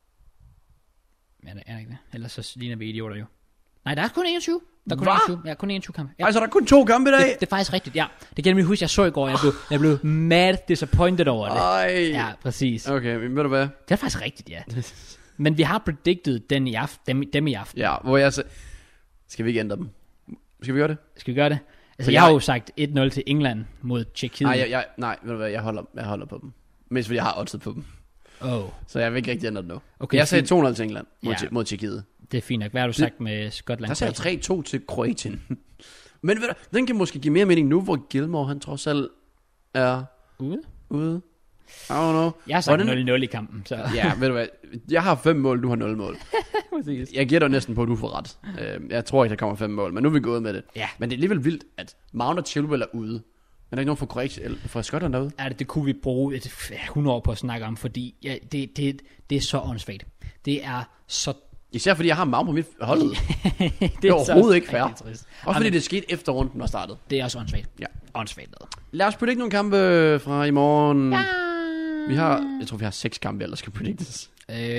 Ja, det er ikke det. Ellers så ligner vi idioter jo. Nej, der er kun 21. Der er kun 21. Ja, kun 21 kampe. Ja. Altså, der er kun 2 kampe i dag? Det er faktisk rigtigt, ja. Det kan jeg huske, jeg så i går. Jeg blev mad disappointed over det. Ej. Ja, præcis. Okay, men ved du hvad? Det er faktisk rigtigt, ja. Men vi har predicted den i aften, dem i aften. Ja, hvor jeg sagde, skal vi ikke ændre dem? Skal vi gøre det? Skal vi gøre det? Altså, jeg har jo sagt 1-0 til England mod Tjekkiet. Nej, ved du hvad, jeg holder på dem. Mest fordi jeg har oddset på dem. Så jeg vil ikke rigtig ændre det nu. Okay, jeg sagde 2-0 til England mod Tjekkiet. Det er fint nok. Hvad har du sagt med Skotland? Der sagde jeg 3-2 til Kroatien. Men ved du, den kan måske give mere mening nu, hvor Gilmore han trods alt er ude. I don't know. Jeg har sagt 0-0 i kampen. Så. Ja, ved du hvad, jeg har 5 mål, du har 0 mål. Jeg gætter næsten på, at du får ret. Jeg tror ikke, der kommer 5 mål, men nu er vi gået med det. Ja. Men det er alligevel vildt, at Mount og Chilwell er ude. Men der er ikke nogen fra Kroatien eller fra Skotland derude? Ja, det kunne vi bruge 100 år på at snakke om, fordi det er så åndssvagt. Det er så... Især fordi jeg har Mount på mit hold. det er overhovedet ikke fair. Også fordi det skete efter runden var startet. Det er også åndssvagt. Ja. Åndssvagt. Lad os predict nogle kampe fra i morgen. Ja. Jeg tror vi har 6 kampe, eller skal predictes.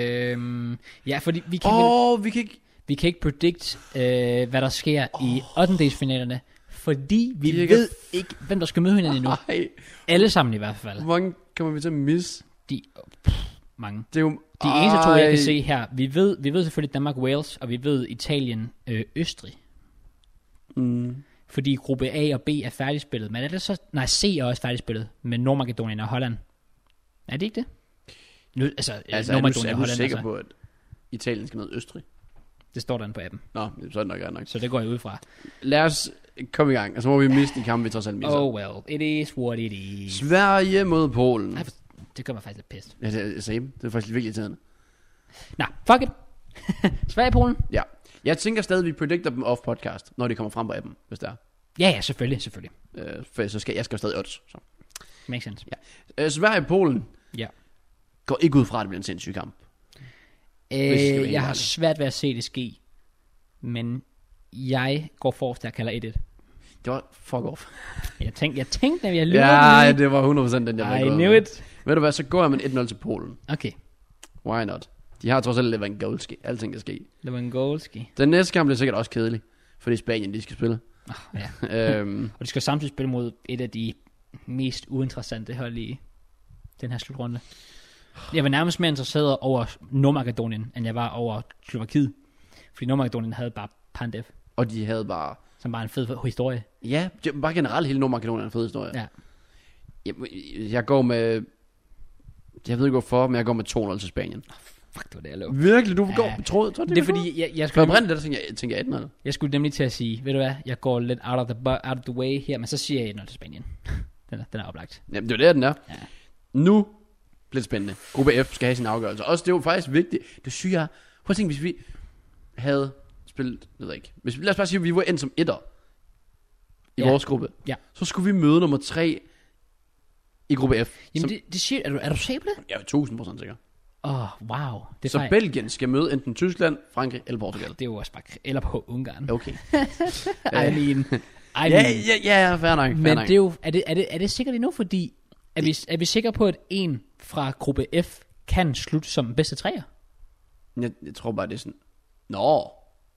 Ja, fordi vi kan vi kan ikke predict, hvad der sker i 8-delsfinalerne, fordi vi ved ikke, hvem der skal møde hinanden endnu. Alle sammen i hvert fald. Hvor mange kommer vi til at misse? Mange. Det er jo... De eneste 2, jeg kan se her, vi ved selvfølgelig Danmark-Wales, og vi ved Italien-Østrig. Fordi gruppe A og B er færdigspillet. Men er det så... Nej, C er også færdigspillet med Nordmakedonien og Holland. Er det ikke det? Nu, er du sikker på, at Italien skal møde Østrig? Det står der på appen. Nå, så er det nok. Så det går jeg ud fra. Lad os komme i gang, og så må vi miste de kampe, vi trods alt misser. Oh well, it is what it is. Sverige mod Polen. Nej, det gør mig faktisk lidt pissed. Ja, det er faktisk virkelig irriterende. Nå, fuck it. Sverige-Polen? Ja. Jeg tænker stadig, vi predicter dem off podcast, når de kommer frem på appen, hvis det er. Ja, selvfølgelig. For så skal jeg stadig odds. Så. Makes sense. Ja. Sverige-Polen går ikke ud fra, at det bliver en sindssyg kamp. Jeg har svært ved at se det ske, men jeg går forrest, der kalder 1-1. Det var fuck off. jeg tænkte, at jeg lyder ja, det var 100% den, jeg I knew it. Ved du hvad, så går jeg med 1-0 til Polen. Okay. Why not? De har trods alt Lewandowski. Alting kan ske. Lewandowski. Den næste kamp bliver sikkert også kedelig, fordi Spanien, de skal spille. Ja. Og de skal samtidig spille mod et af de mest uinteressante hold i den her slutrunde. Jeg var nærmest mere interesseret over Nordmakedonien, end jeg var over Slovakiet. Fordi Nordmakedonien havde bare Pandev. Og de havde bare... Som bare en fed historie. Ja, bare generelt hele Nordmakedonien er en fed historie. Ja. Jeg går med... Jeg ved ikke hvorfor, men jeg går med 2-0 til Spanien. Fuck, det var det, jeg lå. Virkelig? Du går med tråd? Det er fordi, jeg skulle... For det, tænker jeg 1-0. Jeg skulle nemlig til at sige, ved du hvad, jeg går lidt out of the way her, men så siger jeg 1-0 til Spanien. den er oplagt. Jamen, det er den er. Ja. Nu bliver det spændende. Gruppe F skal have sin afgørelse. Også det er jo faktisk vigtigt. Det synes jeg... Prøv at tænke, hvis vi havde spillet... Jeg ved ikke. Lad os bare sige, at vi var endt som etter i vores gruppe. Ja. Så skulle vi møde nummer 3 i gruppe F. Jamen, det siger... Er du sikker på det? Jeg er 1000% sikker. Wow. Det så Belgien skal møde enten Tyskland, Frankrig eller Portugal. Det er jo også bare... Eller på Ungarn. Okay. Ja, fair nok. Men det er jo... Er det sikkert endnu, fordi... Er vi sikre på, at en fra gruppe F kan slutte som bedste træer? Jeg tror bare, det er sådan... Nå.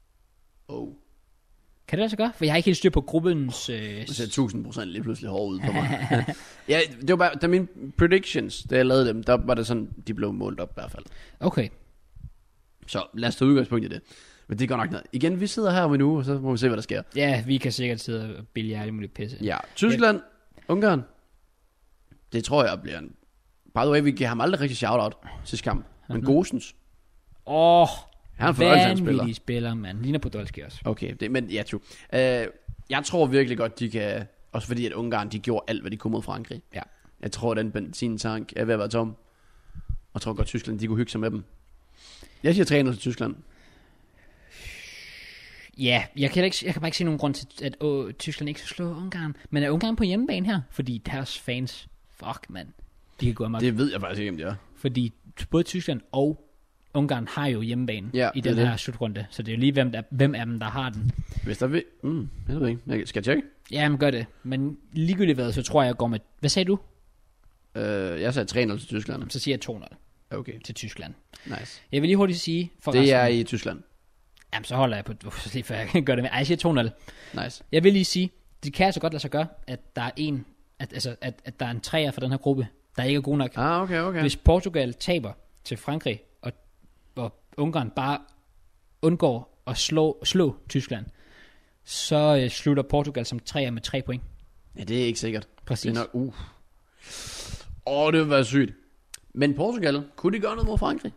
Kan det altså gøre? For jeg har ikke helt styr på gruppens... Det ser 1000% lige pludselig hårdt ud på mig. Ja, det var bare... Da mine predictions, da jeg lavede dem, der var det sådan, de blev målt op i hvert fald. Okay. Så lad os tage udgangspunkt i det. Men det går nok noget. Igen, vi sidder her om en uge, og så må vi se, hvad der sker. Ja, vi kan sikkert sidde og billige alle mulige pisse. Ja, Tyskland, Ungarn. Det tror jeg bliver en... By the way, vi giver ham aldrig rigtig shout-out sidste kamp. Men Gosens. Han er en vanvittig spiller, man. Ligner Podolski også. Okay, men ja, true. Jeg tror virkelig godt, de kan... Også fordi, at Ungarn, de gjorde alt, hvad de kunne mod Frankrig. Ja. Jeg tror, den benzintank er ved at være tom. Og jeg tror godt, Tyskland, de kunne hygge sig med dem. Jeg siger 3-0 til Tyskland. Ja, jeg kan bare ikke se nogen grund til, at Tyskland ikke skal slå Ungarn. Men er Ungarn på hjemmebane her? Fordi deres fans... Fuck, mand. De kan gå amok. Det ved jeg faktisk ikke, om det er. Fordi både Tyskland og Ungarn har jo hjemmebane i den her slutrunde. Så det er jo lige, hvem af dem, der har den. Hvis der vil... jeg ved ikke. Skal jeg tjekke? Ja, men gør det. Men ligegyldigt hvad, så tror jeg går med... Hvad sagde du? Jeg sagde 3-0 til Tyskland. Så siger jeg 2-0 okay. til Tyskland. Nice. Jeg vil lige hurtigt sige... Det er i Tyskland. Jamen, så holder jeg på... Lige før jeg kan gøre det med. Jeg siger 2-0. Nice. Jeg vil lige sige, det kan altså godt lade sig gøre, at der er en... At der er en træer for den her gruppe, der ikke er god nok. Okay. Hvis Portugal taber til Frankrig, og Ungarn bare undgår at slå Tyskland, så slutter Portugal som træer med 3 point. Ja, det er ikke sikkert. Præcis. Det er nok, det vil være sygt. Men Portugal, kunne de gøre noget mod Frankrig?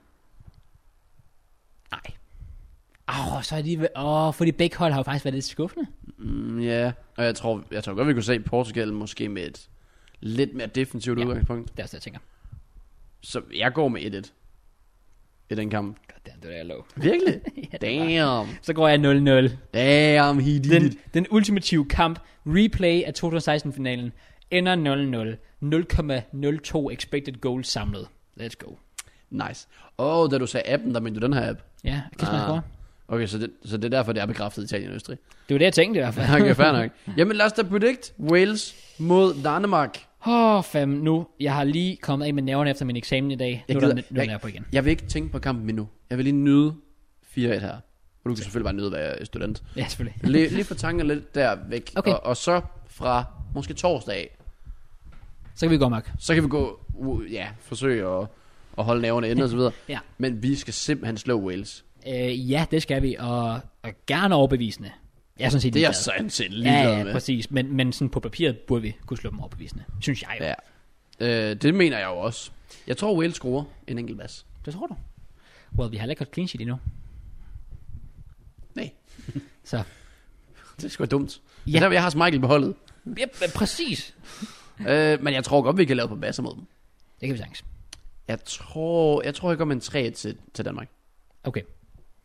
Nej. Så er de... fordi begge hold har jo faktisk været lidt skuffende. Ja, og jeg tror godt, vi kunne se Portugal måske med et lidt mere defensivt udgangspunkt. Det er også det, jeg tænker. Så jeg går med 1-1 i den kamp. Goddammit, det er jeg lov. Virkelig? Damn. Så går jeg 0-0. Damn, he did it. Den ultimative kamp, replay af 2016-finalen, ender 0-0. 0,02 expected goals samlet. Let's go. Nice. Da du sagde appen, der mente du den her app? Ja, kan man score. Okay, så det er derfor, det er bekræftet i Italien og Østrig. Det var det, jeg tænkte i hvert fald. Okay, fair nok. Jamen lad os da predict Wales mod Danmark. Fem nu. Jeg har lige kommet af med nerverne efter min eksamen i dag. Nu er jeg på igen. Jeg vil ikke tænke på kampen endnu. Jeg vil lige nyde 4-1 her. Og du kan selvfølgelig bare nyde at være student. Ja, selvfølgelig. Lige få tanken lidt der væk. Okay. Og så fra måske torsdag af, så kan vi gå amok. Så kan vi gå, forsøge at holde nerverne inde og så videre. Ja. Men vi skal simpelthen slå Wales. Ja, det skal vi, og gerne overbevisende. Jeg synes, det er sådan set ligeglad med. Præcis, men sådan på papiret burde vi kunne slå dem overbevisende, synes jeg jo. Ja. Det mener jeg jo også. Jeg tror, Wales scorer en enkelt bas. Det tror du? Well, vi har ikke clean sheet endnu. Nej. Så. Det er sgu dumt. Ja. Det er der, jeg har Michael på holdet. Ja, præcis. Men jeg tror godt, vi kan lave på basser mod dem. Det kan vi sagtens. Jeg tror, jeg går med en 3 til Danmark. Okay.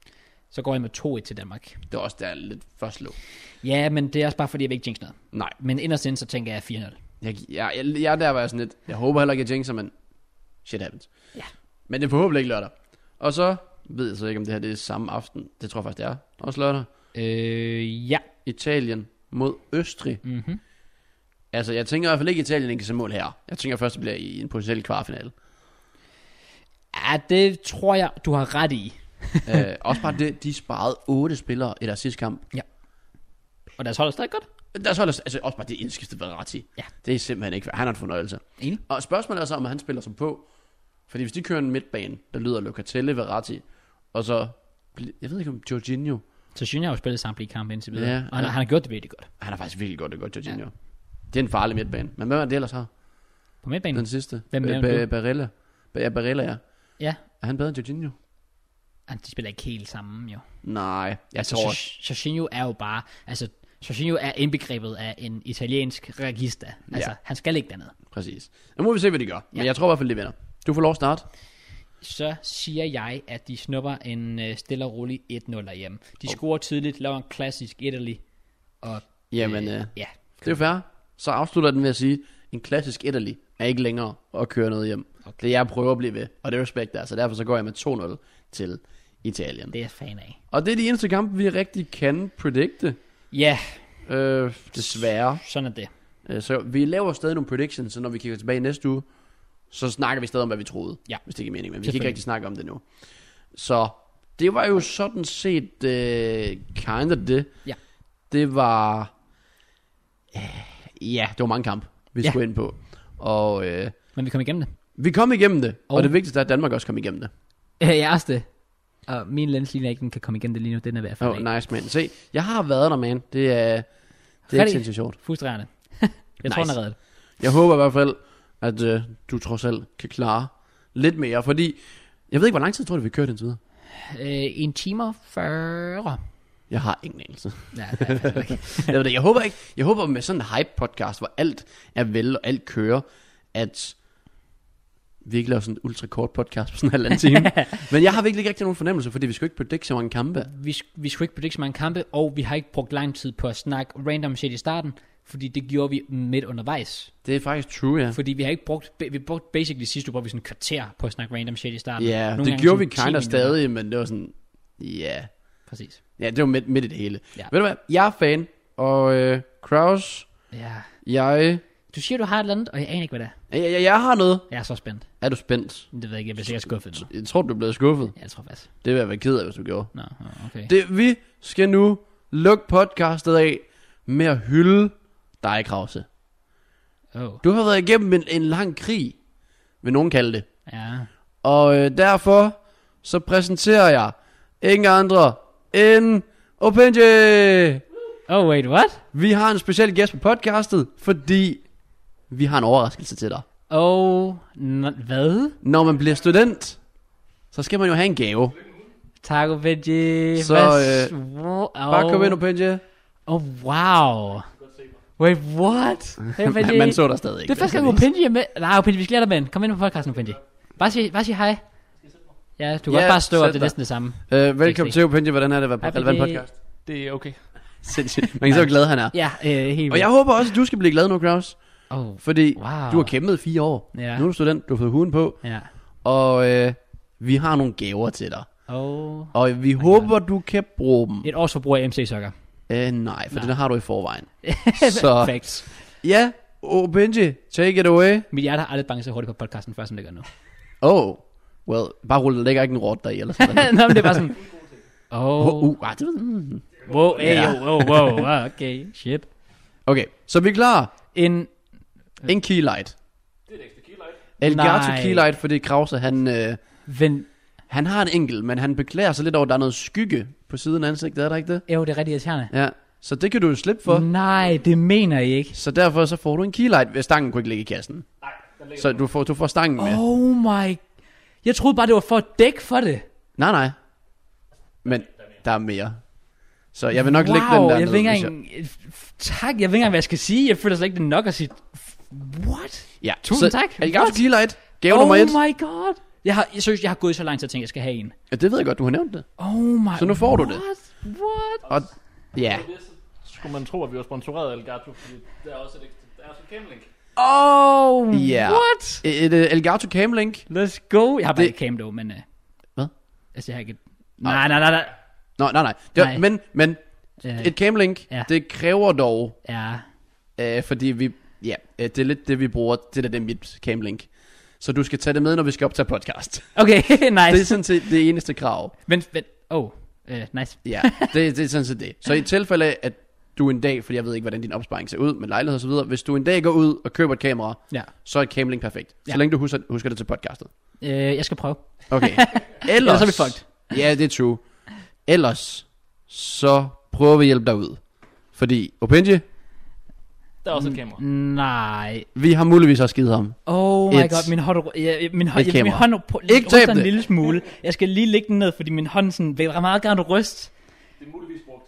Så går jeg med 2-1 til Danmark. Det er også der lidt for slå. Ja, men det er også bare fordi, jeg vil ikke jinx noget. Nej. Men inderst inde, så tænker jeg 4-0. Jeg der var sådan lidt, jeg håber heller ikke, at jeg jinxer, men shit happens. Ja. Men det er forhåbentlig ikke lørdag. Og så ved jeg så ikke, om det her det er samme aften. Det tror jeg faktisk, det er. Også lørdag. Ja. Italien mod Østrig. Mhm. Altså, jeg tænker i hvert fald ikke, at Italien ikke kan se mål her. Jeg tænker først, det bliver i en potentiel kvartfinale. Ja, det tror jeg, du har ret i. Også bare det, de sparede 8 spillere i deres sidste kamp. Ja. Og deres hold er stadig godt. Deres hold er, altså også bare det indskiftede Verratti. Ja. Det er simpelthen ikke, han har en fornøjelse. Enig. Og spørgsmålet er så, om han spiller som på. Fordi hvis de kører en midtbane, der lyder Locatelli, Verratti, og så, jeg ved ikke om Jorginho. Så Jorginho har jo spillet samtlige kampe indtil videre. Ja, og han har gjort det virkelig godt. Han har faktisk virkelig godt det godt, Jorginho. Ja. Det er en farlig midtbane. Men hvem er det ellers her? På midtbanen? Den sidste. Hvem nævner du? Barella. Barella, ja. Ja. Er han bedre end Jorginho? De spiller ikke helt sammen, jo. Nej, jeg tror... Jorginho er jo bare... Altså, Jorginho er indbegrebet af en italiensk regista. Altså, han skal ikke dernede. Præcis. Nu må vi se, hvad de gør. Men jeg tror i hvert fald, de vinder. Du får lov at starte. Så siger jeg, at de snupper en stille og rolig 1-0 derhjemme. De scorer tidligt, laver en klassisk Italy. Og, jamen, ja. det er jo fair. Så afslutter den ved at sige, en klassisk Italy er ikke længere at køre noget hjem. Okay. Det jeg prøver at blive ved, og det er respekt der. Så derfor så går jeg med 2-0 til Italien. Det er jeg fan af. Og det er de eneste kampe, vi rigtig kan predikte. Ja. Desværre. Sådan er det. Så vi laver stadig nogle predictions, så når vi kigger tilbage næste uge, så snakker vi stadig om, hvad vi troede. Ja. Hvis det ikke er mening, men vi kan ikke rigtig snakke om det nu. Så det var jo sådan set kind of det. Ja. Det var... ja, det var mange kampe, vi skulle ind på. Og, men vi kom igennem det. Vi kom igennem det, og det vigtigste er, at Danmark også kom igennem det. Ja, også det. Og min lenslinje ikke kan komme igennem det lige nu. Den er i hvert fald nice, man. Se, jeg har været der, man. Det er ikke sindssygt sjovt. Frustrerende. Jeg tror, den er reddet. Jeg håber i hvert fald, at du trods alt kan klare lidt mere. Fordi, jeg ved ikke, hvor lang tid tror du, vi kørte indtil videre? 1 time og 40. Jeg har ingen anelse. Ja, okay. Jeg håber med sådan en hype-podcast, hvor alt er vel og alt kører, at vi ikke laver sådan en ultra-kort podcast på sådan en halvanden time. Men jeg har virkelig ikke rigtig nogen fornemmelse, fordi vi skulle ikke predict så mange kampe. Vi skulle ikke predict så mange kampe, og vi har ikke brugt lang tid på at snakke random shit i starten, fordi det gjorde vi midt undervejs. Det er faktisk true, ja. Fordi vi har ikke brugt, vi brugte basically sidste uge, brugte vi sådan en kvarter på at snakke random shit i starten. Ja, det gjorde vi kinda stadig, men det var sådan, ja. Præcis. Ja, det var midt i det hele. Ja. Ved du hvad, jeg er fan, og Kraus, Du siger, du har et eller andet, og jeg aner ikke, hvad det er. Jeg har noget. Jeg er så spændt. Er du spændt? Det ved jeg ikke, jeg bliver sikkert skuffet nu. Jeg tror, du er blevet skuffet. Ja, jeg tror faktisk. Det vil jeg være ked af, hvis du gjorde. Nå, okay. Vi skal nu lukke podcastet af med at hylde dig, Krause. Du har været igennem en lang krig, vil nogen kalde det. Ja. Og derfor så præsenterer jeg ingen andre end Openje. Oh, wait, what? Vi har en speciel gæst på podcastet, fordi vi har en overraskelse til dig. Hvad? Når man bliver student, så skal man jo have en gave. Tak, Openje. Så bare kom ind, Openje. Wow. Wait, what? Hey, man så der stadig ikke. Det er første gang, Openje er med. Nej, Openje, vi skal lære dig med. Kom ind på podcasten, Openje. Bare sig hej. Ja, du kan også bare stå op, det er næsten det samme. Velkommen til, Openje. Hvordan er det at være på relevant podcast? Det er okay. Sindssygt. Man kan så glad, han er. Ja, helt. Og jeg håber også, at du skal blive glad nu, Kraus. Fordi du har kæmpet 4 år. Nu er du student, du har fået huden på. Og vi har nogle gaver til dig. Og vi håber, du kan bruge dem. Et års forbrug af MC-sokker. Nej, for den har du i forvejen. Så perfekt. Ja, Benji, take it away. Mit hjerte har aldrig banket så hurtigt på podcasten før, som det gør nu. Well, bare rulle, der ligger ikke en rot der i eller sådan. Nå, men det er bare sådan. Wow, okay, shit. Okay, så vi er klar. En key light. Det er en ekstra key light. Elgato key light, fordi Krause, han har en enkelt, men han beklager sig lidt over, at der er noget skygge på siden af ansigtet, er der ikke det? Jo, det er rigtig irriterende. Ja, så det kan du jo slippe for. Nej, det mener jeg ikke. Så derfor så får du en key light, hvis stangen kunne ikke ligge i kassen. Nej, den ligger. Så du får stangen med. Oh my. Jeg troede bare, det var for at dække for det. Nej. Men der er mere. Så jeg vil nok lægge den der jeg ved ikke tak, jeg ved ikke engang, hvad jeg skal sige. Jeg føler slet ikke, det er nok at sige. What? Ja, tusind tak. Elgato key light. Gave nummer 1. Oh my god. Jeg har gået så langt til at tænke, at jeg skal have en. Ja, det ved jeg godt, du har nævnt det. Oh my. Så nu får du det. What? Og, ja. Så skulle man tro, at vi var sponsoreret af Elgato, fordi der er også et Camlink. What? Et Elgato Camlink. Let's go. Jeg har bare ikke Cam dog, men... Hvad? Altså, jeg har ikke... Nej. Nej. Ja, men et Camlink, det kræver dog... fordi vi... Ja, det er lidt det, vi bruger. Det er mit Camlink. Så du skal tage det med, når vi skal optage podcast. Okay, nice. Det er sådan set det eneste krav. Men nice. Ja, det er sådan set det. Så i tilfælde af, at du en dag, fordi jeg ved ikke, hvordan din opsparing ser ud med lejlighed og så videre, hvis du en dag går ud og køber et kamera, så er et Camlink perfekt. Så længe du husker det til podcastet. Jeg skal prøve. Okay. Ellers, så er vi fucked. Ja, det er true. Ellers, så prøver vi at hjælpe dig ud. Fordi, Opinji, der er også et kamera. Nej. Vi har muligvis også givet ham. Oh my god, min hånd ryster en lille smule. Jeg skal lige lægge den ned, fordi min hånd sådan, vil meget gerne ryste. Det er muligvis brugt.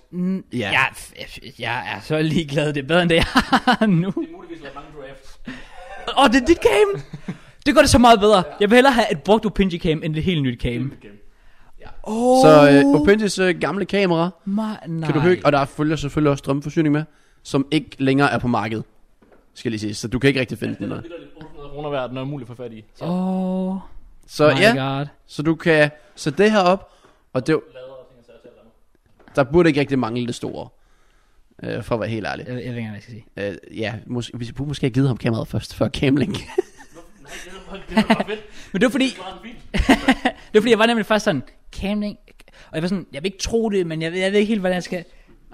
Jeg er så ligeglad. Det er bedre end det jeg har nu. Det er muligvis lavet mange drafts. Det er dit cam. Det gør det så meget bedre. Jeg vil hellere have et brugt Opinji cam end et helt nyt cam. Så Opinjis gamle kamera kan du høre, og der følger selvfølgelig også strømforsyning med, som ikke længere er på markedet, skal lige sige. Så du kan ikke rigtig finde den. Det er lidt 800 kroner værd, den er umuligt for fat i. Så God. Så du kan sætte det her op, og det der burde ikke rigtig mangle det store, for at være helt ærlig. Jeg ved ikke, hvad jeg skal sige. Vi burde måske have givet ham kameraet først, før Camlink. Nej, det var bare fedt. Men det var fordi, det var fordi jeg var nemlig først sådan, Camlink, og jeg var sådan, jeg vil ikke tro det, men jeg ved ikke helt, hvordan jeg skal.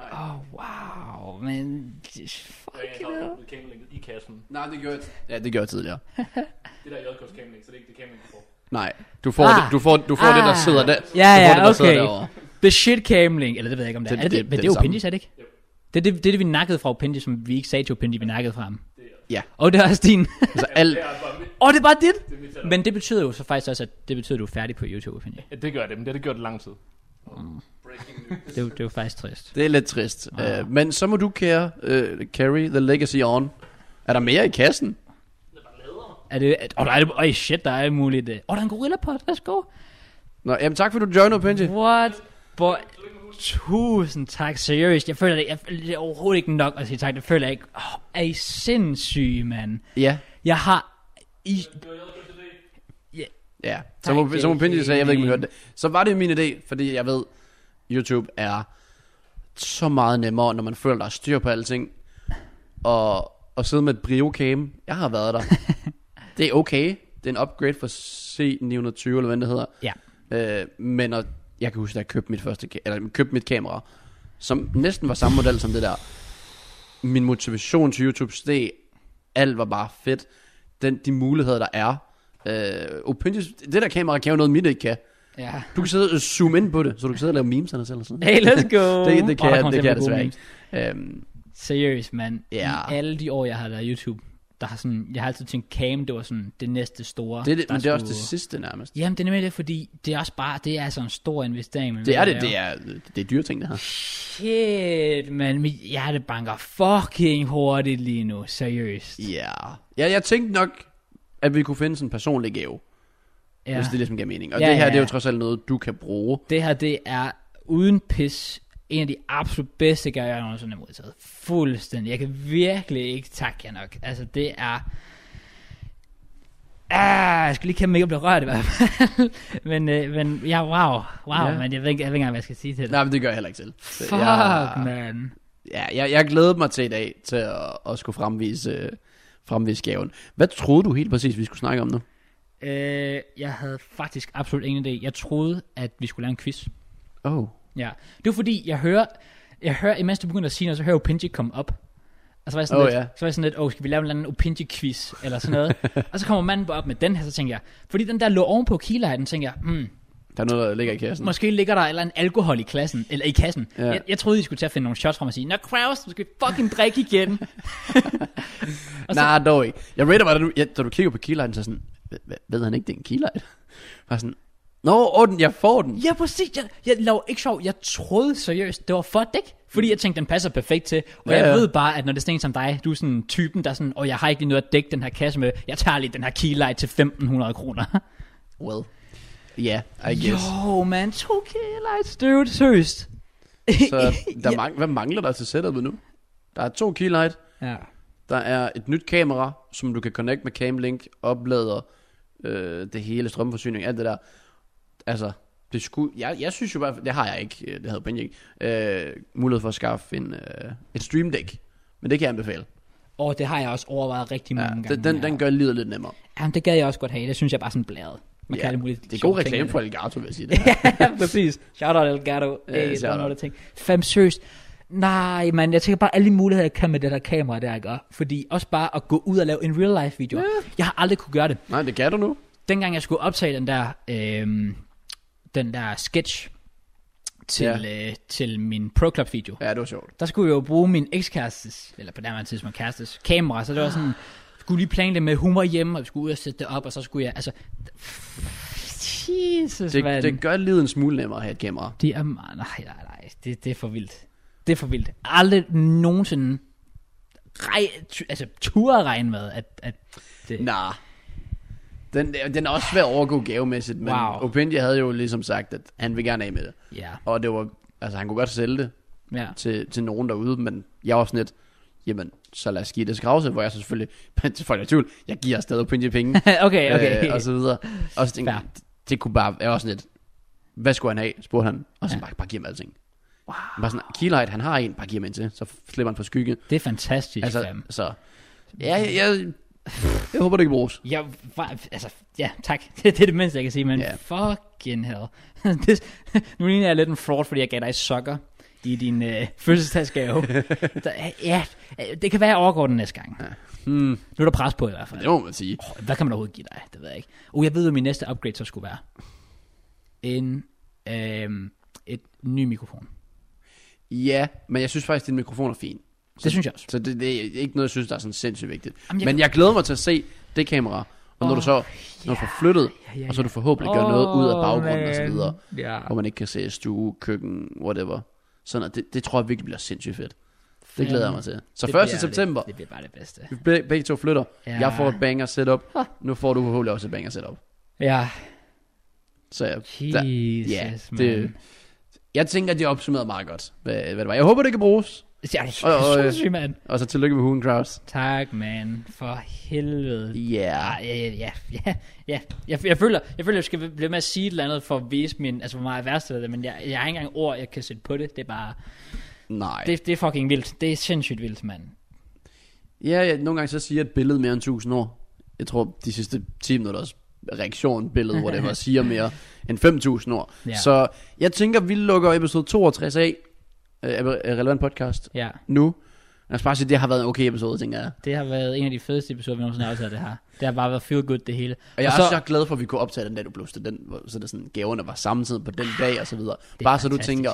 Wow, men fuck it. Jeg har Camlink i kassen. Nej, det gjorde jeg. Ja, det gjorde jeg tidligere. Det der JK's Camlink, så det er ikke det Camlink, du får. Nej, du får det, du får det, der sidder der. Ja, okay. The shit Camlink, eller det ved jeg ikke om det er. Det er Opinji, er det ikke? Det er det, vi nakkede fra Opinji, som vi ikke sagde til Opinji, vi nakkede fra ham. Ja. Og det er også din. Altså det er bare dit. Men det betyder jo så faktisk også, at det betyder, at du er færdig på YouTube, Opinji. Ja, det gør det, men det har det gjort lang tid. Det er jo faktisk trist. Det er lidt trist. Men så må du carry the legacy on. Er der mere i kassen? Er det shit, der er muligt. Der er en gorilla pot. Let's go. Nå, jamen tak for du joiner, Opinji. What? Boy. Tusind tak, seriøst. Jeg føler det er overhovedet ikke nok at sige tak. Det føler jeg ikke. Er I sindssyge, mand? Ja. Jeg har Ja, som Opinji sagde, jeg ved ikke, om I hørte det. Så var det min idé, fordi jeg ved, YouTube er så meget nemmere, når man føler, der er styr på alting. Og sidde med et Brio-cam. Jeg har været der. Det er okay. Det er en upgrade for C920, eller hvad det hedder. Ja. Men jeg kan huske, at jeg købte mit kamera, som næsten var samme model som det der. Min motivation til YouTube steg. Alt var bare fedt. De muligheder, der er. Det der kamera kan jo noget, mit ikke kan. Ja. Du kan sidde og zoome ind på det, så du kan sidde og lave memes eller sådan. Hey, let's go. det kan jeg desværre ikke. Seriøst, mand. I alle de år, jeg har lavet YouTube, jeg har altid tænkt, cam, det var sådan det næste store. Men det er også det sidste nærmest. Jamen, det er nemlig det, fordi det er også bare, det er sådan en stor investering. Det er dyre ting, det her. Shit, man, mit hjerte banker fucking hurtigt lige nu, seriøst. Ja, jeg tænkte nok, at vi kunne finde sådan en personlig gave, hvis det ligesom giver mening. Og det her, det er jo trods alt noget, du kan bruge. Det her, det er uden pis en af de absolut bedste gaver, jeg nogensinde har modtaget. Fuldstændig. Jeg kan virkelig ikke takke jer nok. Altså, det er... jeg skal lige kæmpe mig ikke at blive rørt i hvert fald. men ja, wow, men jeg ved ikke engang, hvad jeg skal sige til det. Nej, men det gør jeg heller ikke til. Fuck, man. Ja, jeg glæder mig til i dag, til at skulle fremvise gaven. Hvad troede du helt præcis, vi skulle snakke om nu? Jeg havde faktisk absolut ingen idé. Jeg troede, at vi skulle lave en quiz. Ja, det var fordi, jeg hører, imens du begynder at sige noget, så hører Opinji komme op. Og så var jeg sådan lidt, skal vi lave en eller anden Opinji-quiz, eller sådan noget. Og så kommer manden op med den her, så tænker jeg, fordi den der lå ovenpå keylighten, tænker jeg, der er noget, der ligger i kassen. Måske ligger der eller en alkohol i klassen, eller i kassen. Ja. Jeg troede, I skulle til at finde nogle shots frem og sige, nå Kraus, du skal fucking drikke igen. Nej, dog ikke. Jeg rater bare, da du kigger på keylighten, så sådan, ved han ikke, det er en keylight? Var sådan, jeg får den. Ja, præcis. Jeg lavede ikke sjov. Jeg troede seriøst, det var for dæk. Fordi jeg tænkte, den passer perfekt til. Og jeg ved bare, at når det er sådan en som dig, du er sådan typen, der er sådan, jeg har ikke lige noget at dække den her kasse med. Jeg tager lige den her keylight til 1.500 kroner. Well, yeah, I guess. Jo, man, 2K lights, dude, seriøst. Så hvad mangler der til setupet nu? Der er 2 keylight. Ja. Der er et nyt kamera, som du kan connect med Camlink, oplader det hele, strømforsyning, alt det der. Altså, det skulle, jeg synes jo bare, det har jeg ikke, det havde Benji ikke, mulighed for at skaffe et stream deck. Men det kan jeg anbefale. Og det har jeg også overvejet rigtig mange gange. Den gør livet lidt nemmere. Jamen, det gad jeg også godt have. Det synes jeg bare sådan blæret. Man kan det er god reklame for Elgato, vil jeg sige det. Ja, præcis. Shout out Elgato. Fem seriøst. Nej, man, jeg tænker bare alle de muligheder, jeg kan med det der kamera, der jeg gør. Fordi også bare at gå ud og lave en real life video. Jeg har aldrig kunne gøre det. Nej, det kan du nu. Dengang jeg skulle optage den der sketch til min Pro Club video. Ja, det var sjovt. Der skulle jeg jo bruge min ekskærestes, eller på den her tidspunkt kærestes, kamera. Så det var sådan, skulle lige planlægge med humor hjemme, og vi skulle ud og sætte det op, og så skulle jeg, altså... Jesus, det gør livet en smule nemmere at have et kamera. Det er, nej, det er for vildt. Det er for vildt. Aldrig nogensinde turde regne med, at det... Nej. Den er også svær at overgå gavemæssigt, men Opendia havde jo ligesom sagt, at han vil gerne af med det. Ja. Og det var, altså han kunne godt sælge det til nogen derude, men jeg var sådan lidt, jamen, så lad os give det til Krause, hvor jeg så selvfølgelig, til folk er i tvivl, jeg giver stadig Opendia penge. okay. Og så videre. Og så tænkte jeg, det kunne bare, jeg var sådan lidt, hvad skulle han have, spurgte han, og så bare giver ham alting. Wow. Bare sådan, Keylight, han har en, bare giver ham ind til, så slipper han på skygge. Det er fantastisk. Altså, så, jeg håber, det ikke bruges. Ja, tak. Det er det mindste, jeg kan sige, men fucking hell. Nu ligner jeg lidt en fraud, fordi jeg gav dig sokker i din fødselsdagsgave. Det kan være, jeg overgår den næste gang. Ja. Nu er der pres på i hvert fald. Det må man sige. Hvad kan man overhovedet give dig? Det ved jeg ikke. Jeg ved, hvad min næste upgrade så skulle være. Et ny mikrofon. Ja, men jeg synes faktisk, at din mikrofon er fin. Det synes jeg også. Så det er ikke noget, jeg synes, der er sådan sindssygt vigtigt. Men jeg glæder mig til at se det kamera. Og når du får flyttet, og så du forhåbentlig gør noget ud af baggrunden og så videre. Hvor man ikke kan se stue, køkken, whatever. Sådan, det tror jeg virkelig bliver sindssygt fedt. Det glæder jeg mig til. Så 1. september. Det bliver bare det bedste. Vi begge to flytter. Ja. Jeg får et banger setup. Nu får du forhåbentlig også et banger setup. Ja. Så jeg tænker, at de opsummerede meget godt, hvad det var. Jeg håber, det kan bruges. Ja, man. Og så tillykke med Hugen Kraus. Tak, man. For helvede. Ja. Jeg føler, jeg skal blive med at sige et eller andet for at vise hvor meget værst er det, men jeg har ikke engang ord, jeg kan sætte på det. Det er bare... Nej. Det er fucking vildt. Det er sindssygt vildt, mand. Ja, nogle gange så siger et billede mere end 1000 år. Jeg tror, de sidste 10 minutters reaktion-billede, hvor det var siger mere end 5000 år. Ja. Så jeg tænker, vi lukker episode 62 af relevant podcast nu. Jeg skal bare sige, det har været en okay episode, tænker jeg. Det har været en af de fedeste episoder, vi nogensinde har aftaget det her. Det har bare været feel good, det hele. Og jeg er også glad for, at vi kunne optage den dag, du blev student, så det sådan, gaverne var samtidig på den dag, og så videre. Bare så du tænker,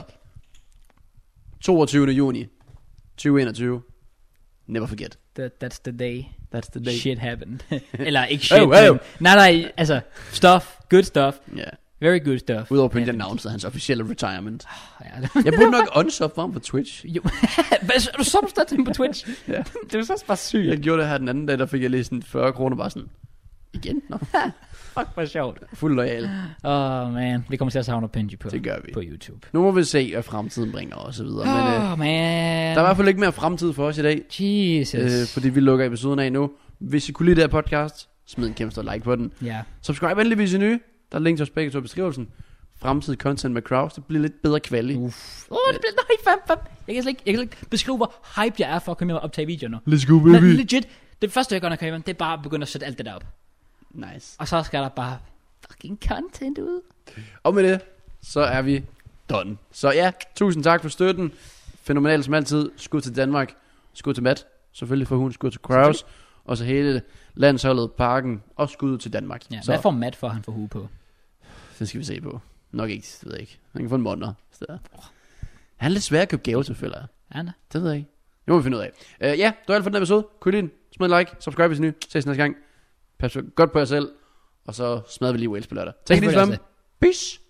22. juni 2021, never forget. That's the day. That's the day. Shit happened. Eller ikke shit, men... Nej, altså, good stuff. Yeah. Very good stuff. Udover på, at announced hans officielle retirement. Jeg burde nok unsub for ham på Twitch. Er du substat til ham på Twitch? Ja. Det var så bare sygt. Jeg gjorde det her den anden dag, der fik jeg lige sådan 40 kroner bare sådan, igen? No. Fuck, hvor sjovt. Fuld loyal. Man, vi kommer til at savne Benji på, det gør vi. På YouTube. Nu må vi se, hvad fremtiden bringer og så videre. Men, man. Der er i hvert fald ikke mere fremtid for os i dag. Jesus. Fordi vi lukker episoden af nu. Hvis I kunne lide det her podcast, smid en kæmpe stor like på den. Ja. Subscribe endelig, hvis I er nye. Der er link til os begge to i beskrivelsen. Fremtidig content med Kraus. Det bliver lidt bedre kvalitet. Det bliver nej. Jeg kan slet ikke beskrive, hvor hype jeg er for at komme med og optage videoer nu. Let's go, baby. Legit. Det første, jeg gør, når jeg kommer, det er bare at begynde at sætte alt det der op. Nice. Og så skal der bare fucking content ud. Og med det, så er vi done. Så ja, tusind tak for støtten. Fænomenalt som altid. Skud til Danmark. Skud til Matt. Selvfølgelig for hun. Skud til Kraus. Og så hele landsholdet, parken. Og skud til Danmark. Ja, så. Hvad får Matt for, han får hue på? Det skal vi se på. Nok ikke, det ved jeg ikke. Han kan få en måned. Han er lidt svær at købe gave til, føler jeg. Ja, det ved jeg ikke. Det må vi finde ud af. Ja, det var alt for den episode. Kunne I lide den? Smid en like. Subscribe hvis I er nye. Ses næste gang. Pas godt på jer selv. Og så smadrer vi lige Wales på lørdag. Tak for det. Peace.